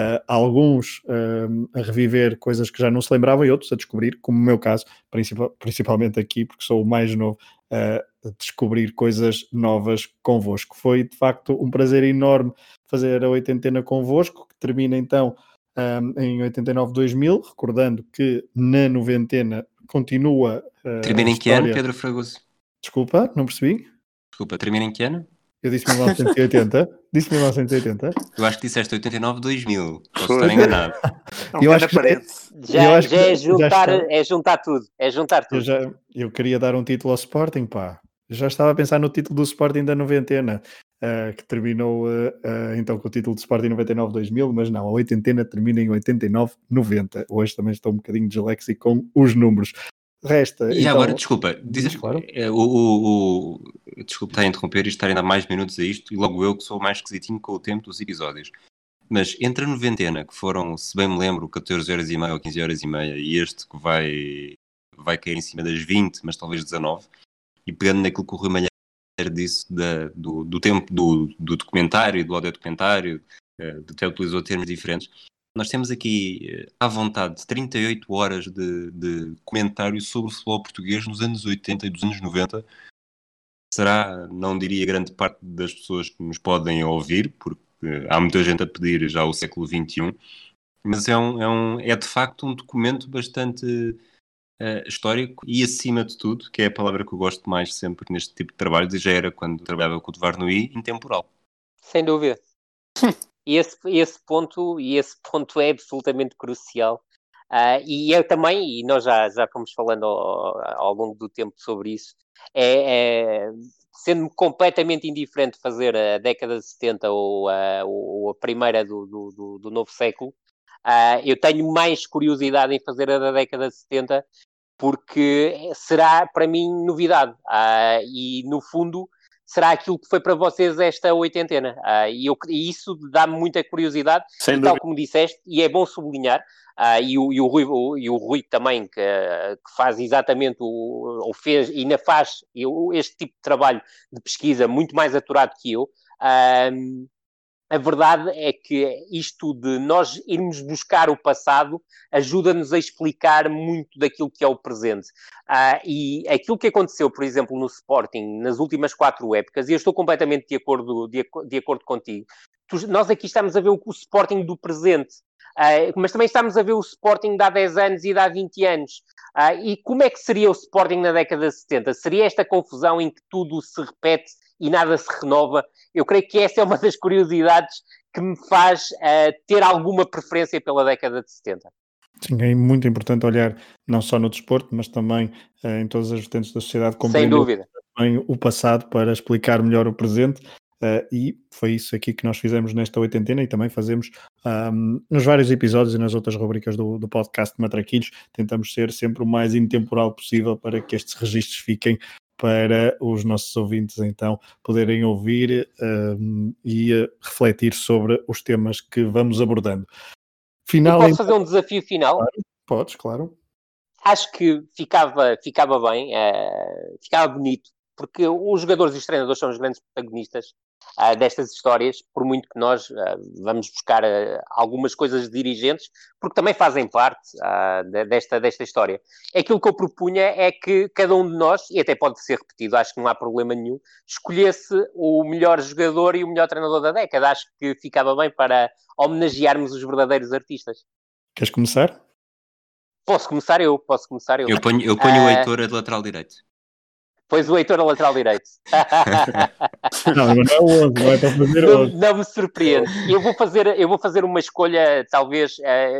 alguns a reviver coisas que já não se lembravam e outros a descobrir, como no meu caso, principalmente aqui, porque sou o mais novo, a descobrir coisas novas convosco. Foi de facto um prazer enorme fazer a 80ena convosco, que termina então em 89-2000, recordando que na 90ena continua Termina a em que ano, história... Pedro Fragoso? Desculpa, não percebi. Desculpa, termina em que ano? Eu disse 1980. Disse 1980. Eu acho que disseste 89-2000. Posso Foi. estar enganado. Não Eu me acho que- aparente. Já acho que é já juntar, está. é juntar tudo. É juntar tudo. Eu queria dar um título ao Sporting, pá. Eu já estava a pensar no título do Sporting da 90ena, que terminou então com o título de Sporting 99-2000, mas não, a 80ena termina em 89-90. Hoje também estou um bocadinho disléxico com os números. Resta, E então... agora, desculpa, Claro. desculpa estar a interromper e estar ainda mais minutos a isto, e logo eu que sou mais esquisitinho com o tempo dos episódios. Mas entre a 90ena, que foram, se bem me lembro, 14h30 ou 15h30, e este que vai cair em cima das 20, mas talvez 19, e pegando naquilo que o Rui Malheiro disse do tempo do documentário e do audiodocumentário, até utilizou termos diferentes. Nós temos aqui, à vontade, 38 horas de comentário sobre o futebol português nos anos 80 e dos anos 90. Será, não diria grande parte das pessoas que nos podem ouvir, porque há muita gente a pedir já o século XXI, mas é de facto um documento bastante histórico e, acima de tudo, que é a palavra que eu gosto mais sempre neste tipo de trabalhos, e já era quando trabalhava com o Tovar Nui, intemporal. Sem dúvida. E esse ponto é absolutamente crucial. E eu também, e nós já fomos falando ao longo do tempo sobre isso, sendo completamente indiferente fazer a década de 70 ou a primeira do novo século, eu tenho mais curiosidade em fazer a da década de 70, porque será para mim novidade. E no fundo será aquilo que foi para vocês esta 80ena. E isso dá-me muita curiosidade, Sem e dúvida. tal como disseste, e é bom sublinhar, e o Rui também, que faz exatamente, ou fez, e ainda faz este tipo de trabalho de pesquisa muito mais aturado que eu. A verdade é que isto de nós irmos buscar o passado ajuda-nos a explicar muito daquilo que é o presente. E aquilo que aconteceu, por exemplo, no Sporting, nas últimas 4 épocas, e eu estou completamente de acordo contigo, nós aqui estamos a ver o Sporting do presente, mas também estamos a ver o Sporting de há 10 anos e de há 20 anos. E como é que seria o Sporting na década de 70? Seria esta confusão em que tudo se repete e nada se renova? Eu creio que essa é uma das curiosidades que me faz ter alguma preferência pela década de 70. Sim, é muito importante olhar não só no desporto, mas também em todas as vertentes da sociedade, Sem compreender dúvida. também o passado para explicar melhor o presente. E foi isso aqui que nós fizemos nesta 80ena e também fazemos nos vários episódios e nas outras rubricas do podcast Matraquilhos. Tentamos ser sempre o mais intemporal possível para que estes registros fiquem para os nossos ouvintes então poderem ouvir e refletir sobre os temas que vamos abordando. Eu posso fazer um desafio final? Podes, claro. Acho que ficava bem, ficava bonito, porque os jogadores e os treinadores são os grandes protagonistas destas histórias, por muito que nós vamos buscar algumas coisas de dirigentes, porque também fazem parte desta história. Aquilo que eu propunha é que cada um de nós, e até pode ser repetido, acho que não há problema nenhum, escolhesse o melhor jogador e o melhor treinador da década. Acho que ficava bem para homenagearmos os verdadeiros artistas. Queres começar? Posso começar eu. Eu ponho o Heitor a de lateral direito. Pois o Heitor a lateral direito. Não, mas não é 11, não é para fazer 11. Não me surpreende. Eu vou fazer uma escolha, talvez.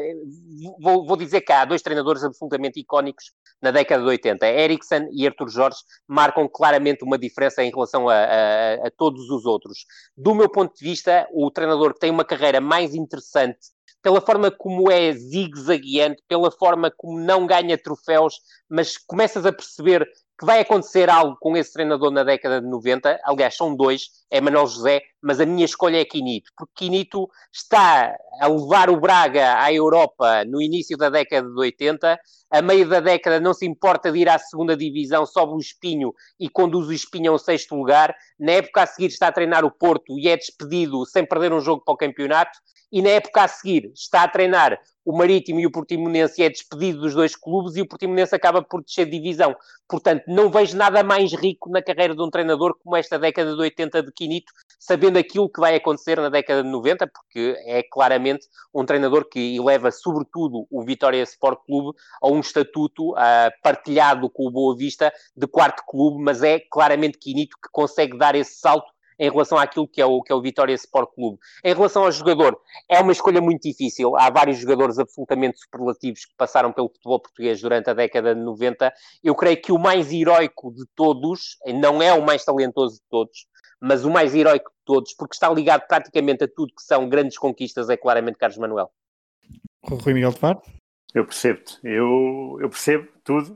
Vou dizer que há 2 treinadores absolutamente icónicos na década de 80. Eriksen e Artur Jorge marcam claramente uma diferença em relação a todos os outros. Do meu ponto de vista, o treinador que tem uma carreira mais interessante pela forma como é zigue-zagueante, pela forma como não ganha troféus, mas começas a perceber que vai acontecer algo com esse treinador na década de 90. Aliás, são dois, é Manuel José, mas a minha escolha é Quinito, porque Quinito está a levar o Braga à Europa no início da década de 80, a meio da década não se importa de ir à segunda divisão, sobe o Espinho e conduz o Espinho ao 6º lugar, na época a seguir está a treinar o Porto e é despedido sem perder um jogo para o campeonato, e na época a seguir está a treinar o Marítimo e o Portimonense e é despedido dos dois clubes e o Portimonense acaba por descer de divisão. Portanto, não vejo nada mais rico na carreira de um treinador como esta década de 80 de Quinito, sabendo aquilo que vai acontecer na década de 90, porque é claramente um treinador que eleva sobretudo o Vitória Sport Clube a um estatuto partilhado com o Boa Vista de 4º clube, mas é claramente Quinito que consegue dar esse salto em relação àquilo que é o Vitória Sport Clube. Em relação ao jogador, é uma escolha muito difícil. Há vários jogadores absolutamente superlativos que passaram pelo futebol português durante a década de 90. Eu creio que o mais heroico de todos, não é o mais talentoso de todos, mas o mais heroico de todos, porque está ligado praticamente a tudo que são grandes conquistas, é claramente Carlos Manuel. Rui Miguel Tomar? Eu percebo-te. Eu percebo tudo.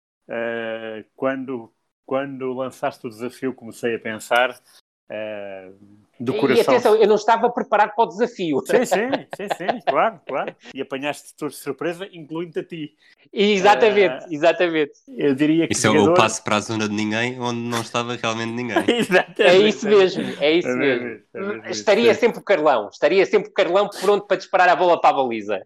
Quando lançaste o desafio, comecei a pensar do coração. E atenção, eu não estava preparado para o desafio. Sim, claro. E apanhaste-te todos de surpresa, incluindo-te a ti. Exatamente. Eu diria que isso é o passo para a zona de ninguém, onde não estava realmente ninguém. É isso mesmo. Estaria sempre o Carlão pronto para disparar a bola para a baliza.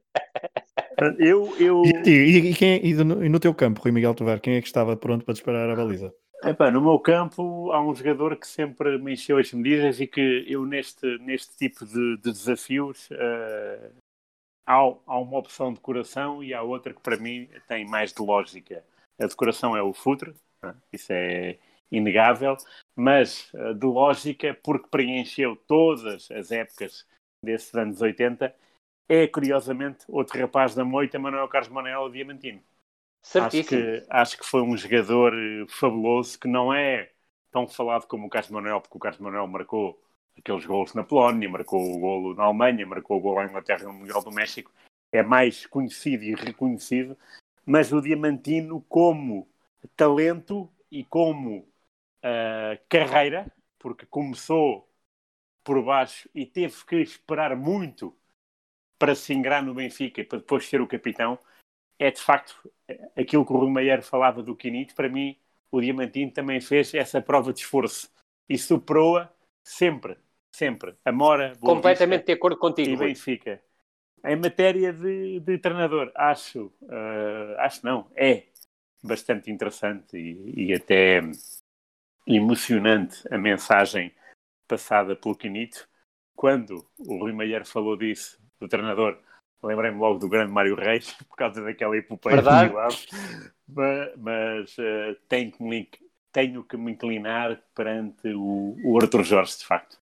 E no teu campo, Rui Miguel Tovar, quem é que estava pronto para disparar a baliza? No meu campo há um jogador que sempre me encheu as medidas e que eu neste tipo de desafios há uma opção de coração e há outra que para mim tem mais de lógica. A de coração é o Futre, isso é inegável, mas de lógica, porque preencheu todas as épocas desses anos 80, é curiosamente outro rapaz da moita, Manuel Carlos Manuel Diamantino. Acho que foi um jogador fabuloso, que não é tão falado como o Carlos Manuel, porque o Carlos Manuel marcou aqueles golos na Polónia, marcou o golo na Alemanha, marcou o golo à Inglaterra no Mundial do México, é mais conhecido e reconhecido, mas o Diamantino como talento e como carreira, porque começou por baixo e teve que esperar muito para se ingrar no Benfica e para depois ser o capitão, é de facto aquilo que o Rui Maier falava do Quinito. Para mim, o Diamantino também fez essa prova de esforço e superou-a sempre. Amora, Boa completamente Vista de acordo contigo, e Benfica. Em matéria de treinador, acho não, é bastante interessante e até emocionante a mensagem passada pelo Quinito. Quando o Rui Maier falou disso, do treinador, lembrei-me logo do grande Mário Reis, por causa daquela epopeia do Milão. Mas tenho que me inclinar perante o Arthur Jorge, de facto.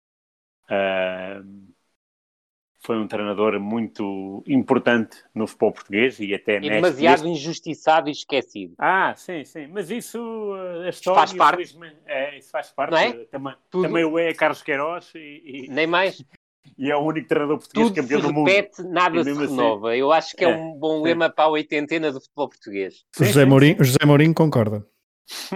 Foi um treinador muito importante no futebol português e até demasiado injustiçado e esquecido. Sim. Mas isso, a história... Faz parte. Isso faz parte. Não é? Também o é Carlos Queiroz. Nem mais. E é o único treinador português Tudo campeão do mundo. Tudo se repete, nada se renova. Assim, eu acho que é um bom lema para a oitentena do futebol português. José Mourinho concorda. Sim.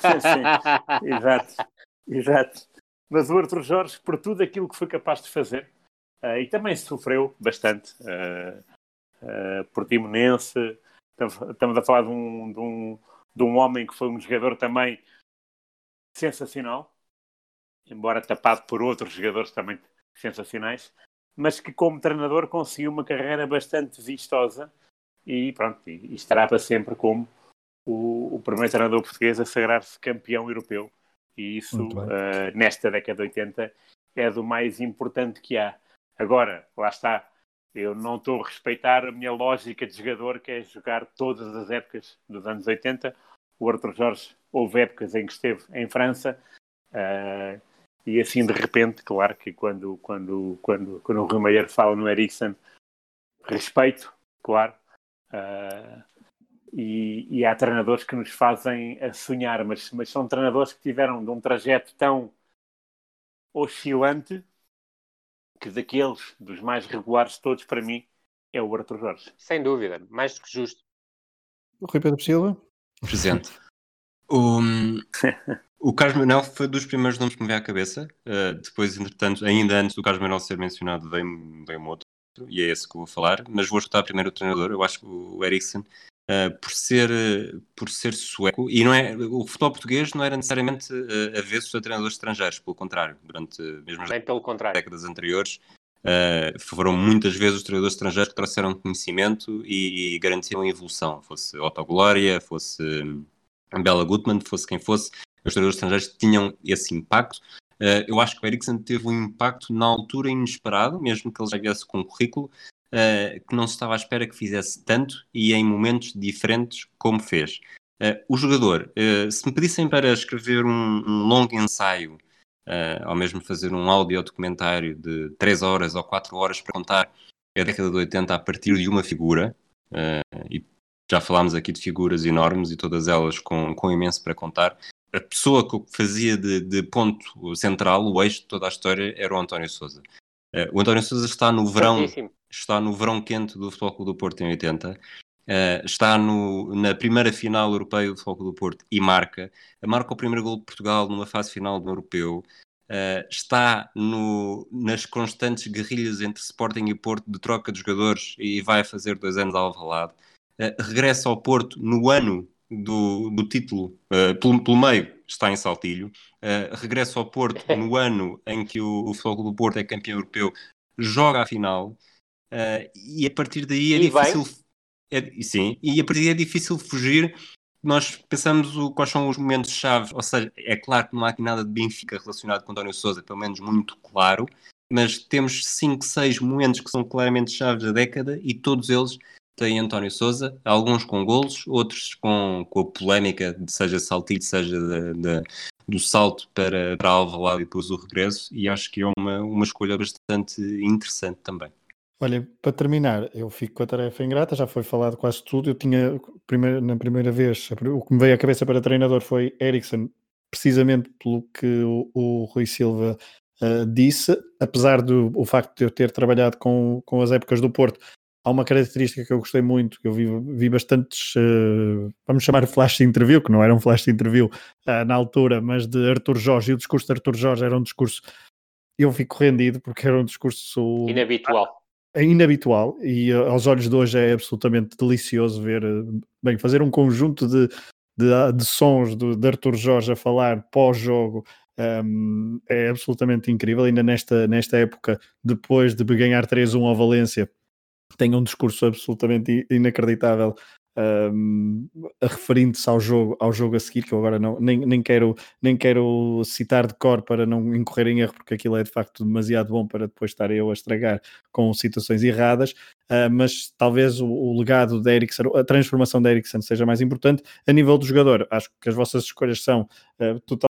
Exato. Mas o Arthur Jorge, por tudo aquilo que foi capaz de fazer, e também sofreu bastante, Portimonense, estamos a falar de um homem que foi um jogador também sensacional, embora tapado por outros jogadores também sensacionais, mas que como treinador conseguiu uma carreira bastante vistosa e estará para sempre como o primeiro treinador português a sagrar-se campeão europeu. E isso, nesta década de 80, é do mais importante que há. Agora, lá está, eu não estou a respeitar a minha lógica de jogador, que é jogar todas as épocas dos anos 80. O Arthur Jorge, houve épocas em que esteve em França, e assim de repente, claro que quando o Rui Maier fala no Eriksen, respeito, claro, e há treinadores que nos fazem a sonhar, mas são treinadores que tiveram de um trajeto tão oscilante que daqueles, dos mais regulares todos, para mim, é o Arthur Jorge. Sem dúvida, mais do que justo. Rui Pedro Silva? Presente. O Carlos Manuel foi dos primeiros nomes que me veio à cabeça. Depois, entretanto, ainda antes do Carlos Manuel ser mencionado, veio-me outro, e é esse que eu vou falar. Mas vou escutar primeiro o treinador. Eu acho que o Eriksen, por ser sueco, e não é, o futebol português não era necessariamente avesso a treinadores estrangeiros, pelo contrário, durante mesmo as Bem pelo contrário. décadas anteriores. Foram muitas vezes os treinadores estrangeiros que trouxeram conhecimento e garantiram a evolução, fosse Otto Glória, fosse Bela Gutmann, fosse quem fosse, os treinadores estrangeiros tinham esse impacto. Eu acho que o Eriksen teve um impacto na altura inesperado, mesmo que ele já viesse com um currículo que não se estava à espera que fizesse tanto e em momentos diferentes como fez. O jogador, se me pedissem para escrever um longo ensaio, ou mesmo fazer um audio-documentário de 3 horas ou 4 horas para contar a década de 80 a partir de uma figura, e já falámos aqui de figuras enormes e todas elas com imenso para contar, a pessoa que fazia de ponto central, o eixo de toda a história, era o António Sousa. O António Sousa está no verão quente do Futebol Clube do Porto em 80, está na primeira final europeia do Futebol Clube do Porto e marca o primeiro gol de Portugal numa fase final do europeu, está nas constantes guerrilhas entre Sporting e Porto de troca de jogadores e vai fazer 2 anos ao Alvalade, regressa ao Porto no ano do título, pelo meio está em Saltilho, regressa ao Porto no ano em que o Futebol Clube do Porto é campeão europeu, joga a final, e a partir daí é difícil. Sim, e a partir daí é difícil fugir. Nós pensamos quais são os momentos-chave, ou seja, é claro que não há aqui nada de Benfica relacionado com António Sousa, pelo menos muito claro, mas temos 5, 6 momentos que são claramente chaves da década e todos eles têm António Sousa, alguns com golos, outros com a polémica, seja Saltilho, seja do salto para Alvalade e depois o regresso, e acho que é uma escolha bastante interessante também. Olha, para terminar, eu fico com a tarefa ingrata, já foi falado quase tudo. Eu tinha, na primeira vez, o que me veio à cabeça para treinador foi Eriksen, precisamente pelo que o Rui Silva disse, apesar do facto de eu ter trabalhado com as épocas do Porto. Há uma característica que eu gostei muito, que eu vi bastantes, vamos chamar flash interview, que não era um flash interview na altura, mas de Arthur Jorge, e o discurso de Arthur Jorge era um discurso, eu fico rendido, porque era um discurso inabitual, e aos olhos de hoje é absolutamente delicioso ver, fazer um conjunto de sons de Arthur Jorge a falar pós-jogo, é absolutamente incrível, ainda nesta época, depois de ganhar 3-1 ao Valência, tem um discurso absolutamente inacreditável, referindo-se ao jogo a seguir, que eu agora nem quero citar de cor para não incorrer em erro, porque aquilo é de facto demasiado bom para depois estar eu a estragar com situações erradas, mas talvez o legado da Eriksen, a transformação da Eriksen seja mais importante. A nível do jogador, acho que as vossas escolhas são totalmente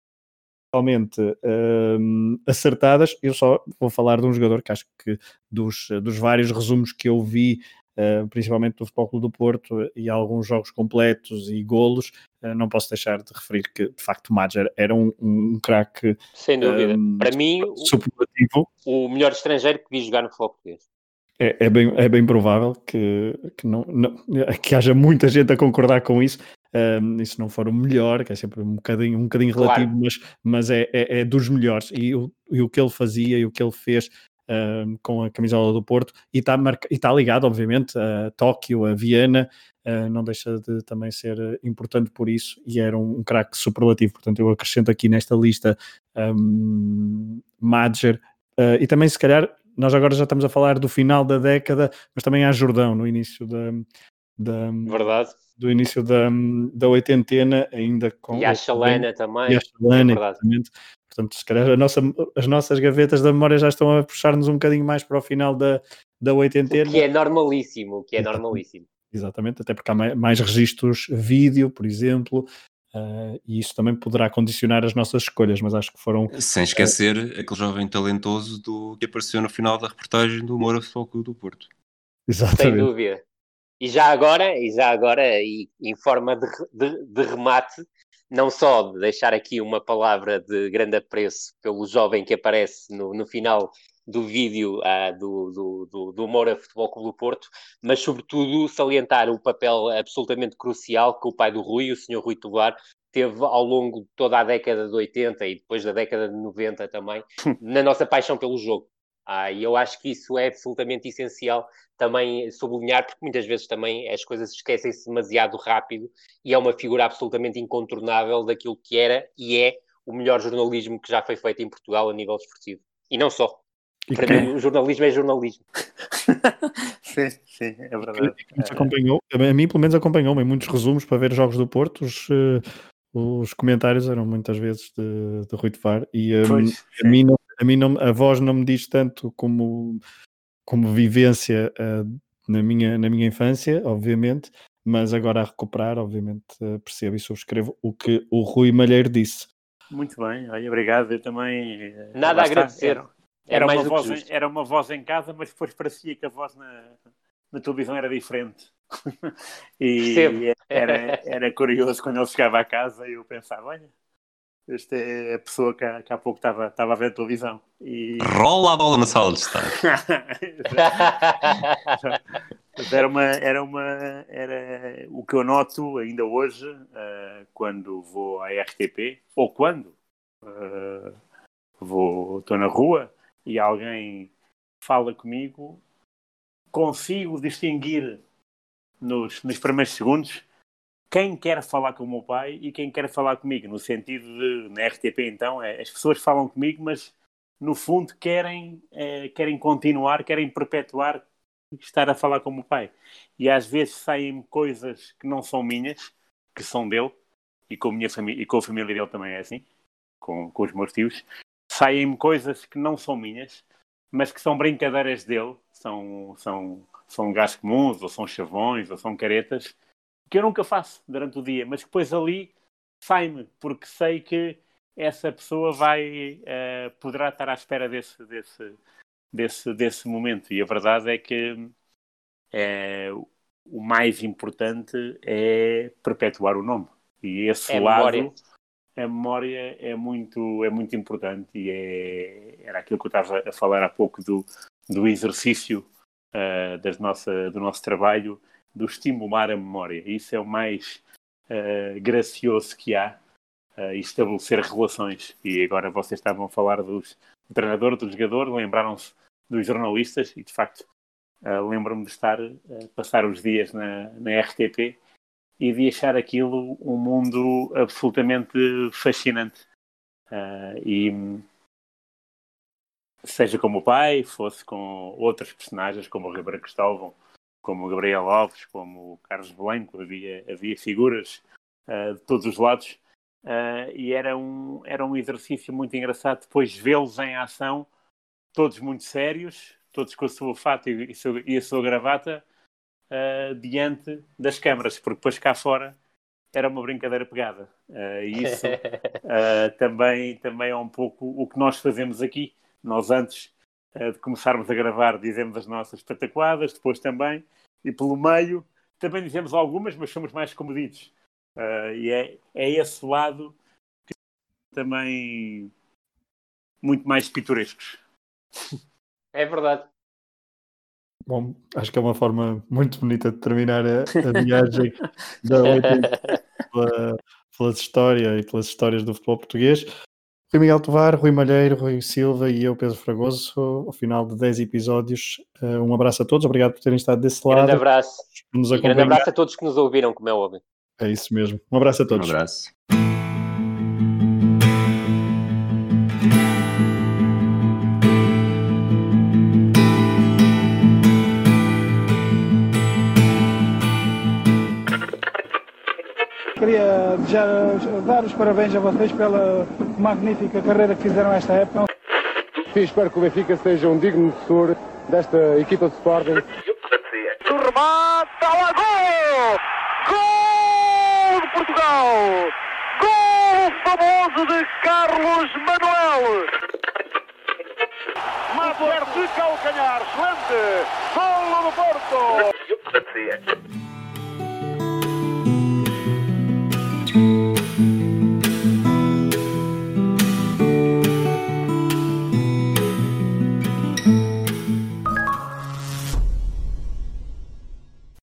acertadas. Eu só vou falar de um jogador que acho que dos vários resumos que eu vi, principalmente do Futebol Clube do Porto e alguns jogos completos e golos, não posso deixar de referir que de facto Madger era um craque, sem dúvida, para mim superlativo, o melhor estrangeiro que vi jogar no futebol português. É bem provável que haja muita gente a concordar com isso. E se não for o melhor, que é sempre um bocadinho relativo, claro, mas é dos melhores, e o que ele fazia e o que ele fez com a camisola do Porto, e está ligado obviamente a Tóquio, a Viena, não deixa de também ser importante por isso, e era um craque superlativo. Portanto eu acrescento aqui nesta lista Madger, e também se calhar nós agora já estamos a falar do final da década, mas também há Jordão no início verdade, do início da oitentena, ainda com... E a Chalana também. E a Chalana, exatamente. Portanto, se calhar as nossas gavetas da memória já estão a puxar-nos um bocadinho mais para o final da oitentena. O que é normalíssimo, Exatamente, até porque há mais registros vídeo, por exemplo, e isso também poderá condicionar as nossas escolhas, mas acho que foram... Sem esquecer aquele jovem talentoso que apareceu no final da reportagem do Moura Futebol Clube do Porto. Exatamente. Sem dúvida. E já agora, e em forma de remate, não só de deixar aqui uma palavra de grande apreço pelo jovem que aparece no final do vídeo do Moura Futebol Clube do Porto, mas sobretudo salientar o papel absolutamente crucial que o pai do Rui, o Sr. Rui Tovar, teve ao longo de toda a década de 80 e depois da década de 90 também, na nossa paixão pelo jogo. E eu acho que isso é absolutamente essencial também sublinhar, porque muitas vezes também as coisas esquecem-se demasiado rápido e é uma figura absolutamente incontornável daquilo que era e é o melhor jornalismo que já foi feito em Portugal a nível desportivo. E não só. Para mim, o jornalismo é jornalismo. Sim, é verdade. A mim, pelo menos, acompanhou-me em muitos resumos para ver jogos do Porto. Os comentários eram muitas vezes de Rui Tovar e a voz não me diz tanto como vivência na minha infância, obviamente, mas agora a recuperar, obviamente, percebo e subscrevo o que o Rui Malheiro disse. Muito bem, olha, obrigado. Eu também. Nada a agradecer. Era uma voz em casa, mas depois parecia que a voz na televisão era diferente. E era curioso quando ele chegava à casa e eu pensava, olha, esta é a pessoa que há pouco estava a ver a televisão. E... Rola a bola na sala de estar. Era o que eu noto ainda hoje quando vou à RTP ou quando estou na rua e alguém fala comigo, consigo distinguir nos primeiros segundos quem quer falar com o meu pai e quem quer falar comigo, no sentido de, na RTP então, as pessoas falam comigo, mas no fundo querem continuar, querem perpetuar estar a falar com o meu pai. E às vezes saem coisas que não são minhas, que são dele, e com a minha família, e com a família dele também é assim, com os meus tios. Saem-me coisas que não são minhas, mas que são brincadeiras dele, são gajos comuns, ou são chavões, ou são caretas, que eu nunca faço durante o dia, mas que depois ali sai-me, porque sei que essa pessoa poderá estar à espera desse momento. E a verdade é que o mais importante é perpetuar o nome. E esse lado, a memória é muito importante. E era aquilo que eu estava a falar há pouco do exercício do nosso trabalho, do estimular a memória. Isso é o mais gracioso que há, estabelecer relações. E agora vocês estavam a falar do treinador, do jogador, lembraram-se dos jornalistas e, de facto, lembro-me de passar os dias na RTP e de achar aquilo um mundo absolutamente fascinante. E seja como o pai, fosse com outros personagens, como o Ribeiro Cristóvão, como o Gabriel Alves, como o Carlos Blanco, havia figuras de todos os lados, e era um exercício muito engraçado depois vê-los em ação, todos muito sérios, todos com a sua fata e a sua gravata, diante das câmaras, porque depois cá fora era uma brincadeira pegada. E isso também é um pouco o que nós fazemos aqui. Nós antes de começarmos a gravar dizemos as nossas pataquadas, depois também, e pelo meio também dizemos algumas, mas somos mais comedidos. E é esse lado que também muito mais pitorescos. É verdade. Bom, acho que é uma forma muito bonita de terminar a viagem da 80 pela história e pelas histórias do futebol português. Rui Miguel Tovar, Rui Malheiro, Rui Silva e eu, Pedro Fragoso, ao final de 10 episódios. Um abraço a todos, obrigado por terem estado desse lado. Grande abraço. E grande abraço a todos que nos ouviram, como é óbvio. É isso mesmo. Um abraço a todos. Um abraço. Queria dar os parabéns a vocês pela magnífica carreira que fizeram esta época. Espero que o Benfica seja um digno sucessor desta equipa de Sporting. O remate, lá, gol! Gol de Portugal! Gol famoso de Carlos Manuel! Mato de calcanhar, excelente! Gol do Porto!